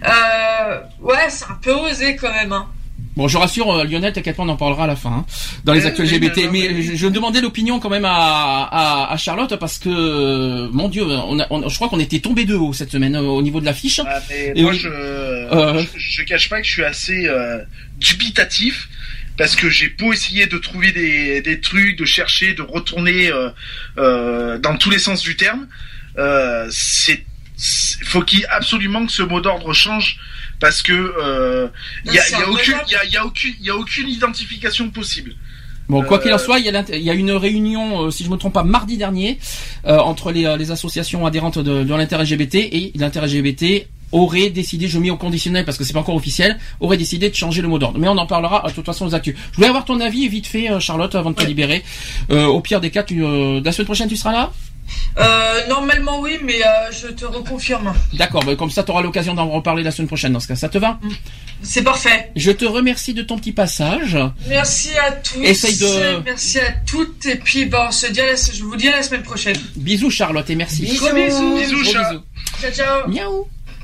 Euh, ouais, c'est un peu osé quand même, hein. Bon, je rassure euh, Lionel, t'inquiète pas, on en parlera à la fin, hein, dans les Oui, actus oui, L G B T. non, non, mais mais- je, je demandais l'opinion quand même à, à, à Charlotte parce que, euh, mon Dieu, on a, on- je crois qu'on était tombé de haut cette semaine euh, au niveau de l'affiche. Ah, mais Et moi, oui. je, Euh. je, je cache pas que je suis assez euh, dubitatif parce que j'ai beau essayer de trouver des, des trucs, de chercher, de retourner euh, euh, dans tous les sens du terme. Euh, c'est, c'est- faut qu'il absolument que ce mot d'ordre change parce que euh, il y a, C'est il y a un aucune, mot il y a, il y a aucune, il y a aucune identification possible. Bon, quoi Euh, qu'il en soit, il y a, l'inter- il y a une réunion, euh, si je me trompe pas, mardi dernier, euh, entre les, euh, les associations adhérentes de, de l'inter-L G B T et l'inter-L G B T aurait décidé, je mets au conditionnel parce que c'est pas encore officiel, aurait décidé de changer le mot d'ordre. Mais on en parlera de toute façon aux actus. Je voulais avoir ton avis vite fait, euh, Charlotte, avant de te libérer. Euh, au pire des cas, tu, euh, la semaine prochaine, tu seras là? Euh, normalement oui, mais euh, je te reconfirme. D'accord, bah, comme ça, tu auras l'occasion d'en reparler la semaine prochaine dans ce cas. Ça te va? C'est parfait. Je te remercie de ton petit passage. Merci à tous. Essaye de- Merci à toutes. Et puis, bah, on se dit à la... je vous dis à la semaine prochaine. Bisous, Charlotte, et merci. Bisous. Gros bisous. Bisous, Gros chat. bisous. Ciao, ciao. Miaou.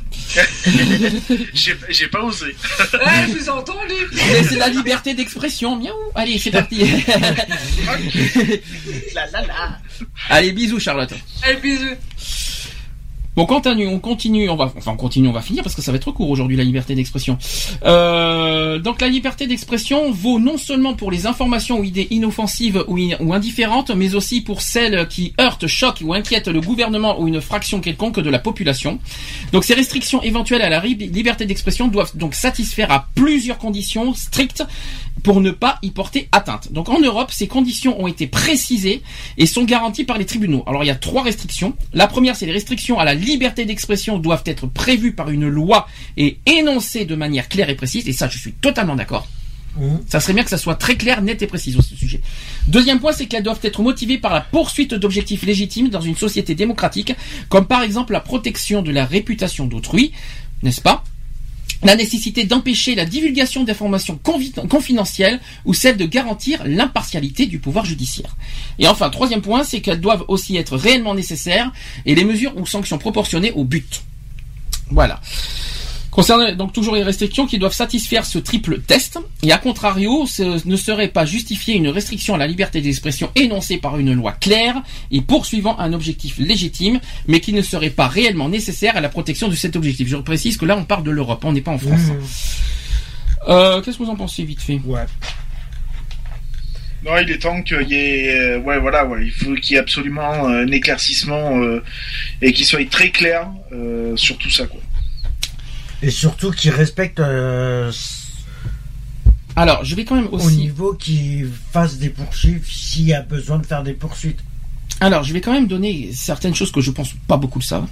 J'ai, j'ai pas osé. Ouais, je vous ai entendu. Mais c'est la liberté d'expression. Miaou. Allez, c'est parti. La la la. Allez, bisous, Charlotte. Allez, bisous. Bon, continue, on continue, on va, enfin, on continue, on va finir parce que ça va être court aujourd'hui, la liberté d'expression. Euh, donc, la liberté d'expression vaut non seulement pour les informations ou idées inoffensives ou, in- ou indifférentes, mais aussi pour celles qui heurtent, choquent ou inquiètent le gouvernement ou une fraction quelconque de la population. Donc, ces restrictions éventuelles à la ri- liberté d'expression doivent donc satisfaire à plusieurs conditions strictes pour ne pas y porter atteinte. Donc, en Europe, ces conditions ont été précisées et sont garanties par les tribunaux. Alors, il y a trois restrictions. La première, c'est les restrictions à la liberté d'expression doivent être prévues par une loi et énoncées de manière claire et précise. Et ça, je suis totalement d'accord. Mmh. Ça serait bien que ça soit très clair, net et précis sur ce sujet. Deuxième point, c'est qu'elles doivent être motivées par la poursuite d'objectifs légitimes dans une société démocratique, comme par exemple la protection de la réputation d'autrui, n'est-ce pas ? La nécessité d'empêcher la divulgation d'informations confi- confidentielles ou celle de garantir l'impartialité du pouvoir judiciaire. Et enfin, troisième point, c'est qu'elles doivent aussi être réellement nécessaires et les mesures ou sanctions proportionnées au but. Voilà. Concernant donc toujours les restrictions qui doivent satisfaire ce triple test, et à contrario, ce ne serait pas justifier une restriction à la liberté d'expression énoncée par une loi claire et poursuivant un objectif légitime, mais qui ne serait pas réellement nécessaire à la protection de cet objectif. Je précise que là on parle de l'Europe, on n'est pas en France. Mmh. Euh, qu'est-ce que vous en pensez vite fait? Ouais. Non, il est temps qu'il y ait, euh, ouais, voilà, ouais, il faut qu'il y ait absolument euh, un éclaircissement euh, et qu'il soit très clair euh, sur tout ça, quoi. Et surtout qu'ils respectent euh, Alors, je vais quand même au aussi... niveau qu'ils fassent des poursuites s'il y a besoin de faire des poursuites. Alors, je vais quand même donner certaines choses que je pense pas beaucoup le savent.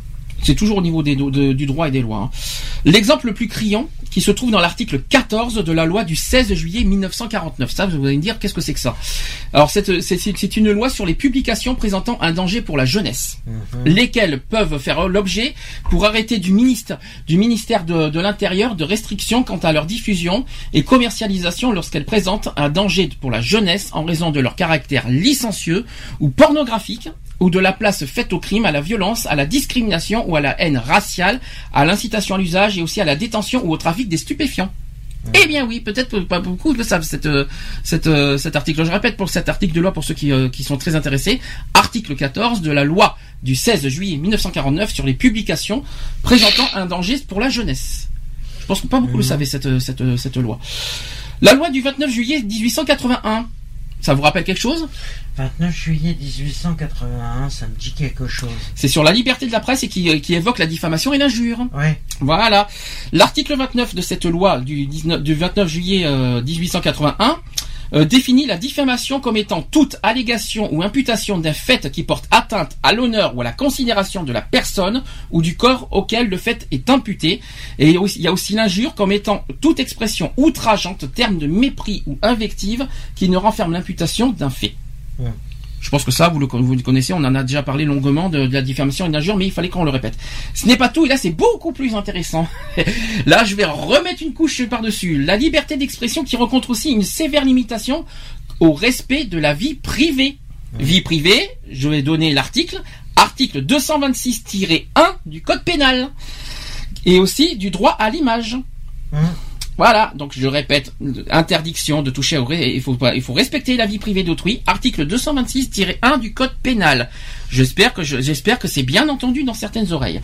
C'est toujours au niveau des, de, du droit et des lois. Hein. L'exemple le plus criant, qui se trouve dans l'article quatorze de la loi du seize juillet mille neuf cent quarante-neuf. Ça, vous allez me dire, qu'est-ce que c'est que ça? Alors, c'est, c'est, c'est une loi sur les publications présentant un danger pour la jeunesse, mmh. lesquelles peuvent faire l'objet, pour arrêter du ministère, du ministère de, de l'Intérieur, de restrictions quant à leur diffusion et commercialisation lorsqu'elles présentent un danger pour la jeunesse en raison de leur caractère licencieux ou pornographique, ou de la place faite au crime, à la violence, à la discrimination ou à la haine raciale, à l'incitation à l'usage et aussi à la détention ou au trafic des stupéfiants. Mmh. Eh bien oui, peut-être pas beaucoup le savent cette, cette, cet article. Je répète pour cet article de loi pour ceux qui, euh, qui sont très intéressés. Article quatorze de la loi du seize juillet mille neuf cent quarante-neuf sur les publications présentant un danger pour la jeunesse. Je pense que pas beaucoup mmh. le savaient cette, cette, cette loi. La loi du vingt-neuf juillet mille huit cent quatre-vingt-un. Ça vous rappelle quelque chose? vingt-neuf juillet mille huit cent quatre-vingt-un, ça me dit quelque chose. C'est sur la liberté de la presse et qui, qui évoque la diffamation et l'injure. Ouais. Voilà. L'article vingt-neuf de cette loi du, dix-neuf, du vingt-neuf juillet euh, mille huit cent quatre-vingt-un euh, définit la diffamation comme étant toute allégation ou imputation d'un fait qui porte atteinte à l'honneur ou à la considération de la personne ou du corps auquel le fait est imputé. Et il y a aussi l'injure comme étant toute expression outrageante, terme de mépris ou invective qui ne renferme l'imputation d'un fait. Ouais. Je pense que ça, vous le, vous le connaissez, on en a déjà parlé longuement de, de la diffamation et de l'injure, mais il fallait qu'on le répète. Ce n'est pas tout, et là c'est beaucoup plus intéressant. Là, je vais remettre une couche par-dessus. La liberté d'expression qui rencontre aussi une sévère limitation au respect de la vie privée. Mmh. Vie privée, je vais donner l'article, article deux cent vingt-six tiret un du Code pénal, et aussi du droit à l'image. Mmh. Voilà, donc je répète, interdiction de toucher au ré... il faut pas, il faut respecter la vie privée d'autrui, article deux cent vingt-six tiret un du Code pénal. J'espère que je, j'espère que c'est bien entendu dans certaines oreilles.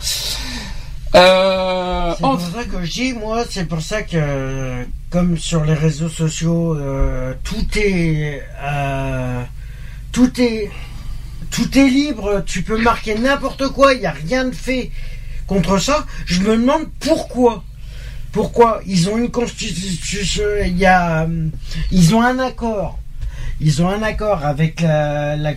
Euh, c'est pour ça que je dis, moi, c'est pour ça que, comme sur les réseaux sociaux, euh, tout est, euh, tout est, tout est libre. Tu peux marquer n'importe quoi, il n'y a rien de fait contre ça. Je me demande pourquoi. Pourquoi ils ont une constitution, il y a, ils ont un accord, ils ont un accord avec la, la,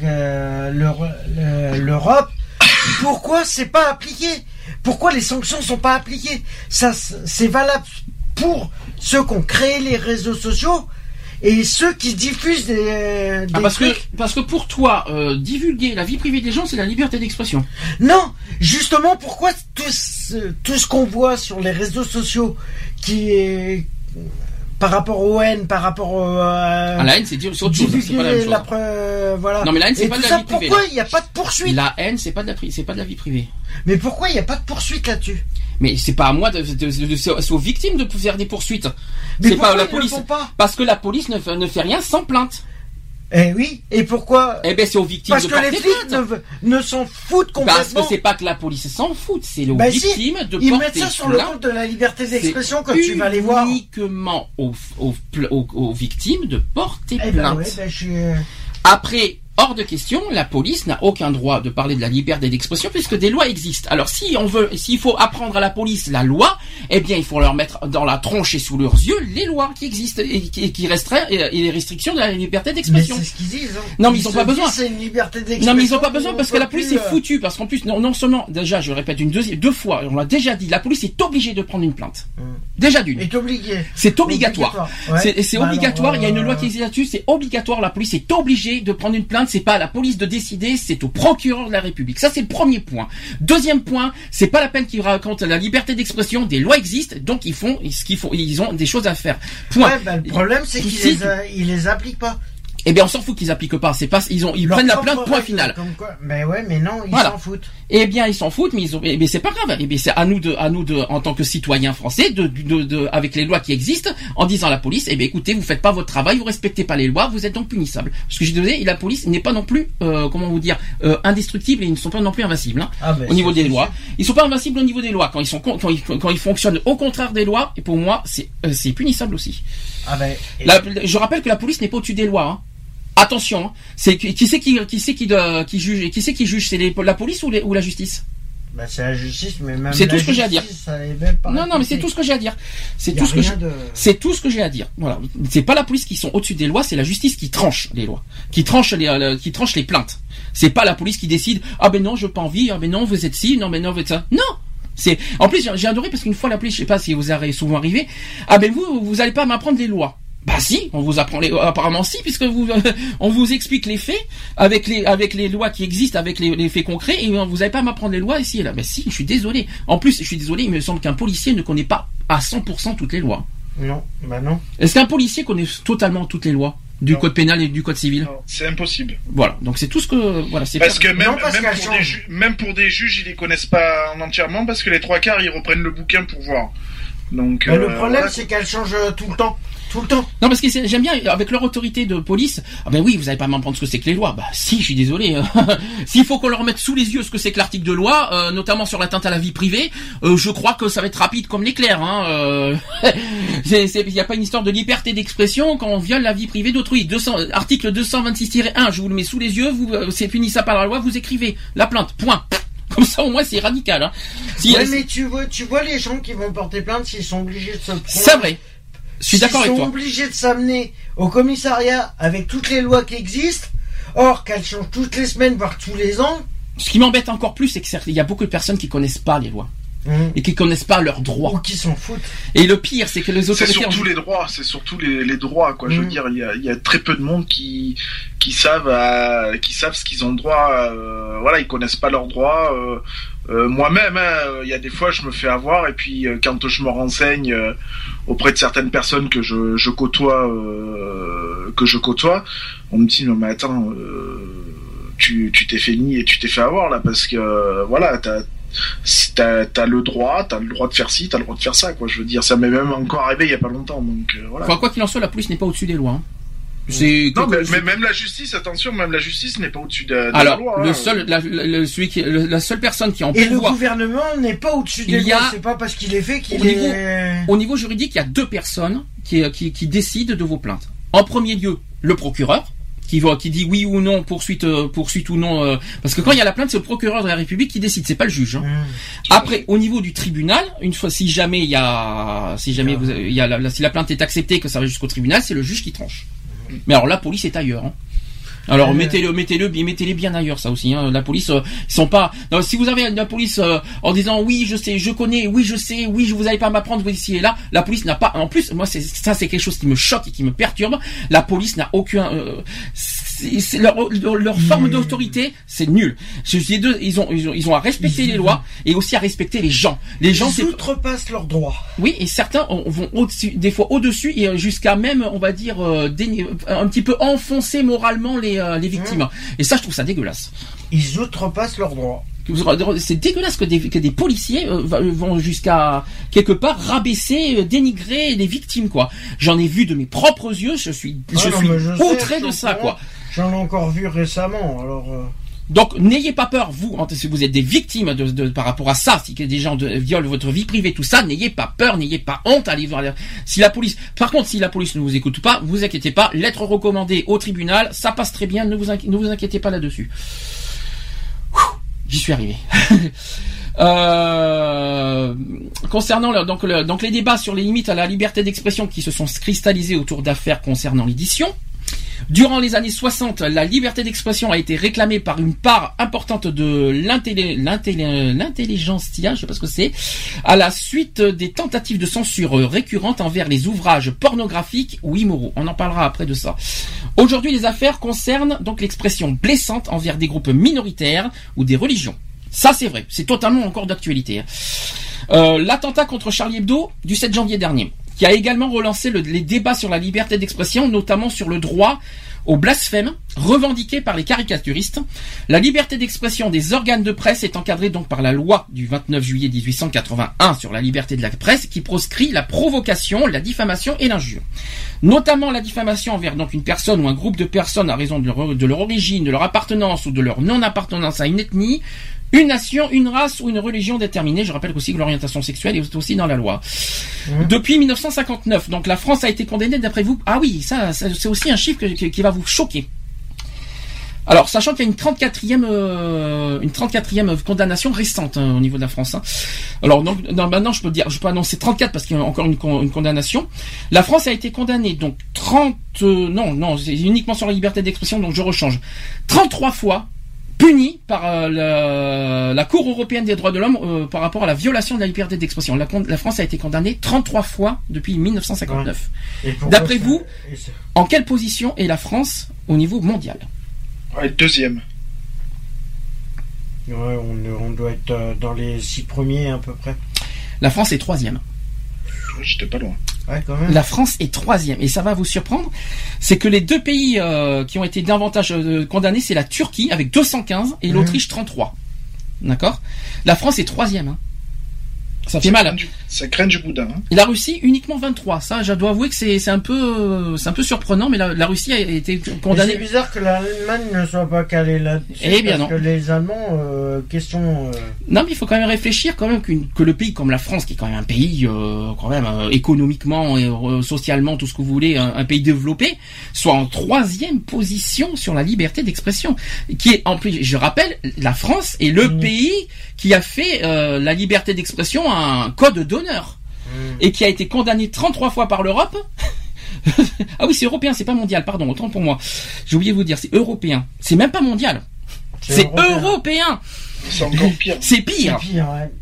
l'Europe. Pourquoi c'est pas appliqué? Pourquoi les sanctions sont pas appliquées? Ça, c'est valable pour ceux qui ont créé les réseaux sociaux et ceux qui diffusent des, des ah, parce trucs. que parce que pour toi, euh, divulguer la vie privée des gens, c'est la liberté d'expression. Non, justement, pourquoi tout ce, tout ce qu'on voit sur les réseaux sociaux qui est par rapport aux haines, par rapport au, euh, ah, la haine, c'est, c'est autre chose, c'est pas la même chose. La pre... voilà. Non, mais la haine, c'est et pas de la ça, vie privée. Pourquoi il n'y a pas de poursuite? La haine, c'est pas de la, c'est pas de la vie privée. Mais pourquoi il n'y a pas de poursuite là-dessus? Mais c'est pas à moi de, de, de, de, de c'est aux victimes de faire des poursuites. Mais c'est pas la ils police. le font pas parce que la police ne, ne fait rien sans plainte. Eh oui, et pourquoi? Eh ben c'est aux victimes parce de porter plainte. Parce que les flics ne, ne s'en foutent complètement. Parce que c'est pas que la police s'en fout, c'est aux bah victimes si, de ils porter plainte. Ils mettent ça sur le compte de la liberté d'expression que tu vas aller voir. Uniquement aux, aux, aux, aux victimes de porter eh plainte. Ben ouais, ben je suis... Après, hors de question, la police n'a aucun droit de parler de la liberté d'expression puisque des lois existent. Alors si on veut, s'il faut apprendre à la police la loi, eh bien il faut leur mettre dans la tronche et sous leurs yeux les lois qui existent et qui, qui restreignent et les restrictions de la liberté d'expression. Mais c'est ce qu'ils disent. Hein. Non mais ils, ils ont pas besoin. C'est une liberté d'expression. Non mais ils ont pas besoin parce que la police plus, est foutue parce qu'en plus non, non seulement déjà je répète une deuxième deux fois on l'a déjà dit la police est obligée de prendre une plainte. Hum. Déjà d'une. Est obligée. C'est obligatoire. obligatoire. Ouais. C'est, c'est bah obligatoire. Alors, euh... Il y a une loi qui existe là-dessus. C'est obligatoire. La police est obligée de prendre une plainte. C'est pas à la police de décider. C'est au procureur de la République. Ça c'est le premier point. Deuxième point, c'est pas la peine qu'ils racontent la liberté d'expression. Des lois existent, donc ils font ce qu'il faut. Ils ont des choses à faire. Point. Ouais, bah, le problème c'est qu'ils si, les, a, ils les appliquent pas. Eh bien, on s'en fout qu'ils appliquent pas. C'est pas, ils ont, ils Leur prennent la plainte, point final. Mais ouais, mais non, ils voilà. s'en foutent. Eh bien, ils s'en foutent, mais ils ont, eh bien, c'est pas grave. Eh bien, c'est à nous de, à nous de, en tant que citoyens français, de, de, de, avec les lois qui existent, en disant à la police, eh bien, écoutez, vous faites pas votre travail, vous respectez pas les lois, vous êtes donc punissable. Parce que je disais, la police n'est pas non plus, euh, comment vous dire, euh, indestructible et ils ne sont pas non plus invincibles, hein, ah ben, au niveau des lois. Sûr. Ils sont pas invincibles au niveau des lois. Quand ils sont, quand ils, quand ils fonctionnent au contraire des lois, et pour moi, c'est, euh, c'est punissable aussi. Ah ben, et... la, je rappelle que la police n'est pas au-dessus des lois, hein. Attention, hein. C'est qui c'est qui qui c'est qui, de, qui juge qui c'est qui juge, c'est les, la police ou, les, ou la justice? Bah, c'est la justice, mais même C'est la tout ce que j'ai à justice, dire. ça est même pas Non, non, mais c'est respecté. tout ce que j'ai à dire. C'est Y a tout ce que rien j'ai, de- c'est tout ce que j'ai à dire. Voilà. C'est pas la police qui sont au-dessus des lois, c'est la justice qui tranche les lois, qui tranche les, euh, qui tranche les plaintes. C'est pas la police qui décide, ah ben non, je veux pas envie, ah ben non, vous êtes ci, non, ben non, vous êtes ça. Non! C'est, en plus, j'ai j'ai adoré parce qu'une fois la police, je sais pas si vous avez souvent arrivé, ah ben vous, vous allez pas m'apprendre les lois. Bah si, on vous apprend les, apparemment si, puisque vous, on vous explique les faits avec les, avec les lois qui existent, avec les, les faits concrets, et vous n'allez pas m'apprendre les lois ici et là. Bah si, je suis désolé. En plus, je suis désolé, il me semble qu'un policier ne connaît pas à cent pour cent toutes les lois. Non, bah non. Est-ce qu'un policier connaît totalement toutes les lois du Non. code pénal et du code civil? Non, c'est impossible. Voilà. Donc c'est tout ce que, voilà, c'est Parce pas- que même, Non, parce même, qu'elle pour des change. ju- même pour des juges, ils les connaissent pas en entièrement parce que les trois quarts, ils reprennent le bouquin pour voir. Donc, Mais le euh, problème, voilà. c'est qu'elle change euh, tout le temps. Tout le temps. Non, parce que c'est- j'aime bien, avec leur autorité de police, ah ben oui, vous allez pas m'apprendre ce que c'est que les lois. Bah si, je suis désolé. S'il faut qu'on leur mette sous les yeux ce que c'est que l'article de loi, euh, notamment sur l'atteinte à la vie privée, euh, je crois que ça va être rapide comme l'éclair. Hein. Euh, c'est, c'est, y a pas une histoire de liberté d'expression quand on viole la vie privée d'autrui. deux cents, article deux cent vingt-six tiret un, je vous le mets sous les yeux, vous, euh, c'est puni ça par la loi, vous écrivez la plainte, point. Comme ça, au moins, c'est radical. Hein. Si, Ouais, euh, mais tu vois, tu vois les gens qui vont porter plainte s'ils sont obligés de se prendre. c'est vrai. Je suis d'accord avec Ils sont toi. obligés de s'amener au commissariat avec toutes les lois qui existent. Or, qu'elles changent toutes les semaines, voire tous les ans. Ce qui m'embête encore plus, c'est qu'il y a beaucoup de personnes qui connaissent pas les lois Mmh. et qui connaissent pas leurs droits. Ou qui s'en foutent. Et le pire, c'est que les C'est autorités... surtout les droits, c'est surtout les, les droits, quoi. Je veux Mm. dire, il y a, il y a très peu de monde qui qui savent euh, qui savent ce qu'ils ont droit. Euh, voilà, ils connaissent pas leurs droits. Euh, euh, moi-même, hein, il y a des fois, je me fais avoir, et puis euh, quand je me renseigne euh, auprès de certaines personnes que je, je côtoie, euh, que je côtoie, on me dit non mais attends, euh, tu tu t'es fait nier et tu t'es fait avoir là parce que euh, voilà, t'as T'as, t'as le droit, t'as le droit de faire ci, t'as le droit de faire ça, quoi. Je veux dire, ça m'est même encore arrivé il y a pas longtemps, donc euh, voilà. Enfin, quoi qu'il en soit, la police n'est pas au-dessus des lois. Hein. C'est Non, que- mais, mais même la justice, attention, même la justice n'est pas au-dessus de, de alors la loi. le hein. seul, la, le- le- celui qui, le- la seule personne qui est en Et le pouvoir gouvernement n'est pas au-dessus des Il y a- lois. C'est pas parce qu'il est fait qu'il Au niveau- est. au niveau juridique, il y a deux personnes qui, qui, qui décident de vos plaintes. En premier lieu, le procureur. Qui, va, qui dit oui ou non, poursuite, euh, poursuite ou non, euh, parce que quand il y a la plainte, c'est le procureur de la République qui décide, c'est pas le juge. Hein. Mmh. Après, au niveau du tribunal, une fois, si jamais il y a, si jamais vous, il y a la, la- si la plainte est acceptée, que ça va jusqu'au tribunal, c'est le juge qui tranche. Mais alors la police est ailleurs. Hein. Alors Ouais. mettez-le, mettez-le, bien, mettez-les bien ailleurs, ça aussi. Hein. La police, euh, ils sont pas. Non, si vous avez la police euh, en disant oui, je sais, je connais, oui, je sais, oui, je vous allez pas m'apprendre ici et là, la police n'a pas. En plus, moi, c'est ça, c'est quelque chose qui me choque et qui me perturbe. La police n'a aucun. Euh, c'est, c'est leur, leur, leur forme d'autorité, c'est nul. Je dis deux, ils ont, ils ont, ils ont à respecter Ils- les lois et aussi à respecter les gens. Les gens, Ils c'est outrepassent leurs droits. oui, et certains ont- vont au-dessus, des fois au-dessus et euh, jusqu'à même, on va dire, euh, déni- un petit peu enfoncer moralement les, euh, les victimes. Et ça, je trouve ça dégueulasse. Ils outrepassent leurs droits. C'est dégueulasse que des, que des policiers euh, va- vont jusqu'à quelque part rabaisser, euh, dénigrer les victimes, quoi. J'en ai vu de mes propres yeux. Je suis, je Ah non, suis mais je sais, outré je de suis ça, au quoi. J'en ai encore vu récemment, alors. euh, Donc n'ayez pas peur, vous, hein, si vous êtes des victimes de, de par rapport à ça, si des gens de, violent votre vie privée, tout ça, n'ayez pas peur, n'ayez pas honte, allez voir. la- Si la police, par contre, si la police ne vous écoute pas, vous inquiétez pas, lettre recommandée au tribunal, ça passe très bien, ne vous inqui- ne vous inquiétez pas là-dessus. Ouh, J'y suis arrivé. Euh, concernant le, donc, le, donc les débats sur les limites à la liberté d'expression qui se sont cristallisés autour d'affaires concernant l'édition. Durant les années soixante, la liberté d'expression a été réclamée par une part importante de l'intelli- l'intelli- l'intelligentsia, je sais pas ce que c'est, à la suite des tentatives de censure récurrentes envers les ouvrages pornographiques ou immoraux. On en parlera après de ça. Aujourd'hui, les affaires concernent donc l'expression blessante envers des groupes minoritaires ou des religions. Ça, c'est vrai. C'est totalement encore d'actualité. hein. Euh, l'attentat contre Charlie Hebdo du sept janvier dernier, qui a également relancé le- les débats sur la liberté d'expression, notamment sur le droit au blasphème, revendiqué par les caricaturistes. La liberté d'expression des organes de presse est encadrée donc par la loi du vingt-neuf juillet mille huit cent quatre-vingt-un sur la liberté de la presse, qui proscrit la provocation, la diffamation et l'injure. Notamment la diffamation envers donc une personne ou un groupe de personnes à raison de leur, de leur origine, de leur appartenance ou de leur non-appartenance à une ethnie, une nation, une race ou une religion déterminée. Je rappelle aussi que l'orientation sexuelle est aussi dans la loi. Mmh. Depuis mille neuf cent cinquante-neuf, donc la France a été condamnée d'après vous. Ah oui, ça, ça c'est aussi un chiffre que, que, qui va vous choquer. Alors, sachant qu'il y a une trente-quatrième, euh, une trente-quatrième condamnation récente hein, au niveau de la France. Hein. Alors, donc, non, maintenant, je peux dire, je peux annoncer trente-quatre parce qu'il y a encore une, une condamnation. La France a été condamnée donc trente, euh, non, non, c'est uniquement sur la liberté d'expression, donc je rechange. trente-trois fois punie par euh, la, la Cour européenne des droits de l'homme euh, par rapport à la violation de la liberté d'expression. La, la France a été condamnée trente-trois fois depuis mille neuf cent cinquante-neuf. Ouais. D'après vous, en quelle position est la France au niveau mondial? Ouais, deuxième. Ouais, on, on doit être euh, dans les six premiers à peu près. La France est troisième. J'étais pas loin. Ouais, quand même. La France est troisième. Et ça va vous surprendre, c'est que les deux pays euh, qui ont été davantage euh, condamnés, c'est la Turquie avec deux cent quinze et mmh. l'Autriche trente-trois. D'accord? La France est troisième. Hein. Ça fait ça mal. Du, ça craint du boudin. Hein. Et la Russie uniquement vingt-trois. Ça, je dois avouer que c'est c'est un peu c'est un peu surprenant, mais la, la Russie a été condamnée. C'est bizarre que l'Allemagne ne soit pas calée là-dessus. Eh bien parce non. que les Allemands, euh, question. Euh... Non, mais il faut quand même réfléchir quand même qu'une, que le pays comme la France, qui est quand même un pays euh, quand même euh, économiquement et euh, socialement tout ce que vous voulez, un, un pays développé, soit en troisième position sur la liberté d'expression. Qui est en plus, je rappelle, la France est le mmh. pays qui a fait euh, la liberté d'expression un code d'honneur mmh. et qui a été condamné trente-trois fois par l'Europe. Ah oui, c'est européen, c'est pas mondial, pardon, autant pour moi. J'ai oublié de vous dire, c'est européen. C'est même pas mondial. C'est, c'est européen. européen. C'est encore pire. C'est pire. C'est pire, ouais.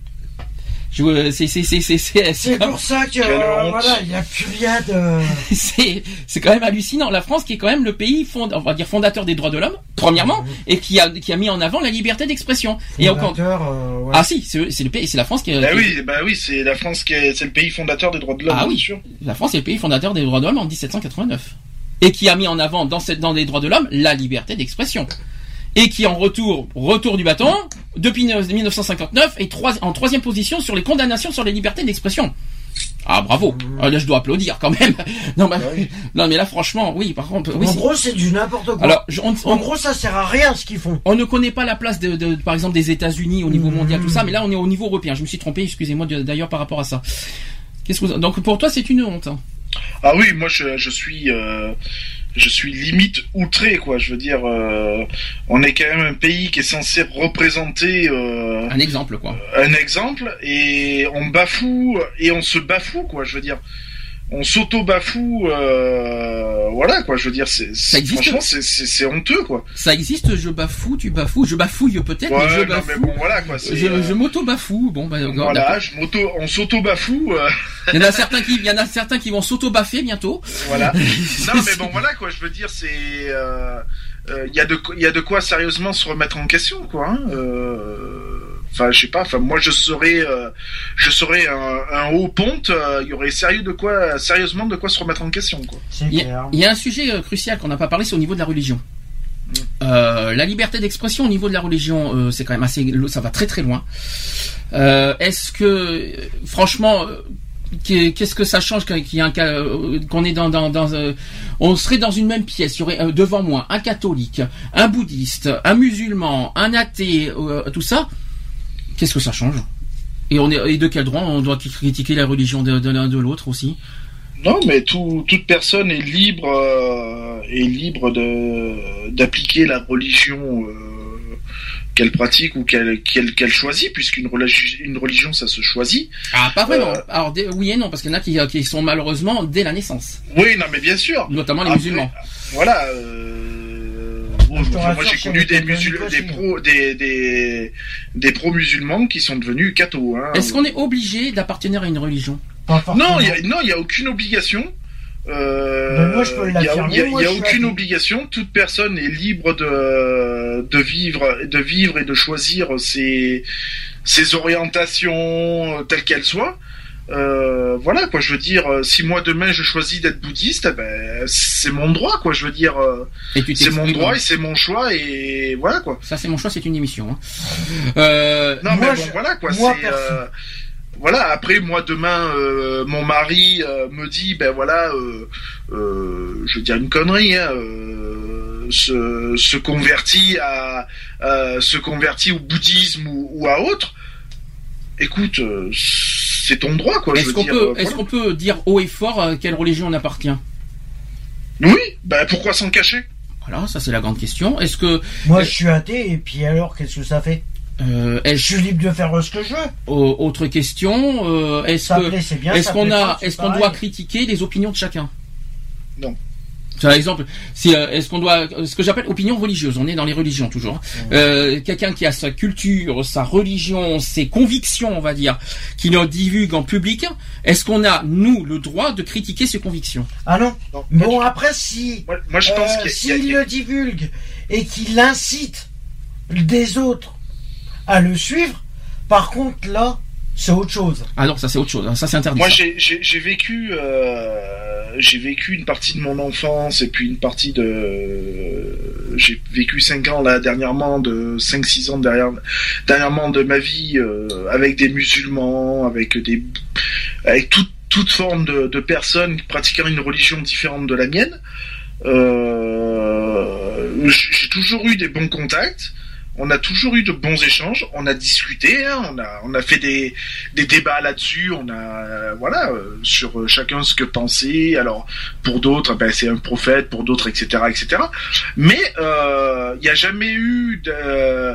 Je, c'est, c'est, c'est, c'est, c'est, c'est comme... pour ça que, euh, voilà, il n'y a plus rien de... c'est, c'est quand même hallucinant. La France qui est quand même le pays, fond, on va dire fondateur des droits de l'homme, premièrement, mmh. et qui a, qui a mis en avant la liberté d'expression. Fondateur, et encore... euh, ouais. Ah si, c'est, c'est le pays, c'est la France qui est... Bah qui... oui, bah oui, c'est la France qui est, c'est le pays fondateur des droits de l'homme, ah, bien oui. sûr. La France est le pays fondateur des droits de l'homme en dix-sept cent quatre-vingt-neuf. Et qui a mis en avant dans cette, dans les droits de l'homme, la liberté d'expression. Et qui en retour, retour du bâton, depuis mille neuf cent cinquante-neuf, est trois, en troisième position sur les condamnations sur les libertés d'expression. Ah bravo, mmh. Là je dois applaudir quand même. Non, bah, oui. non mais là franchement, oui par contre... Oui, en c'est... gros c'est du n'importe quoi. Alors, je, on, on, en gros ça sert à rien ce qu'ils font. On ne connaît pas la place de, de, de par exemple des États-Unis au niveau mmh. mondial, tout ça, mais là on est au niveau européen. Je me suis trompé, excusez-moi d'ailleurs par rapport à ça. Qu'est-ce que vous... Donc pour toi c'est une honte hein. Ah oui, moi je, je suis... Euh... Je suis limite outré, quoi. Je veux dire, euh, on est quand même un pays qui est censé représenter euh, un exemple, quoi. Un exemple, et on bafoue et on se bafoue, quoi. Je veux dire, on s'auto-bafoue, euh, voilà, quoi. Je veux dire, c'est, c'est existe, franchement, c'est, c'est, c'est honteux, quoi. Ça existe. Je bafoue, tu bafoues, je bafouille peut-être, ouais, mais je non, bafoue. Mais bon, voilà, quoi. Je, euh... je m'auto-bafoue. Bon, bah, voilà, je m'auto, on s'auto-bafoue. Euh... Il y en a certains qui, il y en a certains qui vont s'auto-baffer bientôt. Voilà. Non, mais bon, voilà, quoi. Je veux dire, c'est, euh, euh, il y a de, il y a de quoi sérieusement se remettre en question, quoi. Hein. Euh... Enfin, je sais pas. Enfin, moi, je serais, euh, je serais un, un haut ponte. Il euh, y aurait sérieux de quoi, sérieusement de quoi se remettre en question, quoi. Il y, il y a un sujet euh, crucial qu'on n'a pas parlé, c'est au niveau de la religion. Mmh. Euh, la liberté d'expression au niveau de la religion, euh, c'est quand même assez, ça va très très loin. Euh, est-ce que, franchement, qu'est-ce que ça change qu'il y a un cas, qu'on est dans, dans, dans euh, on serait dans une même pièce, il y aurait euh, devant moi un catholique, un bouddhiste, un musulman, un athée, euh, tout ça. Qu'est-ce que ça change? Et on est, et de quel droit on doit critiquer la religion de, de l'un de l'autre aussi? Non, mais tout, toute personne est libre, euh, est libre de d'appliquer la religion euh, qu'elle pratique ou qu'elle qu'elle qu'elle choisit, puisqu'une religion, une religion, ça se choisit. Ah, pas vraiment. Euh, Alors oui et non, parce qu'il y en a qui, qui sont malheureusement dès la naissance. Oui, non, mais bien sûr. Notamment les Après, musulmans. Voilà. Euh, bon, enfin, moi, j'ai connu des musulmans, des pros, des des des pros musulmans qui sont devenus cathos. Hein. Est-ce qu'on est obligé d'appartenir à une religion? Non, il y a, non, il y a aucune obligation. Euh, moi, je peux l'affirmer. Il y a, y a aucune obligation. Toute personne est libre de de vivre, de vivre et de choisir ses ses orientations telles qu'elles soient. Euh, voilà, quoi. Je veux dire, si moi demain je choisis d'être bouddhiste, ben c'est mon droit, quoi. Je veux dire, c'est mon droit et c'est mon choix et voilà, quoi. Ça, c'est mon choix, c'est une émission. Hein. Euh, non, moi, mais bon, je... voilà, quoi. Moi, c'est euh, voilà, après moi demain euh, mon mari euh, me dit ben voilà euh, euh, je veux dire une connerie hein, euh, se, se convertit à euh, se convertit au bouddhisme ou, ou à autre. Écoute, euh, c'est ton droit, quoi. Est-ce je veux qu'on dire, peut euh, est-ce voilà. qu'on peut dire haut et fort à quelle religion on appartient? Oui, ben pourquoi s'en cacher? Voilà, ça c'est la grande question. Est-ce que moi je suis athée et puis alors qu'est-ce que ça fait? Euh, je suis libre de faire ce que je veux. Euh, autre question, euh, est-ce ça que plaît, c'est bien, est-ce ça qu'on plaît a pas, c'est est-ce qu'on pareil. doit critiquer les opinions de chacun? Non. Par exemple, si euh, est-ce qu'on doit ce que j'appelle opinion religieuse, on est dans les religions toujours. Mmh. Euh, quelqu'un qui a sa culture, sa religion, ses convictions, on va dire, qui le divulgue en public, est-ce qu'on a nous le droit de critiquer ses convictions? Ah non. non bon après si moi, moi je pense euh, qu'il s'il y a... le divulgue et qu'il incite des autres à le suivre, par contre là c'est autre chose. Ah non, ça c'est autre chose, ça c'est interdit. Moi ça. j'ai, j'ai, j'ai vécu euh, j'ai vécu une partie de mon enfance et puis une partie de euh, j'ai vécu cinq ans là dernièrement de cinq six ans derrière dernièrement de ma vie euh, avec des musulmans, avec des avec toute toute forme de, de personnes pratiquant une religion différente de la mienne. Euh, j'ai toujours eu des bons contacts. On a toujours eu de bons échanges, on a discuté, hein, on a on a fait des des débats là-dessus, on a euh, voilà euh, sur euh, chacun ce que pensait. Alors pour d'autres, ben c'est un prophète, pour d'autres, et cetera, et cetera. Mais il euh, y a jamais eu de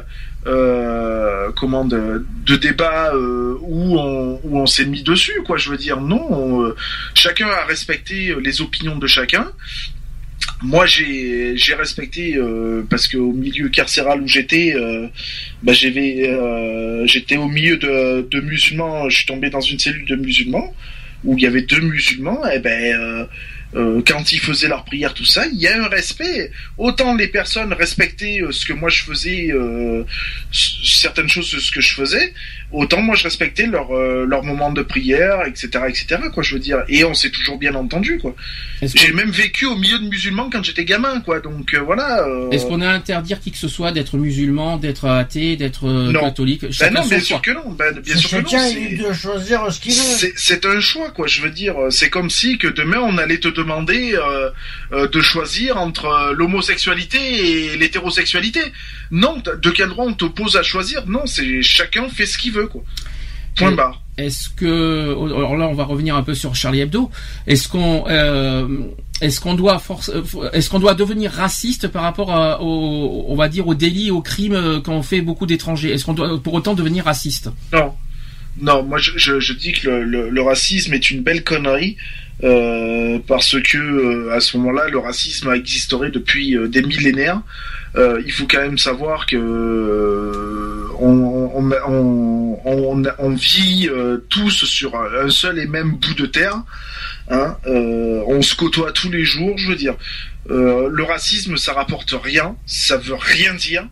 euh, comment de, de débat euh, où on où on s'est mis dessus, quoi. Je veux dire non, on, euh, chacun a respecté les opinions de chacun. Moi, j'ai j'ai respecté euh, parce que au milieu carcéral où j'étais, euh, bah j'avais euh, j'étais au milieu de, de musulmans. Je suis tombé dans une cellule de musulmans où il y avait deux musulmans. Et ben euh, euh, quand ils faisaient leur prière, tout ça, il y a un respect. Autant les personnes respectaient euh, ce que moi je faisais, euh, certaines choses de ce que je faisais, autant moi je respectais leur euh, leur moment de prière, et cetera, et cetera. Quoi, je veux dire. Et on s'est toujours bien entendu, quoi. J'ai même vécu au milieu de musulmans quand j'étais gamin, quoi. Donc euh, voilà. Euh... Est-ce qu'on a interdire qui que ce soit d'être musulman, d'être athée, d'être euh, catholique? Ben non, bien sûr que non. Ben, bien sûr que non. Chacun est libre de choisir ce qu'il veut. C'est, c'est un choix, quoi. Je veux dire, c'est comme si que demain on allait te demander euh, euh, de choisir entre l'homosexualité et l'hétérosexualité. Non, de quel droit on t'oppose à choisir? Non, c'est chacun fait ce qu'il veut, quoi. Point barre. Est-ce que, alors là, on va revenir un peu sur Charlie Hebdo. Est-ce qu'on, euh, est-ce qu'on doit force, est-ce qu'on doit devenir raciste par rapport à, au, on va dire, aux délits, aux crimes qu'ont fait beaucoup d'étrangers? Est-ce qu'on doit pour autant devenir raciste? Non, non. Moi, je, je, je dis que le, le, le racisme est une belle connerie. Euh, parce que euh, à ce moment-là, le racisme a existé depuis euh, des millénaires. Euh, il faut quand même savoir que euh, on, on, on, on, on vit euh, tous sur un seul et même bout de terre. Hein, euh, on se côtoie tous les jours. Je veux dire, euh, le racisme, ça rapporte rien, ça veut rien dire.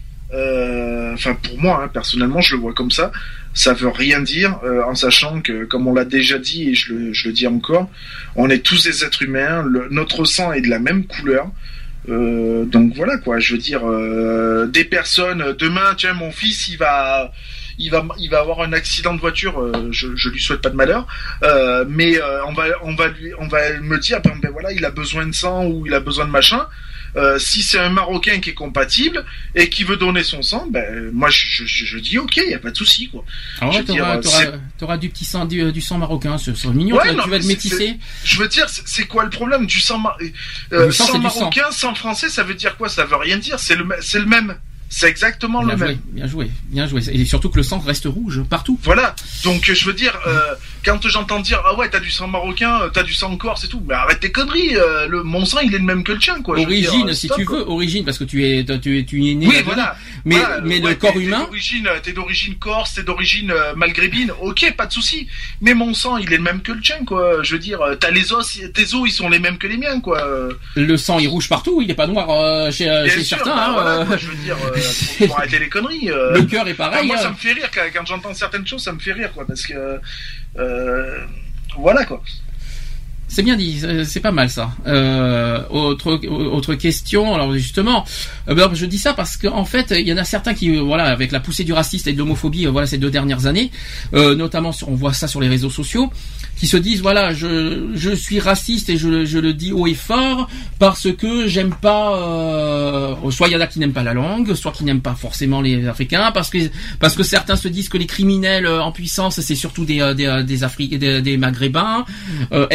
Euh, enfin, pour moi, hein, personnellement, je le vois comme ça. Ça veut rien dire, euh, en sachant que, comme on l'a déjà dit et je le, je le dis encore, on est tous des êtres humains. Le, notre sang est de la même couleur. Euh, donc voilà, quoi. Je veux dire, euh, des personnes. Demain, tiens, mon fils, il va, il va, il va avoir un accident de voiture. Euh, je, je lui souhaite pas de malheur, euh, mais euh, on va, on va lui, on va me dire, ben, ben voilà, il a besoin de sang ou il a besoin de machin. Euh, si c'est un Marocain qui est compatible et qui veut donner son sang, ben moi je, je, je dis ok, y a pas de souci, quoi. Alors ouais, t'auras, dire, t'auras, t'auras du petit sang, du, du sang marocain, c'est mignon. Ouais, tu, non, tu vas te métisser. Je veux dire, c'est, c'est quoi le problème du sang, euh, du sang, sang marocain, sang. sang français, ça veut dire quoi? Ça veut rien dire. C'est le, c'est le même. C'est exactement bien le joué, même. Bien joué, bien joué. Et surtout que le sang reste rouge partout. Voilà. Donc je veux dire, euh, quand j'entends dire ah ouais t'as du sang marocain, t'as du sang corse et tout, mais arrête tes conneries. Euh, le mon sang il est le même que le tien, quoi. Origine, dire, si stop, tu quoi. veux, origine parce que tu es tu es tu es né. Oui là-dedans. voilà. Mais voilà, mais ouais, le corps t'es, humain. T'es d'origine, t'es d'origine corse, t'es d'origine euh, maghrébine. Ok, pas de souci. Mais mon sang il est le même que le tien, quoi. Je veux dire, t'as les os, tes os ils sont les mêmes que les miens, quoi. Le sang il est rouge partout, il est pas noir euh, chez, chez sûr, certains. Bah, hein, voilà, euh... quoi, je veux dire, euh, faut, faut arrêter les conneries. Euh... Le cœur est pareil. Enfin, moi, hein. ça me fait rire quand, quand j'entends certaines choses, ça me fait rire, quoi, parce que euh, voilà, quoi. C'est bien dit, c'est pas mal ça. Euh, autre autre question. Alors justement, euh, ben, je dis ça parce qu'en fait, il y en a certains qui, voilà, avec la poussée du racisme et de l'homophobie, euh, voilà, ces deux dernières années, euh, notamment, sur, on voit ça sur les réseaux sociaux, qui se disent, voilà, je je suis raciste et je je le dis haut et fort parce que j'aime pas. Euh, soit il y en a qui n'aiment pas la langue, soit qui n'aiment pas forcément les Africains, parce que parce que certains se disent que les criminels en puissance, c'est surtout des des des Africains, des, des Maghrébins. Euh, est-ce que pour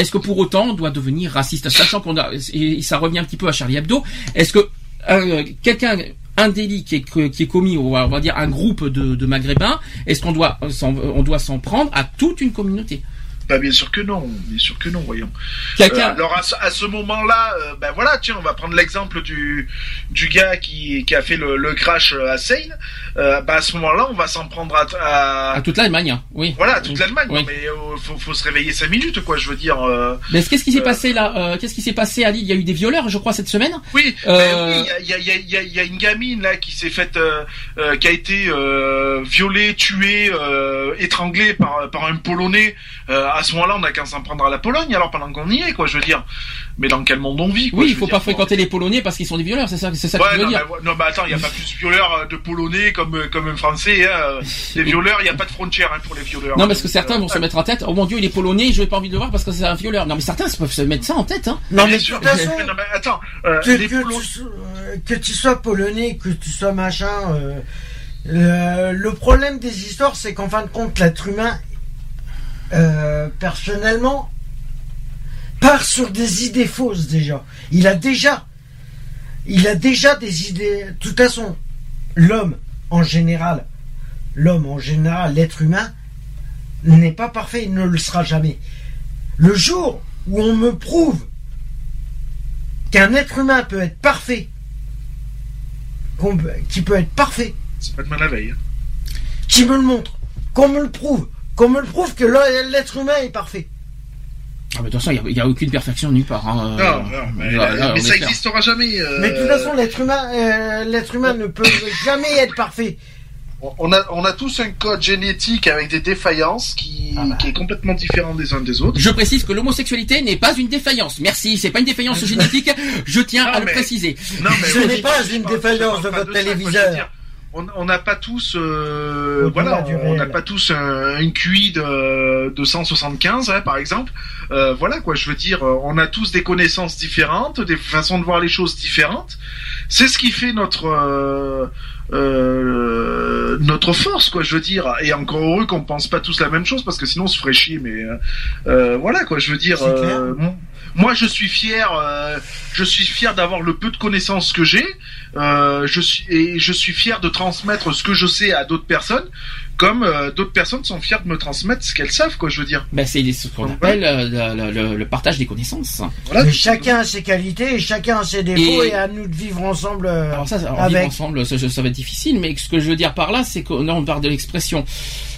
autant on doit devenir raciste, sachant qu'on a, et ça revient un petit peu à Charlie Hebdo. Est-ce que euh, quelqu'un, un délit qui est, qui est commis, on va dire un groupe de, de Maghrébins, est-ce qu'on doit, on doit s'en prendre à toute une communauté? Bah bien sûr que non, bien sûr que non, voyons. Quelqu'un... Euh, alors à ce, à ce moment-là, euh, ben voilà, tiens, on va prendre l'exemple du du gars qui qui a fait le, le crash à Seine. Euh, bah à ce moment-là, on va s'en prendre à à, à toute l'Allemagne, oui. Voilà, à toute oui. l'Allemagne. Oui. Mais euh, faut faut se réveiller cinq minutes, quoi. Je veux dire. Euh, mais qu'est-ce qui s'est euh, passé là euh, Qu'est-ce qui s'est passé à Lille? Il y a eu des violeurs, je crois, cette semaine. Oui, euh... oui, il y a il y a il y a il y a une gamine là qui s'est faite, euh, euh, qui a été euh, violée, tuée, euh, étranglée par par un Polonais. Euh, à ce moment-là, on a qu'à s'en prendre à la Pologne, alors pendant qu'on y est, quoi, je veux dire. Mais dans quel monde on vit, quoi. Oui, il faut pas dire, fréquenter les Polonais parce qu'ils sont des violeurs, c'est ça, c'est ça ouais, que tu veux non, dire. Mais, non, mais attends, il y a pas plus violeurs de Polonais comme comme un Français, hein. Les violeurs, il y a pas de frontières, hein, pour les violeurs. Non, parce que certains vont se mettre en tête. Oh mon Dieu, il est polonais, je n'ai pas envie de le voir parce que c'est un violeur. Non, mais certains peuvent se mettre ça en tête, hein. Non, mais de sûr, toute façon, non, mais attends, euh, que, les que, Polonais... tu, euh, que tu sois polonais, que tu sois machin, euh, euh, le problème des histoires, c'est qu'en fin de compte, l'être humain, euh, personnellement, part sur des idées fausses déjà. Il a déjà, il a déjà des idées. De toute façon, l'homme en général, l'homme en général, l'être humain n'est pas parfait, il ne le sera jamais. Le jour où on me prouve qu'un être humain peut être parfait, qu'on, qui peut être parfait, c'est pas demain la veille. Qui me le montre, qu'on me le prouve, qu'on me le prouve que l'être humain est parfait. Ah, mais de toute façon, il n'y a, a aucune perfection nulle part. Hein. Non, non, mais, là, là, mais ça n'existera jamais. Euh... Mais de toute façon, l'être humain, euh, l'être humain ne peut jamais être parfait. On a, on a tous un code génétique avec des défaillances qui, ah bah. qui est complètement différent des uns des autres. Je précise que l'homosexualité n'est pas une défaillance. Merci, c'est pas une défaillance génétique. Je tiens non, à mais, le préciser. Non, mais ce n'est pas une défaillance de votre téléviseur. On n'a pas tous, euh, voilà, on n'a pas tous un, une Q I de, de cent soixante-quinze, hein, par exemple. Euh, voilà quoi, je veux dire, on a tous des connaissances différentes, des façons de voir les choses différentes. C'est ce qui fait notre euh, euh, notre force, quoi, je veux dire. Et encore heureux qu'on pense pas tous la même chose, parce que sinon on se ferait chier. Mais euh, voilà quoi, je veux dire. Euh, moi, je suis fier. Euh, je suis fier d'avoir le peu de connaissances que j'ai. Euh, je suis et je suis fier de transmettre ce que je sais à d'autres personnes, comme euh, d'autres personnes sont fières de me transmettre ce qu'elles savent, quoi, je veux dire. Ben, c'est ce qu'on appelle euh, le, le, le partage des connaissances. Voilà, chacun a ses qualités et chacun a ses défauts et, et à nous de vivre ensemble. Euh, alors ça, alors avec... vivre ensemble, ça, ça va être difficile, mais ce que je veux dire par là, c'est que là, on parle de l'expression.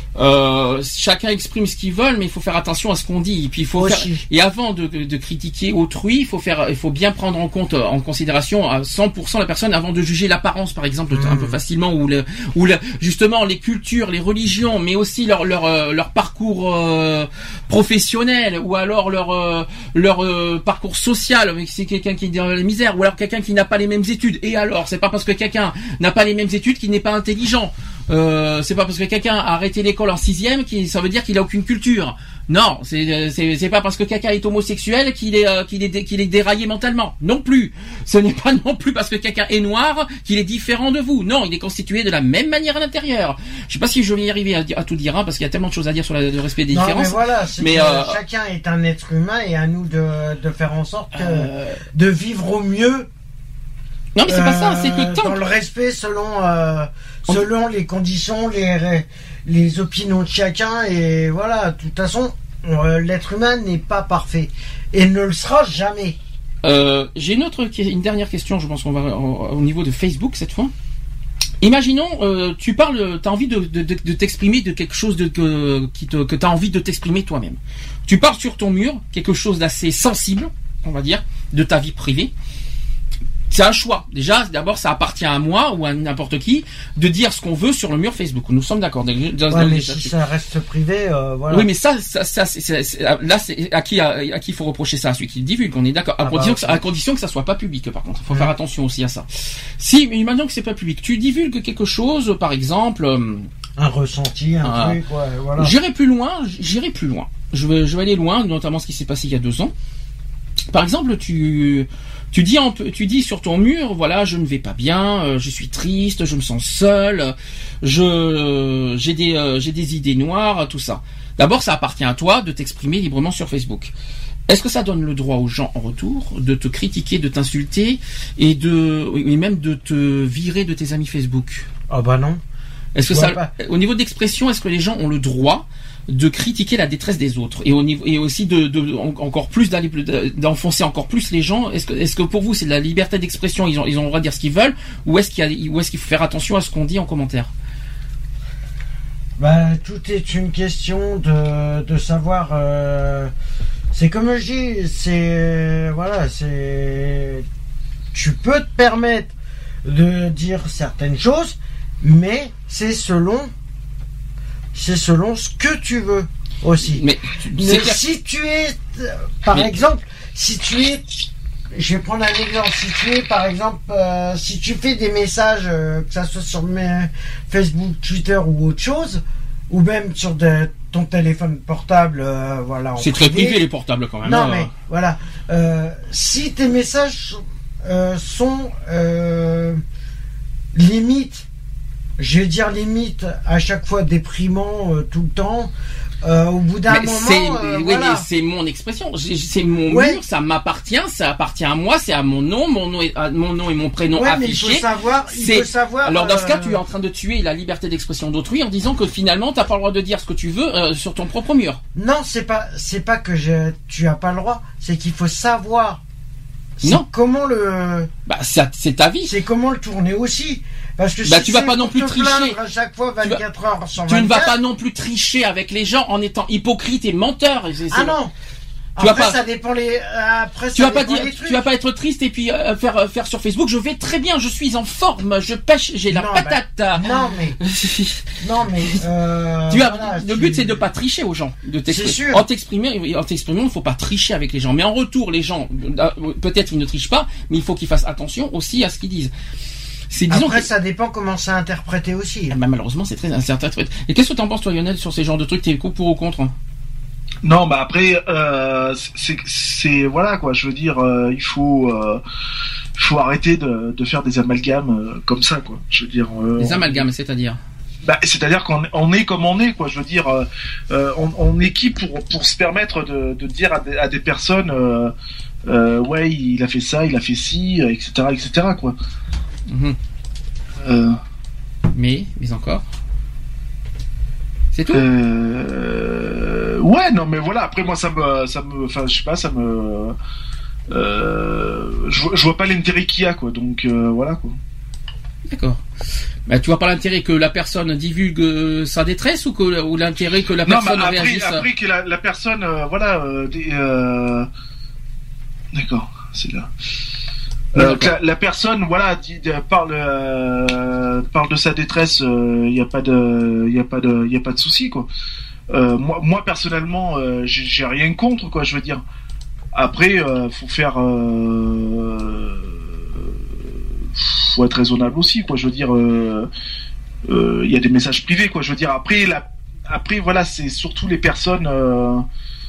Euh, chacun exprime ce qu'il veut, mais il faut faire attention à ce qu'on dit. Et puis il faut faire, et avant de, de critiquer autrui, il faut faire, il faut bien prendre en compte, en considération à cent pour cent la personne avant de juger l'apparence, par exemple, mmh. un peu facilement, ou le, ou le, justement les cultures, les religions, mais aussi leur leur leur parcours euh, professionnel, ou alors leur euh, leur euh, parcours social. C'est quelqu'un qui est dans la misère, ou alors quelqu'un qui n'a pas les mêmes études. Et alors, c'est pas parce que quelqu'un n'a pas les mêmes études qu'il n'est pas intelligent. Euh, c'est pas parce que quelqu'un a arrêté l'école en sixième qu'il ça veut dire qu'il a aucune culture. Non, c'est c'est c'est pas parce que quelqu'un est homosexuel qu'il est euh, qu'il est qu'il est déraillé mentalement. Non plus. Ce n'est pas non plus parce que quelqu'un est noir qu'il est différent de vous. Non, il est constitué de la même manière à l'intérieur. Je sais pas si je vais y arriver à, à tout dire, hein, parce qu'il y a tellement de choses à dire sur le respect des non, différences. Mais voilà, mais euh, chacun est un être humain et à nous de de faire en sorte que, euh... de vivre au mieux. Non, mais c'est euh, pas ça, c'est que tant dans le respect selon euh, selon les conditions, les les opinions de chacun, et voilà. De toute façon, euh, l'être humain n'est pas parfait et ne le sera jamais. Euh, j'ai une autre, une dernière question. Je pense qu'on va au, au niveau de Facebook cette fois. Imaginons, euh, tu parles, t'as envie de, de, de, de t'exprimer de quelque chose de que qui te, que t'as envie de t'exprimer toi-même. Tu parles sur ton mur quelque chose d'assez sensible, on va dire, de ta vie privée. C'est un choix. Déjà, d'abord, ça appartient à moi ou à n'importe qui de dire ce qu'on veut sur le mur Facebook. Nous sommes d'accord. Ouais, mais si ça reste privé, euh, voilà. Oui, mais ça, ça, ça, c'est, c'est, c'est, là, c'est à qui, à, à qui il faut reprocher ça, à celui qui le divulgue. On est d'accord. À, ah condition, bah, okay. que, à condition que ça soit pas public. Par contre, il faut mmh. faire attention aussi à ça. Si, mais imaginons que c'est pas public, tu divulgues quelque chose, par exemple, euh, un ressenti, un euh, truc, ouais, voilà. J'irai plus loin. J'irai plus loin. Je vais, je vais aller loin, notamment ce qui s'est passé il y a deux ans. Par exemple, tu tu dis en, tu dis sur ton mur, voilà, je ne vais pas bien, euh, je suis triste, je me sens seul, je euh, j'ai des euh, j'ai des idées noires, tout ça. D'abord, ça appartient à toi de t'exprimer librement sur Facebook. Est-ce que ça donne le droit aux gens en retour de te critiquer, de t'insulter et de, et même de te virer de tes amis Facebook? Ah bah non. Est-ce que Je ça, vois pas. au niveau d'expression, est-ce que les gens ont le droit de critiquer la détresse des autres et au niveau et aussi de, de en- encore plus d'aller d'enfoncer encore plus les gens? Est-ce que est-ce que pour vous c'est de la liberté d'expression, ils ont ils ont le droit de dire ce qu'ils veulent, ou est-ce qu'il y a, ou est-ce qu'il faut faire attention à ce qu'on dit en commentaire? Bah, tout est une question de, de savoir. euh, c'est comme je dis, c'est voilà, c'est. Tu peux te permettre de dire certaines choses, mais c'est selon, c'est selon ce que tu veux aussi. Mais tu- Mais c'est clair- si tu es, euh, par Mais- exemple, si tu es, je vais prendre un exemple, si tu es, par exemple, euh, si tu fais des messages, euh, que ça soit sur mes Facebook, Twitter ou autre chose, ou même sur de- ton téléphone portable, euh, voilà. en c'est très privé les portables quand même. Non hein. mais voilà, euh, si tes messages euh, sont euh, limite, je vais dire limite à chaque fois déprimant euh, tout le temps. Euh, au bout d'un Mais moment, c'est, euh, oui, voilà. mais c'est mon expression, J'ai- c'est mon Ouais. mur, ça m'appartient, ça appartient à moi, c'est à mon nom, mon nom et, à mon nom et mon prénom Ouais, mais il faut affichés. savoir, il C'est- faut savoir. Alors dans ce cas, euh, tu es en train de tuer la liberté d'expression d'autrui en disant que finalement, t'as pas le droit de dire ce que tu veux euh, sur ton propre mur. Non, c'est pas, c'est pas que je, tu as pas le droit, c'est qu'il faut savoir. c'est Non. Comment le, Bah, ça, c'est ta vie. c'est comment le tourner aussi. Parce que Bah, si tu vas c'est pas non pour plus te tricher. plaindre à chaque fois Tu vas- vingt-quatre heures sur Tu ne vas vingt-quatre, pas non plus tricher avec les gens en étant hypocrite et menteur. C'est- c'est- Ah non. Tu vas Après, pas- ça dépend les. euh, Après, Tu ça vas pas dépend dire, les trucs. tu vas pas être triste et puis euh, faire euh, faire sur Facebook. Je vais très bien, je suis en forme, je pêche, j'ai la Non, patate. Non mais, non mais. Euh, Tu as, voilà, le tu- but c'est de pas tricher aux gens, de t'exprimer. C'est sûr. En t'exprimer, en t'exprimant, il faut pas tricher avec les gens. Mais en retour, les gens, euh, peut-être ils ne trichent pas, mais il faut qu'ils fassent attention aussi à ce qu'ils disent. C'est disons Après, que, ça dépend comment c'est interprété aussi. Ah bah, malheureusement c'est très incertain. Et qu'est-ce que t'en penses toi Lionel sur ces genres de trucs? T'es pour ou contre? Non, bah après, euh, c'est, c'est voilà quoi. Je veux dire, euh, il faut, euh, il faut arrêter de, de faire des amalgames euh, comme ça quoi. Je veux dire. euh, Les amalgames, c'est-à-dire? Bah, c'est-à-dire qu'on on est comme on est quoi. Je veux dire, euh, euh, on, on est qui pour pour se permettre de, de dire à des, à des personnes, euh, euh, ouais, il a fait ça, il a fait ci, euh, et cetera, et cetera quoi. Mhm. Euh, Mais, mais encore. C'est tout. Euh... Ouais, non, mais voilà. Après, moi, ça me, ça me, enfin, je sais pas, ça me, euh... je, vois- je vois pas l'intérêt qu'il y a, quoi. Donc euh, voilà, quoi. D'accord. Bah, tu vois pas l'intérêt que la personne divulgue euh, sa détresse ou que ou l'intérêt que la Non, mais personne après, réagisse. après que la, la personne, euh, voilà, euh, des, euh... d'accord, c'est là. Ouais, Euh, d'accord. que la, la personne, voilà, dit, de- parle, euh, parle de sa détresse. Il y a pas de, il y a pas de, il y a pas de souci, quoi. Euh, moi, moi personnellement, euh, j'ai j'ai rien contre, quoi. Je veux dire. Après, euh, faut faire, euh, faut être raisonnable aussi, quoi. Je veux dire, euh, euh, il y a des messages privés, quoi. Je veux dire. Après, la, après, voilà, c'est surtout les personnes. Euh,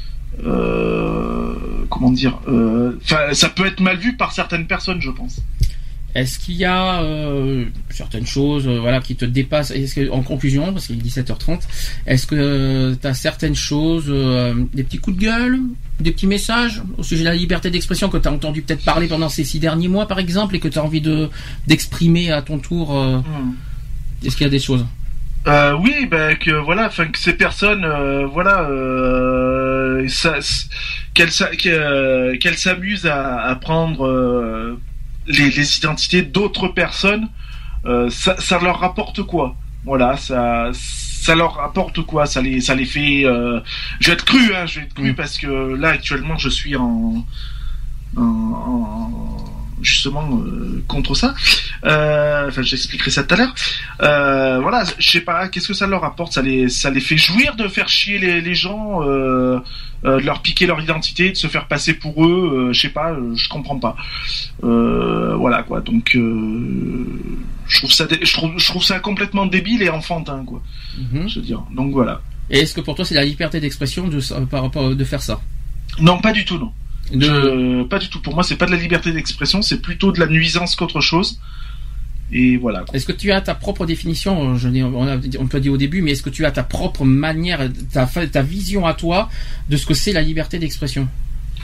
euh, comment dire, enfin, ça peut être mal vu par certaines personnes, je pense. Est-ce qu'il y a euh, certaines choses euh, voilà, qui te dépassent? Est-ce que, en conclusion, parce qu'il est dix-sept heures trente, est-ce que tu as certaines choses, euh, des petits coups de gueule, des petits messages au sujet de la liberté d'expression que tu as entendu peut-être parler pendant ces six derniers mois, par exemple, et que tu as envie de, d'exprimer à ton tour euh, Hmm. Est-ce qu'il y a des choses? Euh, oui, ben que voilà, enfin que ces personnes, euh, voilà, euh, ça, qu'elles, s'a- qu'elles, qu'elles s'amusent à, à prendre euh, les, les identités d'autres personnes, euh, ça, ça leur rapporte quoi? Voilà, ça, ça leur rapporte quoi? Ça les, ça les fait. Euh, je vais être cru, hein, je vais être cru Mm. parce que là actuellement je suis en, en, en- justement euh, contre ça. Euh, Enfin, j'expliquerai ça tout à l'heure. Euh, voilà, je sais pas, qu'est-ce que ça leur apporte? Ça les, ça les fait jouir de faire chier les, les gens, euh, euh, de leur piquer leur identité, de se faire passer pour eux. Euh, je sais pas, euh, je comprends pas. Euh, voilà quoi. Donc, euh, je trouve ça, dé- je trouve, je trouve ça complètement débile et enfantin quoi. Mhm. Je veux dire. Donc voilà. Et est-ce que pour toi c'est la liberté d'expression de, ça- par rapport de faire ça? Non, pas du tout, non. De... Je- pas du tout. Pour moi, c'est pas de la liberté d'expression, c'est plutôt de la nuisance qu'autre chose. Et voilà. Est-ce que tu as ta propre définition? Je dis, on, a, on peut dire au début, mais est-ce que tu as ta propre manière, ta, ta vision à toi de ce que c'est la liberté d'expression?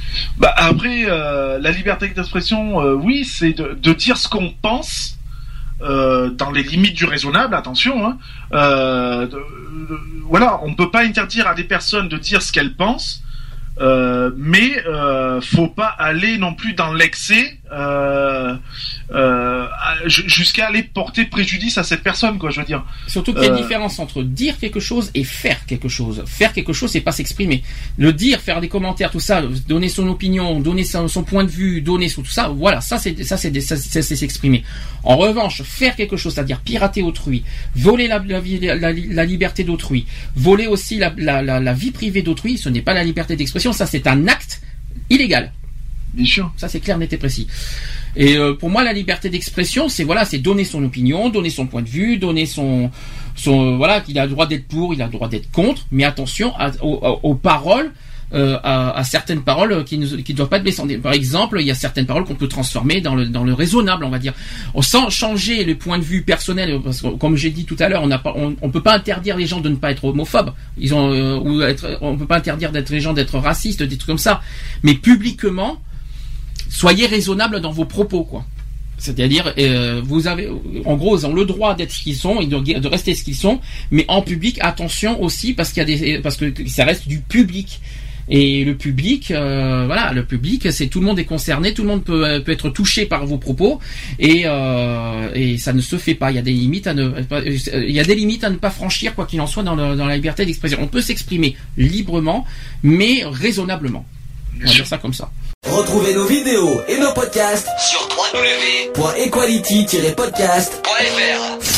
Bah après, euh, la liberté d'expression, euh, oui, c'est de, de dire ce qu'on pense euh, dans les limites du raisonnable. Attention, hein. Euh, de, de, voilà, on peut pas interdire à des personnes de dire ce qu'elles pensent. Euh, mais euh, faut pas aller non plus dans l'excès euh, euh, jusqu'à aller porter préjudice à cette personne, quoi. Je veux dire. Surtout qu'il y a une Euh, différence entre dire quelque chose et faire quelque chose. Faire quelque chose, c'est pas s'exprimer. Le dire, faire des commentaires, tout ça, donner son opinion, donner son, son point de vue, donner tout ça, voilà, ça c'est ça c'est des- ça, c'est c'est s'exprimer. En revanche, faire quelque chose, c'est-à-dire pirater autrui, voler la, la, vie- la, la liberté d'autrui, voler aussi la, la, la, la vie privée d'autrui, ce n'est pas la liberté d'expression, ça c'est un acte illégal. Bien sûr. Ça c'est clair, net et précis. Et euh, pour moi, la liberté d'expression, c'est voilà, c'est donner son opinion, donner son point de vue, donner son, son voilà, qu'il a le droit d'être pour, il a le droit d'être contre, mais attention à, aux, aux paroles, euh, à, à certaines paroles qui ne qui doivent pas être blessantes. Par exemple, il y a certaines paroles qu'on peut transformer dans le dans le raisonnable, on va dire, sans changer le point de vue personnel, parce que comme j'ai dit tout à l'heure, on n'a pas, on, on peut pas interdire les gens de ne pas être homophobes, ils ont euh, ou être, on peut pas interdire d'être les gens d'être racistes, des trucs comme ça, mais publiquement. Soyez raisonnable dans vos propos, quoi. C'est-à-dire, euh, vous avez, en gros, ils ont le droit d'être ce qu'ils sont et de, de rester ce qu'ils sont, mais en public, attention aussi, parce qu'il y a des, parce que ça reste du public. Et le public, euh, voilà, le public, c'est tout le monde est concerné, tout le monde peut, peut être touché par vos propos, et, euh, et ça ne se fait pas. Il y a des limites à ne, il y a des limites à ne pas franchir, quoi qu'il en soit, dans, le, dans la liberté d'expression. On peut s'exprimer librement, mais raisonnablement. On va dire ça comme ça. Retrouvez nos vidéos et nos podcasts sur w w w point equality tiret podcast point f r.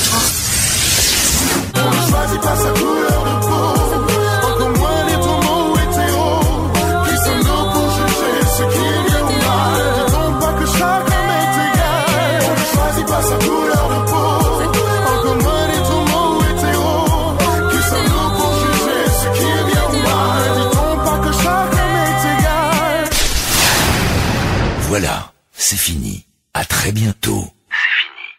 On ne choisit pas sa couleur de peau, encore moins les tourments hétéros. Qui sommes-nous pour juger ce qui est bien ou mal? Dit-on pas que chaque homme est égal? On ne choisit pas sa couleur de peau, encore moins les tourments hétéros. Qui sommes-nous pour juger ce qui est bien ou mal? Dit-on pas que chaque homme est égal? Voilà, c'est fini. À très bientôt.